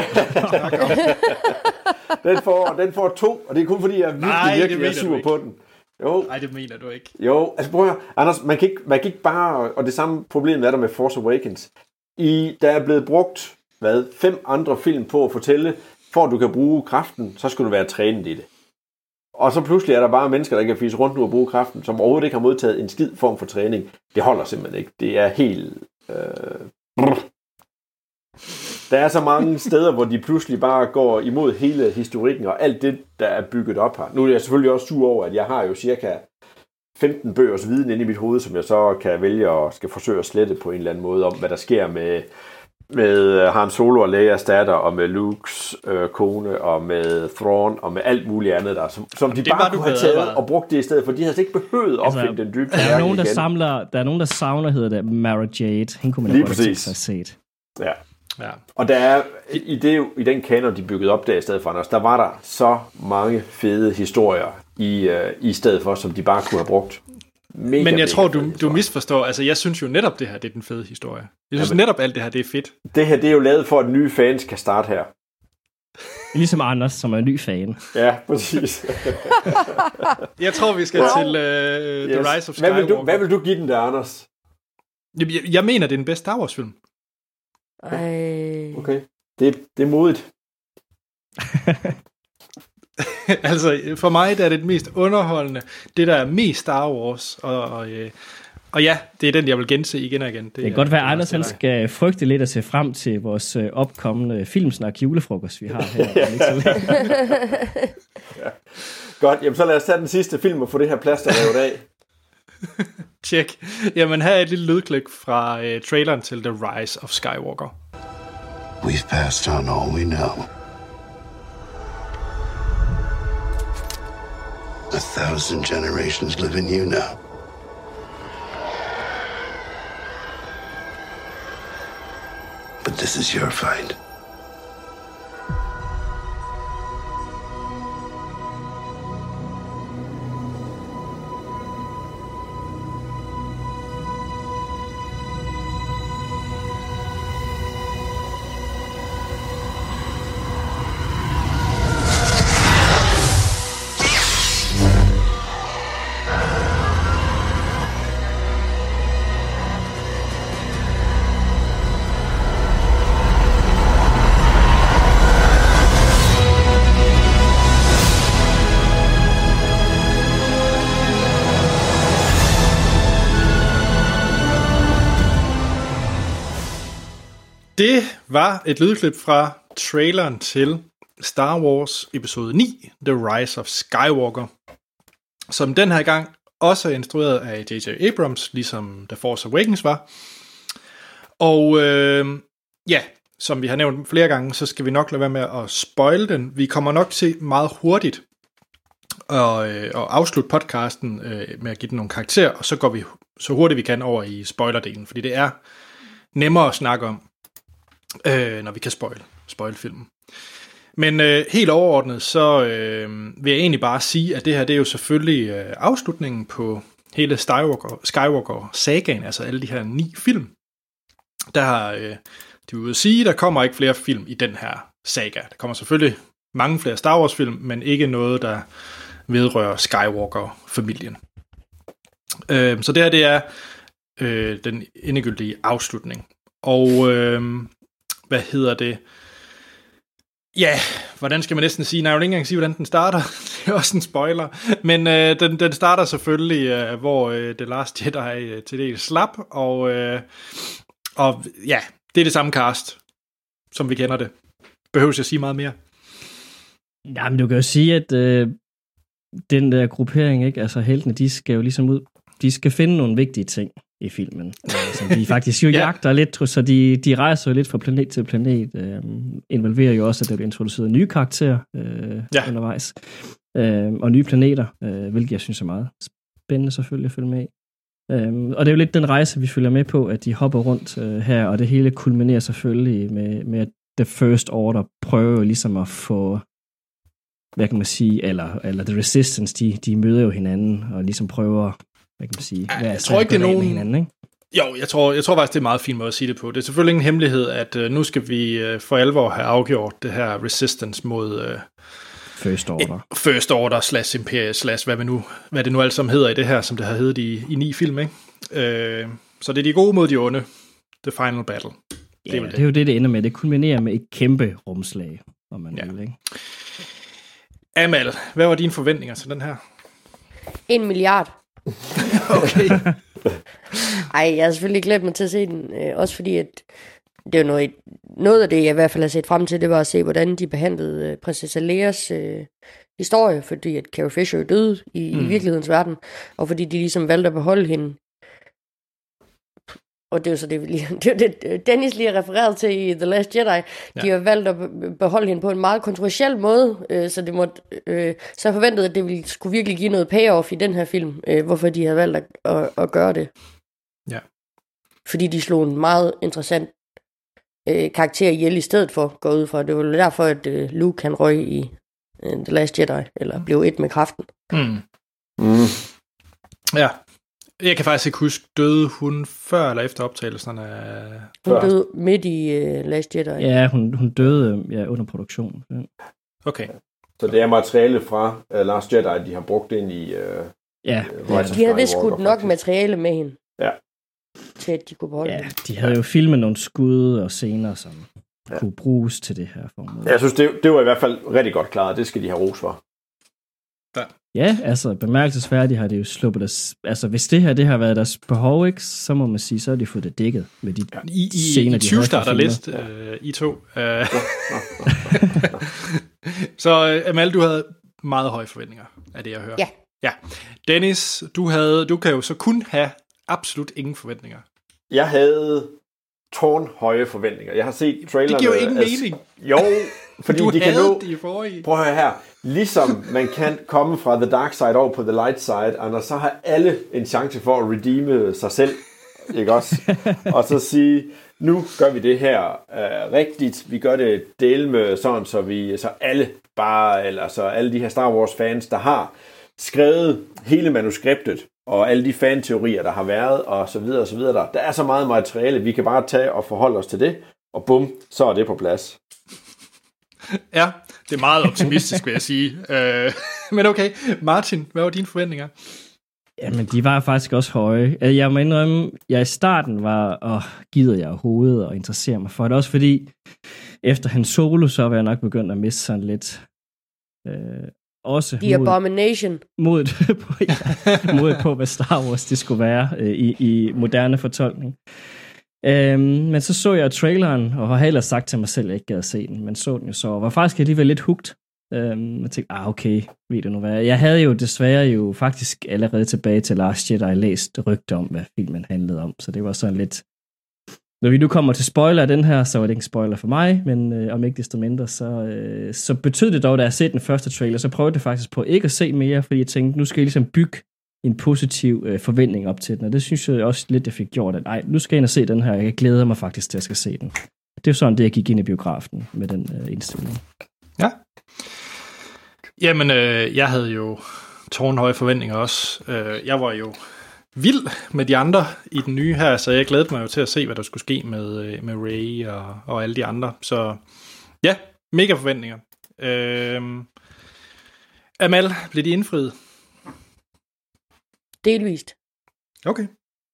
den, får, den får to, og det er kun fordi, jeg virkelig, Nej, virkelig er det sur mener du på den. Jo. Nej, det mener du ikke. Jo, altså prøv at høre, Anders, man kan, ikke, man kan ikke bare, og det samme problem er der med Force Awakens. I, der er blevet brugt, hvad, fem andre film på at fortælle, for at du kan bruge kraften, så skal du være trænet i det. Og så pludselig er der bare mennesker, der kan fise rundt nu og bruge kraften, som overhovedet ikke har modtaget en skid form for træning. Det holder simpelthen ikke. Det er helt... Øh, brr. Der er så mange steder, hvor de pludselig bare går imod hele historikken og alt det, der er bygget op her. Nu er jeg selvfølgelig også sur over, at jeg har jo cirka femten bøgers viden inde i mit hoved, som jeg så kan vælge og skal forsøge at slette på en eller anden måde om, hvad der sker med, med Han Solo og Leias datter, og med Lukes øh, kone, og med Thrawn, og med alt muligt andet der, som, som de det bare var, kunne du have havde taget advaret. og brugt det i stedet, for de havde ikke behøvet at opfinde Altså, den dybe Der er tallerken nogen, der igen. samler, der er nogen, der savner, hedder det, Mara Jade. Hende kunne man Lige da godt have tænkt præcis. sig at set. Ja. Ja. Og der er, i, det, i den kanon, de byggede op der i stedet for, Anders, der var der så mange fede historier i, uh, i stedet for, som de bare kunne have brugt. Mega, Men jeg mega tror, fede du, du historier. misforstår. Altså, jeg synes jo netop, det her det er den fede historie. Jeg synes Jamen. netop, alt det her det er fedt. Det her, det er jo lavet for, at nye fans kan starte her. Ligesom Anders, som er en ny fan. Ja, præcis. Jeg tror, vi skal Wow. til uh, The Yes. Rise of Hvad Skywalker. vil, du, hvad vil du give den der, Anders? Jeg, jeg, jeg mener, det er den bedste Star Wars-film. Ej. Okay. Det, det er modigt. Altså, for mig der er det det mest underholdende. Det, der er mest Star Wars. Og, og, øh, og ja, det er den, jeg vil gense igen og igen. Det, Det kan er- godt være, det at er Anders også han dig. skal frygte lidt at se frem til vores øh, opkommende filmsnak julefrokost, vi har her. om ikke så længe. Godt, jamen så lad os tage den sidste film og få det her plaster lavet af. Tjek. Jamen, her er et lille lydklip fra øh, traileren til The Rise of Skywalker. We've passed on all we know. A thousand generations live in you now. But this is your fight. Det var et lydklip fra traileren til Star Wars episode ni, The Rise of Skywalker, som den her gang også er instrueret af J J Abrams, ligesom The Force Awakens var. Og øh, ja, som vi har nævnt flere gange, så skal vi nok lade være med at spoil den. Vi kommer nok til meget hurtigt og, øh, og afslutte podcasten øh, med at give den nogle karakterer, og så går vi så hurtigt vi kan over i spoilerdelen, fordi det er nemmere at snakke om, øh, når vi kan spoil, spoil filmen. Men øh, helt overordnet, så øh, vil jeg egentlig bare sige, at det her, det er jo selvfølgelig øh, afslutningen på hele Skywalker, Skywalker-sagaen, altså alle de her ni film. Der har øh, de ude at sige, der kommer ikke flere film i den her saga. Der kommer selvfølgelig mange flere Star Wars-film, men ikke noget, der vedrører Skywalker-familien. Øh, så det her, det er øh, den endegyldige afslutning. Og øh, hvad hedder det? Ja, hvordan skal man næsten sige? Nej, jeg vil ikke engang sige, hvordan den starter. Det er også en spoiler. Men øh, den, den starter selvfølgelig, øh, hvor øh, The Last Jedi øh, til det slap. Og, øh, og ja, det er det samme cast, som vi kender det. Behøves jeg sige meget mere? Jamen, du kan jo sige, at øh, den der gruppering, ikke? Altså heltene, de skal jo ligesom ud, de skal finde nogle vigtige ting. i filmen. Øh, som de faktisk jo jagter lidt, så de, de rejser jo lidt fra planet til planet. Øh, involverer jo også, at der bliver introduceret nye karakterer øh, ja. undervejs. Øh, og nye planeter, øh, hvilket jeg synes er meget spændende selvfølgelig at følge med i. Øh, og det er jo lidt den rejse, vi følger med på, at de hopper rundt øh, her, og det hele kulminerer selvfølgelig med, med at The First Order prøver ligesom at få, hvad kan man sige, eller, eller The Resistance, de, de møder jo hinanden, og ligesom prøver, hvad kan man sige, ja, hvad jeg tror ikke, det er nogen... hinanden, ikke? Jo, jeg tror, jeg tror faktisk, det er meget fint måde at sige det på. Det er selvfølgelig ingen hemmelighed, at uh, nu skal vi uh, for alvor have afgjort det her Resistance mod... Uh, First Order. First Order slash Imperium slash hvad, nu, hvad det nu alt sammen hedder i det her, som det har heddet i, i ni film, ikke? Uh, så det er de gode mod de onde. The Final Battle. Ja, det er, det er jo det, det ender med. Det kulminerer med et kæmpe rumslag, om man ja. vil, ikke? Amal, hvad var dine forventninger til den her? En milliard. Okay. Ej, jeg har selvfølgelig glædet mig til at se den, øh, også fordi, at det er jo noget, noget af det, jeg i hvert fald har set frem til, det var at se, hvordan de behandlede øh, prinsesse Leias øh, historie, fordi at Carrie Fisher er døde i, mm. i virkelighedens verden, og fordi de ligesom valgte at beholde hende. Og det er jo så det, vi lige, det, det Dennis lige har refereret til i The Last Jedi. De ja. har valgt at beholde hende på en meget kontroversiel måde, øh, så det måtte, øh, så jeg forventede, at det ville skulle virkelig give noget payoff i den her film, øh, hvorfor de havde valgt at, at, at gøre det. Ja. Fordi de slog en meget interessant øh, karakter ihjel i stedet for, går ud fra. Det var derfor, at øh, Luke han røg i øh, The Last Jedi, eller blev et med kraften. Mm. Mm. Ja. Jeg kan faktisk ikke huske, døde hun før eller efter optagelserne af... Hun døde midt i uh, Last Jedi. Ja, hun, hun døde ja, under produktion. Ja. Okay. Så det er materiale fra uh, Last Jedi, de har brugt ind i... Uh, ja. Uh, ja. De havde vist skudt nok materiale med hende. Ja. Til at de kunne beholde ja, hende. De havde jo filmet nogle skud og scener, som ja. kunne bruges til det her formål. Jeg synes, det, det var i hvert fald rigtig godt klaret. Det skal de have ros for. Ja, altså bemærkelsesværdigt har det jo sluppet deres... Altså hvis det her det har været deres behov, ikke, så må man sige, så har de fået det dækket med de ja. I, i, scener, i de havde starter list, uh, I to. Uh, så uh, Amal, du havde meget høje forventninger af det, jeg hører. Ja. Ja. Dennis, du, havde, du kan jo så kun have absolut ingen forventninger. Jeg havde tårnhøje forventninger. Jeg har set trailerne... Det giver jo ingen altså, mening. Jo, fordi du de kan nå... de forrige. Prøv at høre her. Ligesom man kan komme fra the dark side over på the light side, og så har alle en chance for at redeeme sig selv, ikke også? Og så sige, nu gør vi det her uh, rigtigt. Vi gør det del med sådan, så vi så alle bare, eller så alle de her Star Wars fans, der har skrevet hele manuskriptet, og alle de fan-teorier, der har været, og så videre, og så videre. Der, der er så meget materiale, vi kan bare tage og forholde os til det, og bum, så er det på plads. Ja, det er meget optimistisk, vil jeg sige. Uh, men okay, Martin, hvad var dine forventninger? Jamen, de var faktisk også høje. Jeg må indrømme, jeg i starten var, åh, gider jeg overhovedet og interesserer mig for det. Også fordi, efter Han Solo, så var jeg nok begyndt at miste sådan lidt... Øh, også The mod, Abomination. Modet på, ja, modet på, hvad Star Wars det skulle være øh, i, i moderne fortolkning. Øhm, men så så jeg traileren, og har ellers sagt til mig selv, at jeg ikke gad at se den, men så den jo så, og var faktisk alligevel lidt hugt. Øhm, jeg tænkte, ah okay, ved du nu hvad. Jeg havde jo desværre jo faktisk allerede tilbage til Last Jedi læst rygter om, hvad filmen handlede om, så det var sådan lidt... Når vi nu kommer til spoiler af den her, så var det ikke en spoiler for mig, men øh, om ikke desto mindre, så, øh, så betød det dog, da jeg set den første trailer, så prøvede jeg faktisk på ikke at se mere, fordi jeg tænkte, nu skal jeg ligesom bygge en positiv øh, forventning op til den, og det synes jeg også lidt, jeg fik gjort, at nej, nu skal jeg ind og se den her, jeg glæder mig faktisk til, at jeg skal se den. Det er jo sådan, det jeg gik ind i biografen med den øh, indstilling. Ja. Jamen, øh, jeg havde jo tårnhøje forventninger også. Øh, jeg var jo vild med de andre i den nye her, så jeg glædede mig jo til at se, hvad der skulle ske med, med Rey og, og alle de andre. Så ja, mega forventninger. Øh, Amal, blev de indfriet? Delvist. Okay.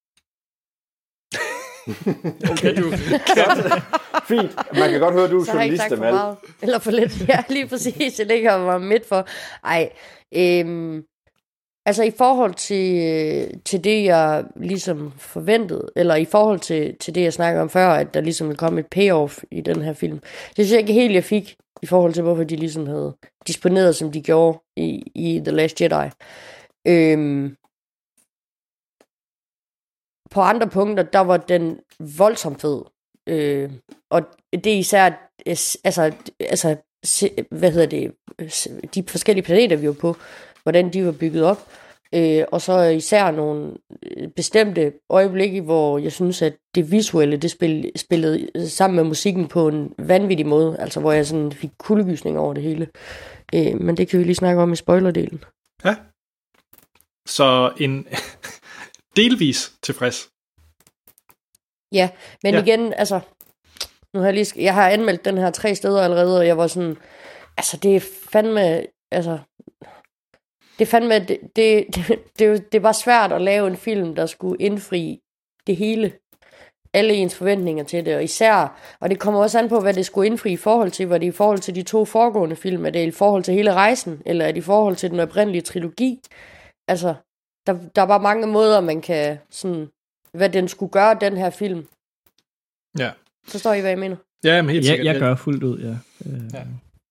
Okay, du. Fint. Man kan godt høre, at du er så journalist, Amal. Så har Eller for lidt. Ja, lige præcis. Jeg ligger og var midt for. Ej, øhm, altså i forhold til, til det, jeg ligesom forventede, eller i forhold til, til det, jeg snakkede om før, at der ligesom ville komme et payoff i den her film. Det synes jeg ikke helt, jeg fik, i forhold til, hvorfor de ligesom havde disponeret, som de gjorde i, i The Last Jedi. Øhm, på andre punkter, der var den voldsomt fed. Øh, og det er især, altså, altså, hvad hedder det, de forskellige planeter, vi var på, hvordan de var bygget op. Øh, og så især nogle bestemte øjeblikke, hvor jeg synes, at det visuelle, det spil, spillede sammen med musikken på en vanvittig måde, altså hvor jeg sådan fik kuldegysning over det hele. Øh, men det kan vi lige snakke om i spoilerdelen. Ja. Så en delvis tilfreds. Ja, men ja. igen, altså, nu har jeg lige, jeg har anmeldt den her tre steder allerede, og jeg var sådan, altså det er fandme, altså, det er fandme, det, det, det, det, det var svært at lave en film, der skulle indfri det hele, alle ens forventninger til det, og især, og det kommer også an på, hvad det skulle indfri i forhold til, var det i forhold til de to foregående film, er det i forhold til hele rejsen, eller er det i forhold til den oprindelige trilogi, altså, der, der var mange måder, man kan sådan, hvad den skulle gøre, den her film. Ja. Forstår I, hvad jeg mener? Ja, men helt sikkert. Jeg, jeg gør fuldt ud, ja. Ja,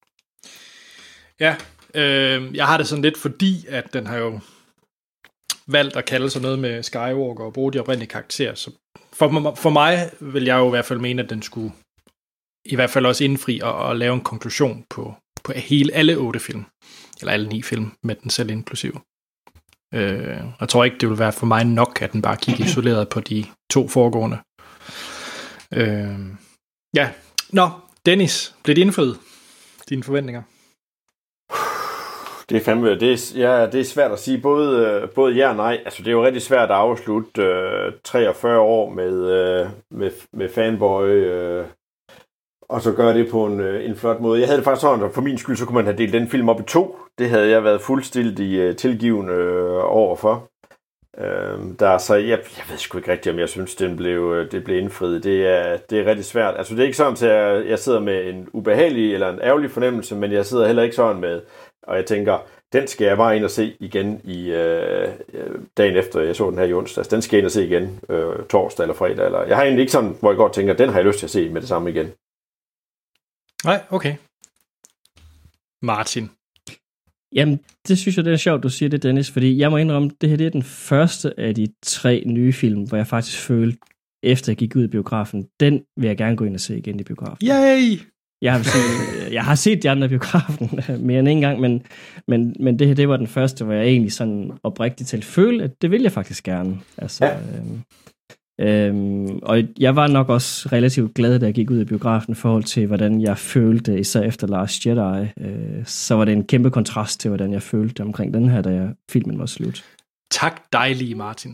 ja øh, jeg har det sådan lidt, fordi at den har jo valgt at kalde sig noget med Skywalker og bruge de oprindelige karakterer. Så for, for mig vil jeg jo i hvert fald mene, at den skulle i hvert fald også indfri og, og lave en konklusion på, på hele alle otte film. Eller alle ni film, med den selv inklusiv. Øh, jeg tror ikke, det vil være for mig nok, at den bare kigger isoleret på de to foregående. Øh, ja, nå, Dennis, blev det indfriet? Dine forventninger? Det er fandme, det er, ja, det er svært at sige, både, både ja og nej. Altså, det er jo rigtig svært at afslutte øh, treogfyrre år med, øh, med, med fanboy, øh, og så gøre det på en, en flot måde. Jeg havde det faktisk sådan, at for min skyld, så kunne man have delt den film op i to. Det havde jeg været fuldstændig uh, tilgivende uh, overfor. Uh, der, så jeg, jeg ved sgu ikke rigtigt, om jeg synes, den blev, det blev indfriet. Det er, det er rigtig svært. Altså, det er ikke sådan, at jeg, jeg sidder med en ubehagelig eller en ærgerlig fornemmelse, men jeg sidder heller ikke sådan med, og jeg tænker, den skal jeg bare ind og se igen i uh, dagen efter, jeg så den her i onsdag. Den skal jeg ind og se igen uh, torsdag eller fredag. Eller, jeg har egentlig ikke sådan, hvor jeg godt tænker, den har jeg lyst til at se med det samme igen. Nej, okay. Martin. Jamen, det synes jeg, det er sjovt, du siger det, Dennis, fordi jeg må indrømme, det her det er den første af de tre nye film, hvor jeg faktisk følte, efter jeg gik ud i biografen, den vil jeg gerne gå ind og se igen i biografen. Yay! Jeg har set, jeg har set de andre i biografen mere end en gang, men, men, men det her, det var den første, hvor jeg egentlig sådan oprigtigt til følte, at det vil jeg faktisk gerne. Altså, ja. øhm, øhm, og jeg var nok også relativt glad, da jeg gik ud i biografen i forhold til, hvordan jeg følte, især efter Last Jedi. Øh, så var det en kæmpe kontrast til, hvordan jeg følte omkring den her, da jeg, filmen var slut. Tak dejlige, Martin.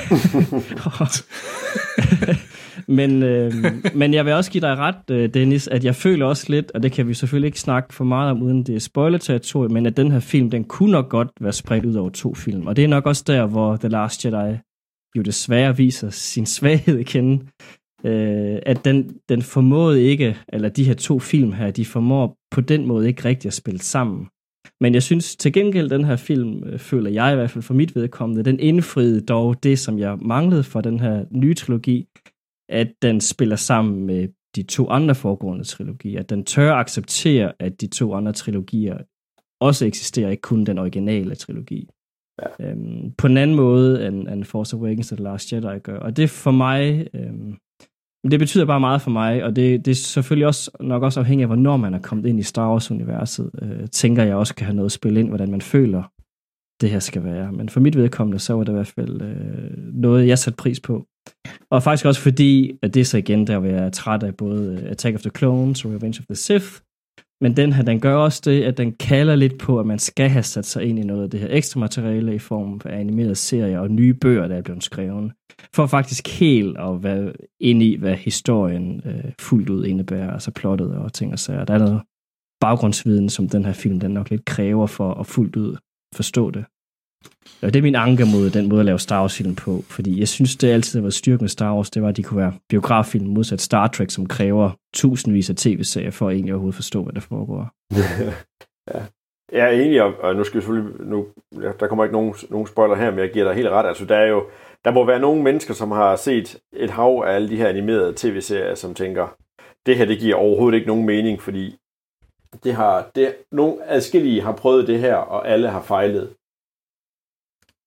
men, øh, men jeg vil også give dig ret, Dennis, at jeg føler også lidt, og det kan vi selvfølgelig ikke snakke for meget om, uden det er spoiler-territorium, men at den her film, den kunne nok godt være spredt ud over to film. Og det er nok også der, hvor The Last Jedi jo desværre viser sin svaghed igen. Øh, at den, den formåede ikke, eller de her to film her, de formår på den måde ikke rigtig at spille sammen. Men jeg synes til gengæld, den her film, øh, føler jeg i hvert fald for mit vedkommende, den indfriede dog det, som jeg manglede for den her nye trilogi, at den spiller sammen med de to andre foregående trilogier. At den tør acceptere, at de to andre trilogier også eksisterer, ikke kun den originale trilogi. Ja. Øhm, på en anden måde, end, end Force Awakens og The Last Jedi gør. Og det for mig... Øhm, det betyder bare meget for mig, og det, det er selvfølgelig også nok også afhængigt af, hvornår man er kommet ind i Star Wars-universet. Øh, tænker jeg også kan have noget at spille ind, hvordan man føler, det her skal være. Men for mit vedkommende, så var det i hvert fald øh, noget, jeg satte pris på. Og faktisk også fordi, at det er så igen, der hvor jeg er træt af både Attack of the Clones og Revenge of the Sith. Men den her, den gør også det, at den kalder lidt på, at man skal have sat sig ind i noget af det her ekstra materiale i form af animerede serier og nye bøger, der er blevet skrevet. For faktisk helt at være inde i, hvad historien øh, fuldt ud indebærer, altså plottet og ting og sager. Der er noget baggrundsviden, som den her film, den nok lidt kræver for at fuldt ud forstå det. Og det er min anke mod den måde at lave Star Wars-film på, fordi jeg synes, det altid har været styrken med Star Wars, det var, at de kunne være biograffilm modsat Star Trek, som kræver tusindvis af tv-serier for at egentlig overhovedet forstå, hvad der foregår. Ja. Jeg er enig, og nu skal vi selvfølgelig, nu, der kommer ikke nogen, nogen spoiler her, men jeg giver dig helt ret. Altså, der er jo, der må være nogle mennesker, som har set et hav af alle de her animerede tv-serier, som tænker, det her, det giver overhovedet ikke nogen mening, fordi det har, det, nogle adskillige har prøvet det her, og alle har fejlet.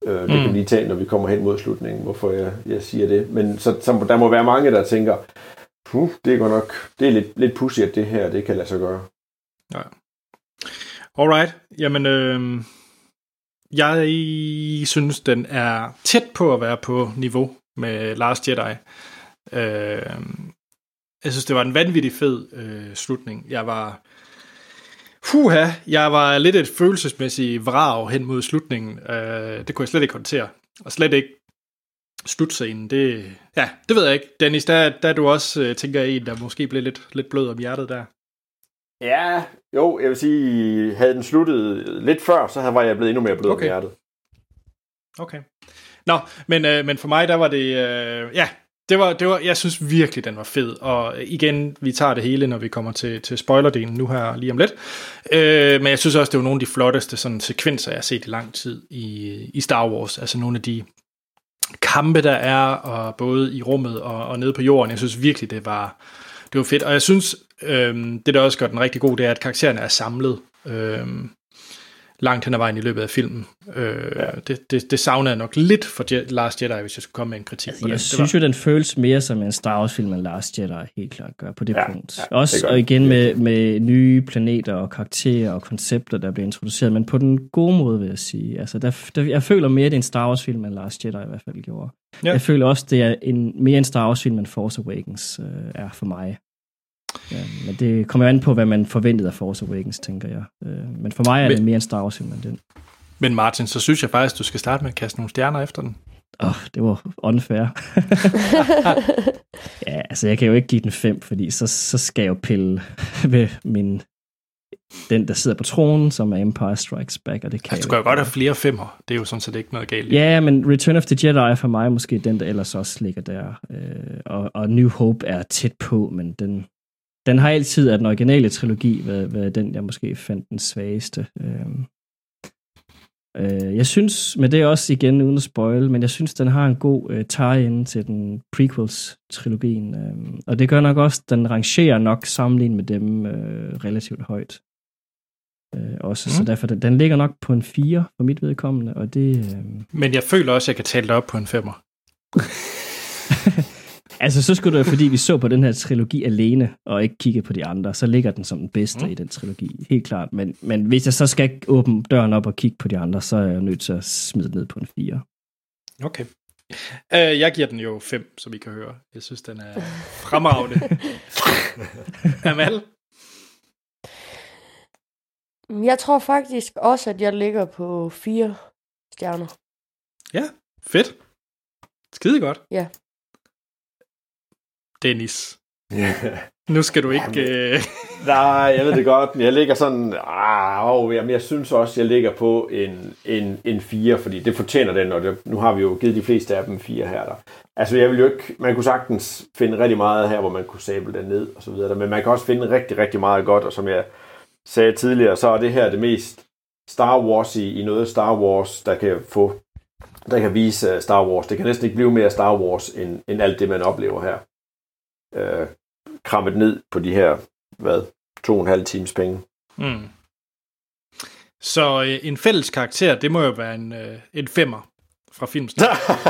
Øh, det mm. kan vi lige tage, når vi kommer hen mod slutningen, hvorfor jeg, jeg siger det. Men så, så der må være mange, der tænker, puh, det er godt nok, det er lidt, lidt pussy, at det her, det kan lade sig gøre. Ja. Alright, jamen, øh, jeg synes, den er tæt på at være på niveau med Last Jedi. Øh, jeg synes, det var en vanvittig fed øh, slutning. Jeg var... Fuha, jeg var lidt et følelsesmæssigt vrag hen mod slutningen. Øh, det kunne jeg slet ikke håndtere. Og slet ikke slutscenen. Det, ja, det ved jeg ikke. Dennis, der, der er du også, øh, tænker jeg, en, der måske blev lidt, lidt blød om hjertet der. Ja, jo, jeg vil sige, havde den sluttet lidt før, så var jeg blevet endnu mere blød okay. om hjertet. Okay. Nå, men, øh, men for mig, der var det, øh, ja, det var, det var, jeg synes virkelig, den var fed. Og igen, vi tager det hele, når vi kommer til, til spoilerdelen nu her lige om lidt. Øh, men jeg synes også, det var nogle af de flotteste sådan, sekvenser, jeg har set i lang tid i, i Star Wars. Altså nogle af de kampe, der er, og både i rummet og, og nede på jorden. Jeg synes virkelig, det var, det var fedt. Og jeg synes, øh, det der også gør den rigtig god, det er, at karaktererne er samlet. Øh, langt hen ad vejen i løbet af filmen. Øh, ja. det, det, det savner jeg nok lidt for Je- Last Jedi, hvis jeg skulle komme med en kritik altså, på jeg den. Jeg synes var... jo, den føles mere som en Star Wars-film end Last Jedi, helt klart gør på det ja, punkt. Ja, også og igen med, med nye planeter og karakterer og koncepter, der bliver introduceret, men på den gode måde, vil jeg sige. Altså, der, der, jeg føler mere, det er en Star Wars-film end Last Jedi i hvert fald gjorde. Ja. Jeg føler også, det er en, mere en Star Wars-film end Force Awakens øh, er for mig. Ja, men det kommer jo an på, hvad man forventede af Force Awakens, tænker jeg. Men for mig er men, det mere en Star Wars film end den. Men Martin, så synes jeg faktisk, du skal starte med at kaste nogle stjerner efter den. Åh, oh, det var unfair. Ja, altså jeg kan jo ikke give den fem, fordi så, så skal jeg jo pille ved min... den, der sidder på tronen, som er Empire Strikes Back, og det kan altså, du kan jo godt have flere femmer. Det er jo sådan set ikke noget galt. Ja, men Return of the Jedi er for mig måske den, der ellers også ligger der. Og, og New Hope er tæt på, men den... Den har altid af den originale trilogi været, været den, jeg måske fandt den svageste. Øh, øh, jeg synes, med det også igen uden at spoil, men jeg synes, den har en god øh, tie-in til den prequels-trilogien. Øh, og det gør nok også, den rangerer nok sammenlignet med dem øh, relativt højt. Øh, også, mm. Så derfor, den, den ligger nok på en fire for mit vedkommende. Og det, øh... Men jeg føler også, at jeg kan tale det op på en femmer. Altså, så skulle det være, fordi vi så på den her trilogi alene, og ikke kigge på de andre, så ligger den som den bedste mm. i den trilogi, helt klart. Men, men hvis jeg så skal åbne døren op og kigge på de andre, så er jeg nødt til at smide ned på en fire. Okay. Uh, jeg giver den jo fem, som I kan høre. Jeg synes, den er fremragende. Amal? Jeg tror faktisk også, at jeg ligger på fire stjerner. Ja, fedt. Skide godt. Ja. Dennis. Yeah. Nu skal du ikke... Uh... Nej, jeg ved det godt. Jeg ligger sådan... Ah, oh, jamen, jeg synes også, jeg ligger på en, en, en fire, fordi det fortjener den, og det, nu har vi jo givet de fleste af dem fire her. Der. Altså, jeg vil jo ikke... Man kunne sagtens finde rigtig meget her, hvor man kunne sable den ned, og så videre. Men man kan også finde rigtig, rigtig meget godt, og som jeg sagde tidligere, så er det her det mest Star Wars i, i noget Star Wars, der kan få... Der kan vise Star Wars. Det kan næsten ikke blive mere Star Wars, end, end alt det, man oplever her. Øh, krammet ned på de her, hvad, to og en halv times penge. Mm. Så øh, en fælles karakter, det må jo være en, øh, en femmer fra filmstedet.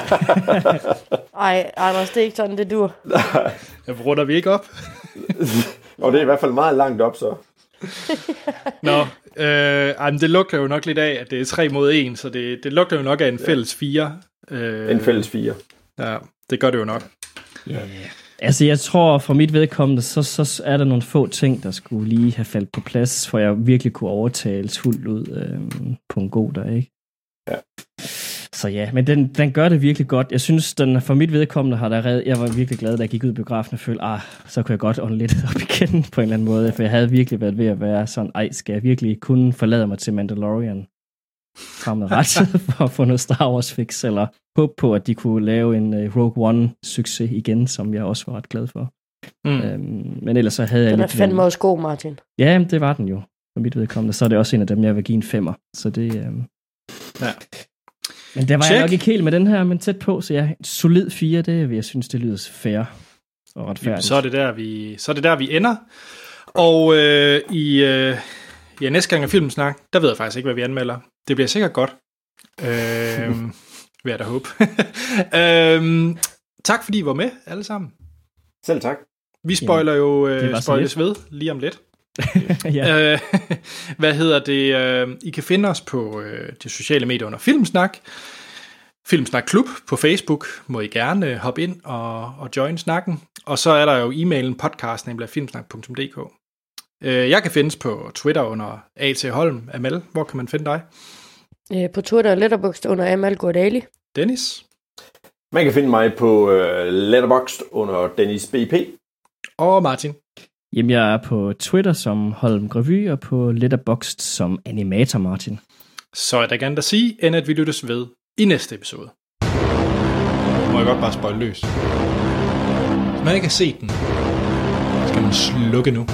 Ej, Anders, det er ikke sådan, det dur. Jeg runder vi ikke op? Og det er i hvert fald meget langt op, så. Nå, øh, ej, det lugter jo nok lidt af, at det er tre mod en, så det, det lugter jo nok af en fælles fire. Øh, en fælles fire. Ja, det gør det jo nok. Yeah. Altså, jeg tror, fra mit vedkommende, så, så er der nogle få ting, der skulle lige have faldt på plads, for jeg virkelig kunne overtales fuldt ud øh, på en god dag, ikke? Ja. Så ja, men den, den gør det virkelig godt. Jeg synes, den for mit vedkommende har der reddet. Jeg var virkelig glad, da jeg gik ud i biografen og følte, ah, så kunne jeg godt ånde lidt op igen på en eller anden måde, for jeg havde virkelig været ved at være sådan, ej, skal jeg virkelig kun forlade mig til Mandalorian fremadrettet for at få noget Star Wars fix, eller håbe på, at de kunne lave en uh, Rogue One-succes igen, som jeg også var ret glad for. Mm. Øhm, men ellers så havde jeg den lidt... Den er fandme også god, Martin. Ja, det var den jo, for mit vedkommende. Så er det også en af dem, jeg vil give en femmer. Så det... Øhm... Ja. Men der var Check. jeg nok ikke helt med den her, men tæt på, så ja, solid fire, det jeg synes, det lyder fair og retfærdigt. Så er det der, vi, så er det der, vi ender. Og øh, i øh, ja, næste gang af Filmsnak, der ved jeg faktisk ikke, hvad vi anmelder. Det bliver sikkert godt. Øh, vil jeg da håbe. øhm, tak fordi I var med, alle sammen. Selv tak. Vi spoiler jo øh, spoilers ved lige om lidt. ja. øh, hvad hedder det? Øh, I kan finde os på øh, de sociale medier under Filmsnak. Filmsnak Klub på Facebook. Må I gerne øh, hoppe ind og, og join snakken. Og så er der jo e-mailen podcast, nemlig filmsnak punktum d k. Øh, jeg kan findes på Twitter under A T Holm. Amal, hvor kan man finde dig? Øh, på Twitter og Letterboxd under Amal Gordali. Dennis? Man kan finde mig på øh, Letterboxd under Dennis B P. Og Martin? Jamen, jeg er på Twitter som Holm Revy, og på Letterboxd som Animator Martin. Så er der gerne at sige, end at vi lyttes ved i næste episode. Må jeg godt bare spoil løs. Hvis man ikke har set den, skal man slukke nu.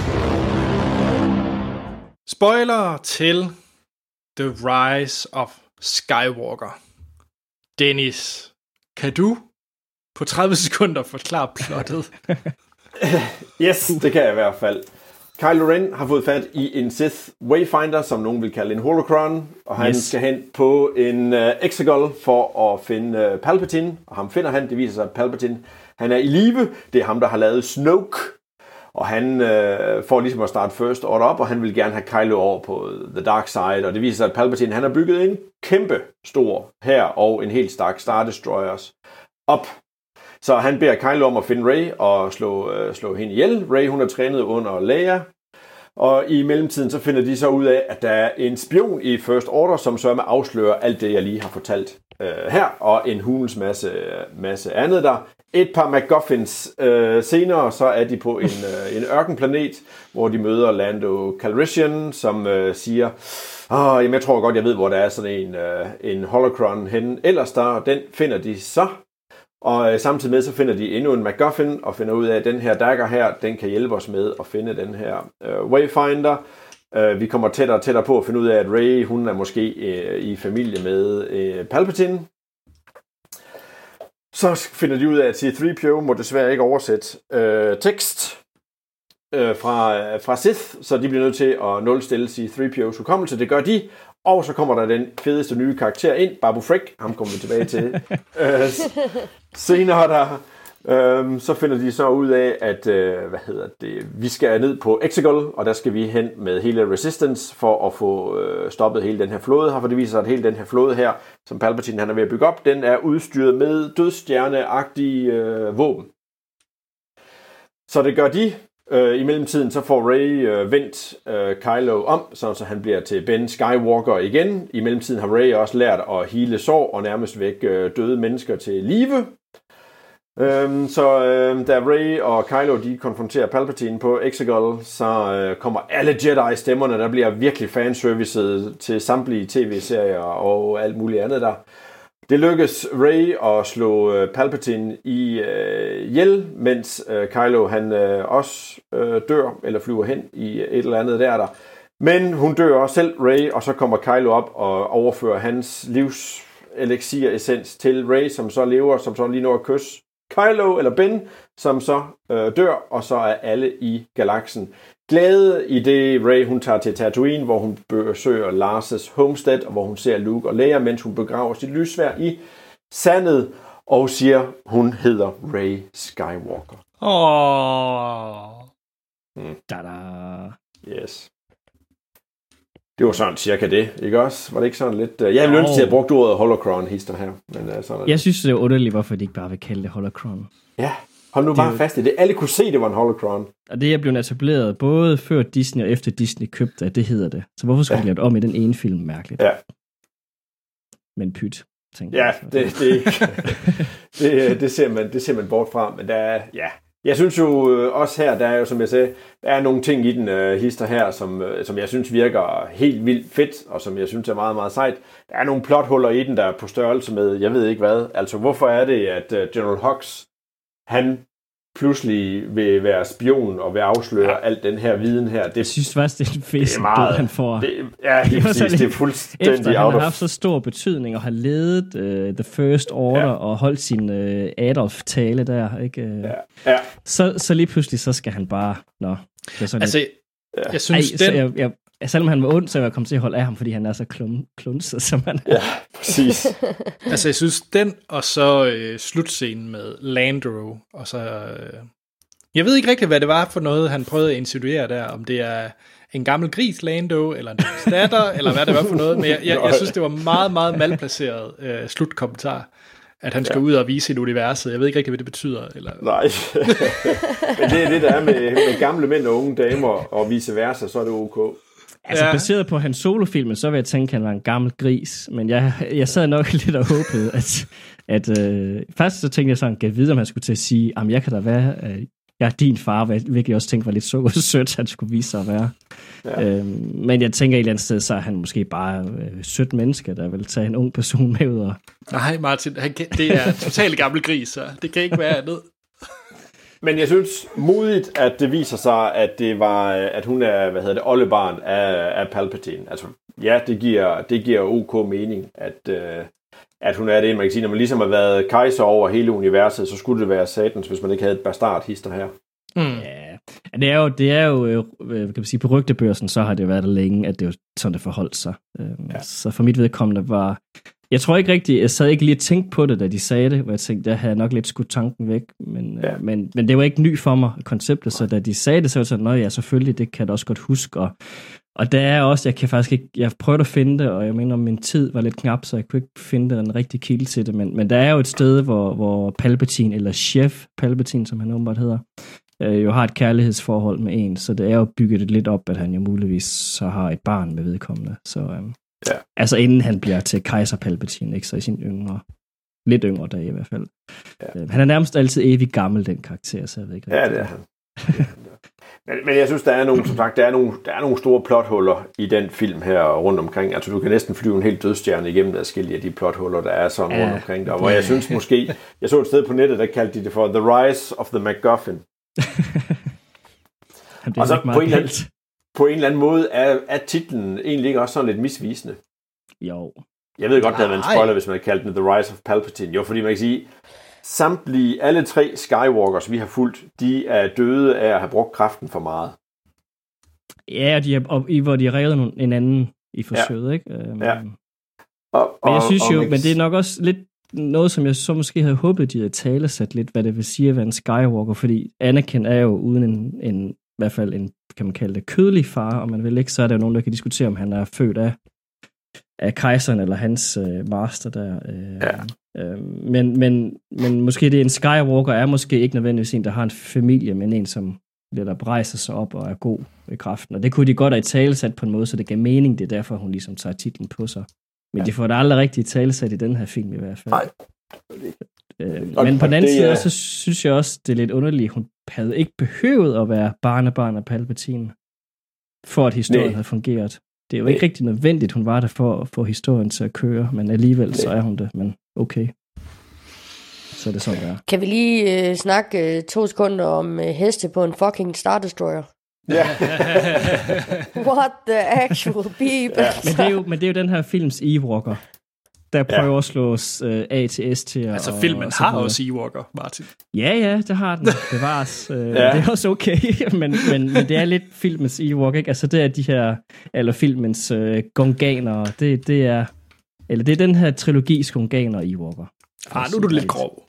Spoiler til The Rise of Skywalker. Dennis, kan du på tredive sekunder forklare plottet? Yes, det kan jeg i hvert fald. Kylo Ren har fået fat i en Sith Wayfinder, som nogen vil kalde en holocron, og han yes. skal hen på en uh, Exegol for at finde uh, Palpatine, og ham finder han. Det viser sig, at Palpatine han er i live. Det er ham, der har lavet Snoke, og han uh, får ligesom at starte First Order op, og han vil gerne have Kylo over på The Dark Side, og det viser sig, at Palpatine han har bygget en kæmpe stor hær og en helt stærk Star Destroyers op. Så han beder Kylo om at finde Rey og slå, øh, slå hende ihjel. Rey, hun er trænet under Leia. Og i mellemtiden så finder de så ud af, at der er en spion i First Order, som så med afslører alt det, jeg lige har fortalt øh, her. Og en hulens masse, masse andet der. Et par MacGuffins øh, senere, så er de på en, øh, en ørkenplanet, hvor de møder Lando Calrissian, som øh, siger, Åh, jamen, jeg tror godt, jeg ved, hvor der er sådan en, øh, en holocron henne. Ellers der, den finder de så. Og samtidig med, så finder de endnu en MacGuffin, og finder ud af, at den her dagger her, den kan hjælpe os med at finde den her øh, Wayfinder. Øh, vi kommer tættere og tættere på at finde ud af, at Rey, hun er måske øh, i familie med øh, Palpatine. Så finder de ud af, at C tre P O må desværre ikke oversætte øh, tekst øh, fra, øh, fra Sith, så de bliver nødt til at nulstille C tre P O's hukommelse. Det gør de. Og så kommer der den fedeste nye karakter ind, Babu Frick, ham kommer vi tilbage til. øh, senere der, øh, så finder de så ud af, at øh, hvad hedder det, vi skal ned på Exegol, og der skal vi hen med hele Resistance for at få øh, stoppet hele den her flåde her, for det viser sig, at hele den her flåde her, som Palpatine han er ved at bygge op, den er udstyret med dødsstjerneagtige øh, våben. Så det gør de. Øh, I mellemtiden så får Rey øh, vendt øh, Kylo om, så, så han bliver til Ben Skywalker igen. I mellemtiden har Rey også lært at hele sår og nærmest væk øh, døde mennesker til live. Øhm, så øh, da Rey og Kylo de konfronterer Palpatine på Exegol, så øh, kommer alle Jedi-stemmerne, der bliver virkelig fanservicet til samtlige tv-serier og alt muligt andet der. Det lykkes Rey at slå øh, Palpatine i øh, ihjel, mens øh, Kylo han øh, også øh, dør, eller flyver hen i et eller andet der der. Men hun dør også selv, Rey, og så kommer Kylo op og overfører hans livs elixir-essens til Rey, som så lever, som så lige når at kysse Kylo eller Ben, som så øh, dør, og så er alle i galaksen glade i det Rey hun tager til Tatooine, hvor hun besøger Lars' homestead, og hvor hun ser Luke og Leia, mens hun begraver sit lyssværd i sandet, og siger, hun hedder Rey Skywalker. Åh. Hmm. Da-da. Yes. Det var sådan cirka det, ikke også? Var det ikke sådan lidt... Uh... Jeg ville ønske, at jeg brugte ordet holocron-hister her. Men, uh, sådan jeg synes, det er underligt, hvorfor de ikke bare vil kalde det holocron. Ja, hold nu bare det, fast i det. Alle kunne se, det var en holocron. Og det er blevet etableret både før Disney og efter Disney købte, at det hedder det. Så hvorfor skulle ja. de lave det om i den ene film? Mærkeligt. Ja. Men pyt, tænker ja, jeg. Ja, det, det, det, det, ser man, det ser man bort fra. Men der er... Ja. Jeg synes jo også her, der er jo, som jeg sagde, der er nogle ting i den uh, hister her, som, uh, som jeg synes virker helt vildt fedt, og som jeg synes er meget, meget sejt. Der er nogle plothuller i den, der er på størrelse med, jeg ved ikke hvad. Altså, hvorfor er det, at uh, General Hux, han pludselig vil være spion og vil afsløre ja. alt den her viden her? Det, jeg synes faktisk, det er en fest, meget, han får. Det, ja, det er, præcis, det er fuldstændig efter han har haft så stor betydning, og har ledet uh, The First Order, ja. og holdt sin uh, Adolf-tale der, ikke? Ja. Ja. Så, så lige pludselig, så skal han bare... Nå, det er sådan altså, lidt... jeg synes, Ej, den... jeg, jeg, selvom han var ond, så var jeg kommet til at holde af ham, fordi han er så klum, klunset, som han er. Ja, præcis. Altså, jeg synes, den og så øh, slutscenen med Lando, og så... Øh, jeg ved ikke rigtig, hvad det var for noget, han prøvede at insinuere der, om det er en gammel gris Lando, eller en datter, eller hvad det var for noget, men jeg, jeg, jeg synes, det var meget, meget malplaceret øh, slutkommentar, at han skal ja. ud og vise sit universet. Jeg ved ikke rigtig, hvad det betyder. Eller... Nej, men det er det, der er med, med gamle mænd og unge damer, og vice versa, så er det ok. Altså, ja. baseret på hans solofilm, så vil jeg tænke, at han var en gammel gris, men jeg, jeg sad nok lidt og håbede, at, at øh, først så tænkte jeg sådan, at jeg vide, om han skulle til at sige, at jeg kan da være... Øh, jeg er din far, hvilket jeg også tænkte var lidt så sødt, han skulle vise sig at være. Ja. Øhm, men jeg tænker et eller andet sted, så er han måske bare øh, sødt menneske, der vil tage en ung person med ud. Og... Nej, Martin, han kan, det er totalt gammel gris, så det kan ikke være andet. Men jeg synes modigt, at det viser sig, at det var, at hun er, hvad hedder det, oldebarn af, af Palpatine. Altså, ja, det giver, det giver ok mening, at, øh, at hun er det, man kan sige. Når man ligesom har været kejser over hele universet, så skulle det være satans, hvis man ikke havde et bastardhister her. Mm. Ja, det er jo, det er jo kan man sige, på rygtebørsen, så har det været der længe, at det er sådan, det forholdt sig. Ja. Så for mit vedkommende var... Jeg tror ikke rigtigt, jeg sad ikke lige og tænkte på det, da de sagde det, hvor jeg tænkte, der havde jeg nok lidt skudt tanken væk, men, ja. øh, men, men det var ikke ny for mig, konceptet, så da de sagde det, så var jeg sådan, ja, selvfølgelig, det kan jeg da også godt huske, og, og der er også, jeg kan faktisk ikke, jeg prøvede at finde det, og jeg mener, min tid var lidt knap, så jeg kunne ikke finde en rigtig kilde til det, men, men der er jo et sted, hvor, hvor Palpatine, eller Chef Palpatine, som han åbenbart hedder, øh, jo har et kærlighedsforhold med en, så det er jo bygget det lidt op, at han jo muligvis så har et barn med vedkommende, så... Øh, Ja. Altså inden han bliver til kejser Palpatine, ikke? Så i sin yngre, lidt yngre dage i hvert fald. Ja. Han er nærmest altid evig gammel, den karakter, så jeg ved ikke. Ja, det er han. men, men jeg synes, der er nogle, som sagt, der er nogle, der er nogle store plothuller i den film her rundt omkring. Altså du kan næsten flyve en helt dødstjerne igennem adskillige af de plothuller, der er sådan ja. rundt omkring der. Hvor jeg synes måske, jeg så et sted på nettet, der kaldte de det for The Rise of the MacGuffin. Og så på en, anden, på en eller anden måde er, er titlen egentlig ikke også sådan lidt misvisende. Jo. Jeg ved godt, at det havde været en spoiler, hvis man havde kaldt den The Rise of Palpatine. Jo, fordi man kan sige, samtlige, alle tre Skywalkers, vi har fulgt, de er døde af at have brugt kraften for meget. Ja, og, de er, og i hvor de har revet en anden i forsøget, ja. ikke? Um, ja. Og, men jeg synes og, jo, og, men det er nok også lidt noget, som jeg så måske havde håbet, de havde talesat lidt, hvad det vil sige at være en Skywalker, fordi Anakin er jo uden en, en i hvert fald en, kan man kalde det, kødelig far, og man vil ikke, så er der jo nogen, der kan diskutere, om han er født af, af kejseren eller hans øh, master der. Øh, ja. øh, men, men, men måske det en Skywalker er måske ikke nødvendigvis en, der har en familie, men en, som lidt rejser sig op og er god i kraften. Og det kunne de godt have i talesat på en måde, så det gav mening. Det er derfor, hun ligesom tager titlen på sig. Men ja. de får det aldrig rigtig talesat i den her film i hvert fald. Nej. Øh, men på den anden side, så synes jeg også, det er lidt underligt. Hun havde ikke behøvet at være barnebarn af Palpatine, for at historien Nej. havde fungeret. Det er jo Nej. ikke rigtig nødvendigt, hun var der for at få historien til at køre, men alligevel Nej. så er hun det. Men okay. Så er det sådan, det er. Kan vi lige øh, snakke øh, to sekunder om øh, heste på en fucking Star Destroyer? Ja. What the actual beep? Ja. Men, det er jo, men det er jo den her films Ewalker, der prøver ja. at slå uh, A til S til. Altså og, filmen og har også Ewalker, Martin. Ja, ja, det har den. Bevares. uh, ja. Det er også okay, men, men, men det er lidt filmens Ewalker, ikke? Altså det er de her, eller filmens uh, gonganer, det, det er, eller det er den her trilogis gonganer Ewalker. Ah, nu er du lidt grov.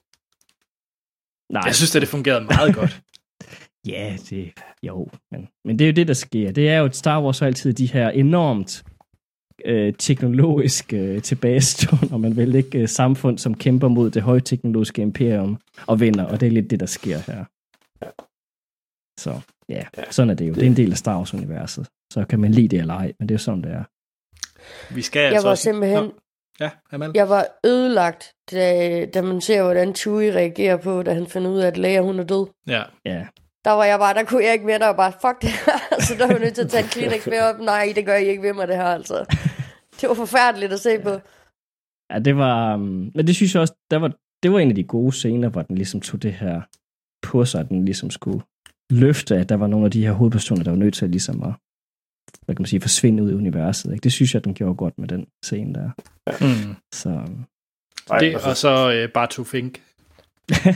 Nej. Jeg synes, at det fungerede meget godt. Ja, det, jo, men, men det er jo det, der sker. Det er jo, at Star Wars har altid de her enormt øh, teknologisk øh, tilbagestående, og man vil ikke øh, samfund, som kæmper mod det højteknologiske imperium og vinder, og det er lidt det, der sker her. Så ja, sådan er det jo. Det er en del af Star Wars-universet. Så kan man lide det eller ej, men det er jo sådan, det er. Vi skal jeg altså var også... simpelthen... Ja, Amal. Jeg var ødelagt, da, da man ser, hvordan Chewie reagerer på, da han finder ud af, at Leia, hun er død. Ja. Ja. Der var jeg bare, der kunne jeg ikke mere, der var bare, fuck det her. Så der var jeg nødt til at tage en Kleenex med op. Nej, det gør I ikke ved mig, det her, altså. Det var forfærdeligt at se på. Ja, det var... Men det synes jeg også, der var, det var en af de gode scener, hvor den ligesom tog det her på sig, at den ligesom skulle løfte, at der var nogle af de her hovedpersoner, der var nødt til at ligesom at, hvad kan man sige, forsvinde ud i universet. Ikke? Det synes jeg, den gjorde godt med den scene der. Mm. Så... Det, og så uh, Bartu Fink.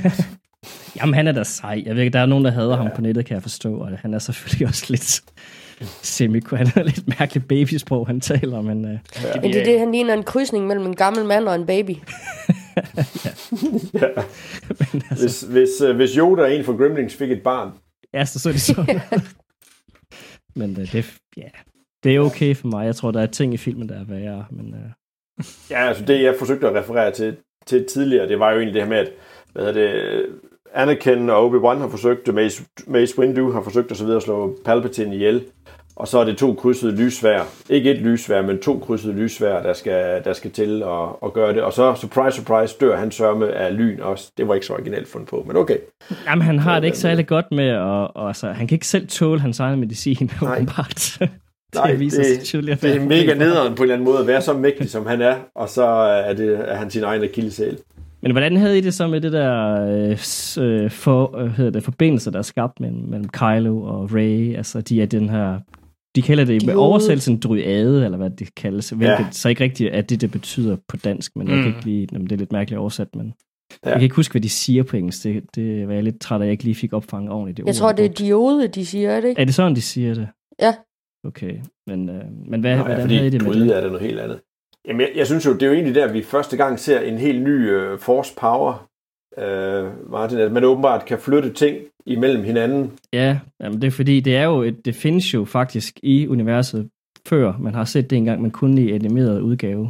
Jamen, han er da sej. Jeg ved ikke, der er nogen, der hader ja. ham på nettet, kan jeg forstå, og han er selvfølgelig også lidt semiku. Han er lidt mærkeligt babysprog, han taler, men... Uh, ja. Men det er det, han ligner en krydsning mellem en gammel mand og en baby. ja. ja. Men altså, hvis, hvis, uh, hvis Yoda og en fra Gremlins fik et barn. Ja, så så det sådan. Men uh, det, ja, det er okay for mig. Jeg tror, der er ting i filmen, der er værre. Men, uh... ja, altså det, jeg forsøgte at referere til, til tidligere, det var jo egentlig det her med, at hvad hedder det, Anakin og Obi-Wan har forsøgt, Mace, Mace Windu har forsøgt at, så videre, at slå Palpatine ihjel. Og så er det to krydsede lyssvær. Ikke et lyssvær, men to krydsede lyssvær, der skal, der skal til at, at gøre det. Og så, surprise, surprise, dør han sørme af lyn også. Det var ikke så originalt fundet på, men okay. Jamen, han har det ikke særlig godt med, og, og altså, han kan ikke selv tåle hans egen medicin, åbenbart. Nej, det, det, det er mega nederen på en eller anden måde at være så mægtig, som han er, og så er, det, er han sin egen akilleshæl. Men hvordan havde I det så med det der øh, for, øh, hedder det, forbindelse, der er skabt mellem, mellem Kylo og Rey? Altså, de er den her... De kalder det med oversættelsen dryade, eller hvad det kaldes. Hvilket ja. Så ikke rigtigt er det, det betyder på dansk, men mm. jeg kan ikke lige... Det er lidt mærkeligt oversat, men... Ja. Jeg kan ikke huske, hvad de siger på engelsk. Det, det var jeg lidt træt af, at jeg ikke lige fik opfanget ordentligt. Det jeg tror, det er diode, de siger, er det ikke? Er det sådan, de siger det? Ja. Okay, men, øh, men hvad, Nå, hvordan ja, fordi havde I det med det? er det noget helt andet. Jamen, jeg, jeg synes jo, det er jo egentlig der, vi første gang ser en helt ny uh, force power, uh, Martin, at man åbenbart kan flytte ting imellem hinanden. Ja, jamen det er fordi, det er jo et, det findes jo faktisk i universet før, man har set det engang, men kun i animeret udgave.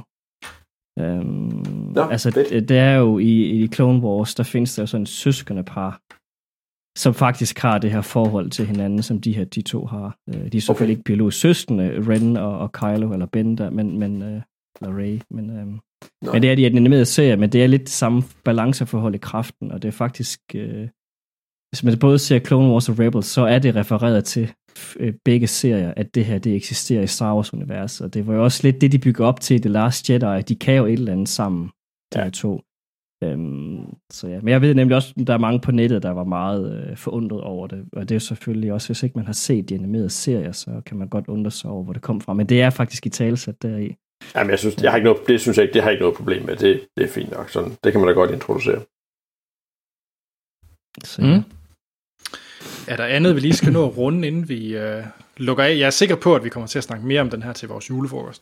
Um, Nå, altså, det, det er jo i, i Clone Wars, der findes der jo sådan et søskende par, som faktisk har det her forhold til hinanden, som de her de to har. De er selvfølgelig okay. ikke biologisk søskende, Ren og, og Kylo, eller Ben, der, men, men, øh, eller Rey, men, øh, men det er de i den animerede serie, men det er lidt samme balanceforhold i kraften, og det er faktisk, øh, hvis man både ser Clone Wars og Rebels, så er det refereret til øh, begge serier, at det her, det eksisterer i Star Wars-universet, og det var jo også lidt det, de bygger op til The Last Jedi, de kan jo et eller andet sammen, de ja. her to. Øhm, så ja. Men jeg ved nemlig også, at der er mange på nettet, der var meget øh, forundret over det, og det er jo selvfølgelig også, hvis ikke man har set de animerede serier, så kan man godt undre sig over, hvor det kom fra, men det er faktisk i talesat deri. Jamen jeg synes, jeg har ikke noget, det synes jeg ikke, det har ikke noget problem med, det, det er fint nok, sådan, det kan man da godt introducere. Så, ja. Mm. Er der andet, vi lige skal nå at runde, inden vi øh, lukker af? Jeg er sikker på, at vi kommer til at snakke mere om den her til vores julefrokost.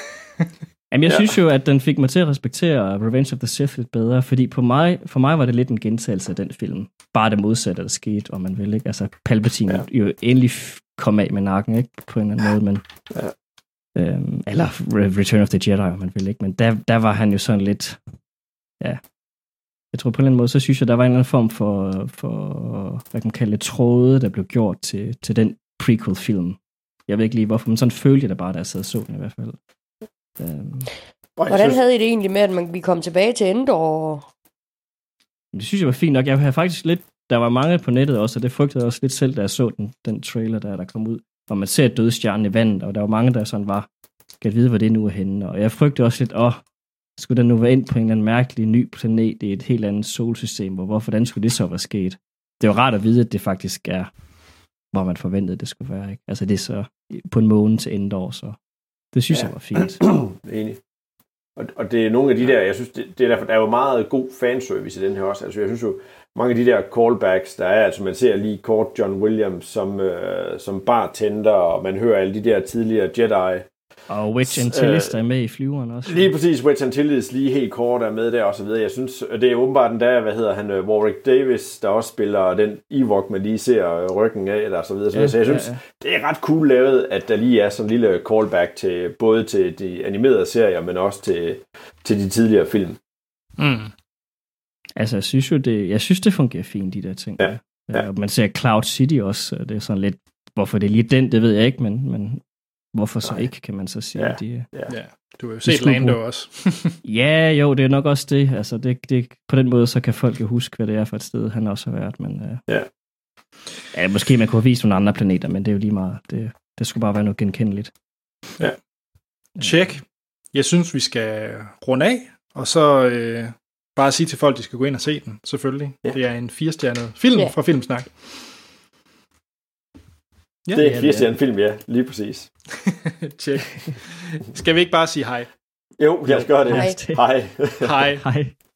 Jamen, jeg ja. synes jo, at den fik mig til at respektere Revenge of the Sith lidt bedre, fordi på mig, for mig var det lidt en gentagelse af den film. Bare det modsatte, der skete, om man vil, ikke? Altså, Palpatine ja. jo endelig kom af med nakken, ikke? På en eller anden måde, men... Ja. Øhm, eller Return of the Jedi, om man vil, ikke? Men der, der var han jo sådan lidt... Ja... Jeg tror på en eller anden måde, så synes jeg, der var en eller anden form for, for hvad kan man kalde det, tråde, der blev gjort til, til den prequel-film. Jeg ved ikke lige, hvorfor, men sådan følte jeg det bare, da jeg sad og så den i hvert fald. Um, Hvordan havde I det egentlig med, at man, vi kom tilbage til Endor? Det synes jeg var fint nok. Jeg havde faktisk lidt, der var mange på nettet også, og det frygtede jeg også lidt selv, da jeg så den, den trailer, der, der kom ud, hvor man ser dødstjernen i vandet, og der var mange, der sådan var, skal vide, hvor det nu er henne. Og jeg frygtede også lidt, åh, skulle den nu være ind på en eller anden mærkelig ny planet i et helt andet solsystem, hvor hvorfor hvordan skulle det så være sket? Det var rart at vide, at det faktisk er, hvor man forventede, det skulle være. Ikke? Altså det er så på en måned til Endor, så det synes ja. jeg var fint. Enig. Og, og det er nogle af de der, jeg synes, det, det er derfor, der er jo meget god fanservice i den her også. Altså jeg synes jo, mange af de der callbacks, der er, altså man ser lige kort John Williams som, øh, som bartender, og man hører alle de der tidligere Jedi. Og Wedge Antilles, der er med i flyveren også. Lige præcis, Wedge Antilles lige helt kort er med der og så videre. Jeg synes, det er åbenbart den der, hvad hedder han, Warwick Davis, der også spiller den Ewok, man lige ser ryggen af, eller så videre. Ja, så jeg synes, ja, ja. det er ret cool lavet, at der lige er sådan en lille callback til, både til de animerede serier, men også til, til de tidligere film. Mm. Altså, jeg synes jo, det, jeg synes, det fungerer fint, de der ting. Ja. Ja. Man ser Cloud City også, det er sådan lidt, hvorfor det er lige den, det ved jeg ikke, men... men hvorfor så Nej. ikke, kan man så sige. Ja, de, ja. ja. Du har jo set Lando også. Ja, jo, det er nok også det. Altså, det, det. På den måde, så kan folk jo huske, hvad det er for et sted, han også har været. Men, uh, ja. ja, måske man kunne have vist nogle andre planeter, men det er jo lige meget. Det, det skulle bare være noget genkendeligt. Ja. Check. Jeg synes, vi skal runde af, og så øh, bare sige til folk, de skal gå ind og se den, selvfølgelig. Ja. Det er en firestjernet film ja. fra Filmsnak. Ja, det er en firestjernet film, ja. Lige præcis. Check. Skal vi ikke bare sige hej? Jo, jeg skal gøre det. Hej. Hej. Hej. Hej.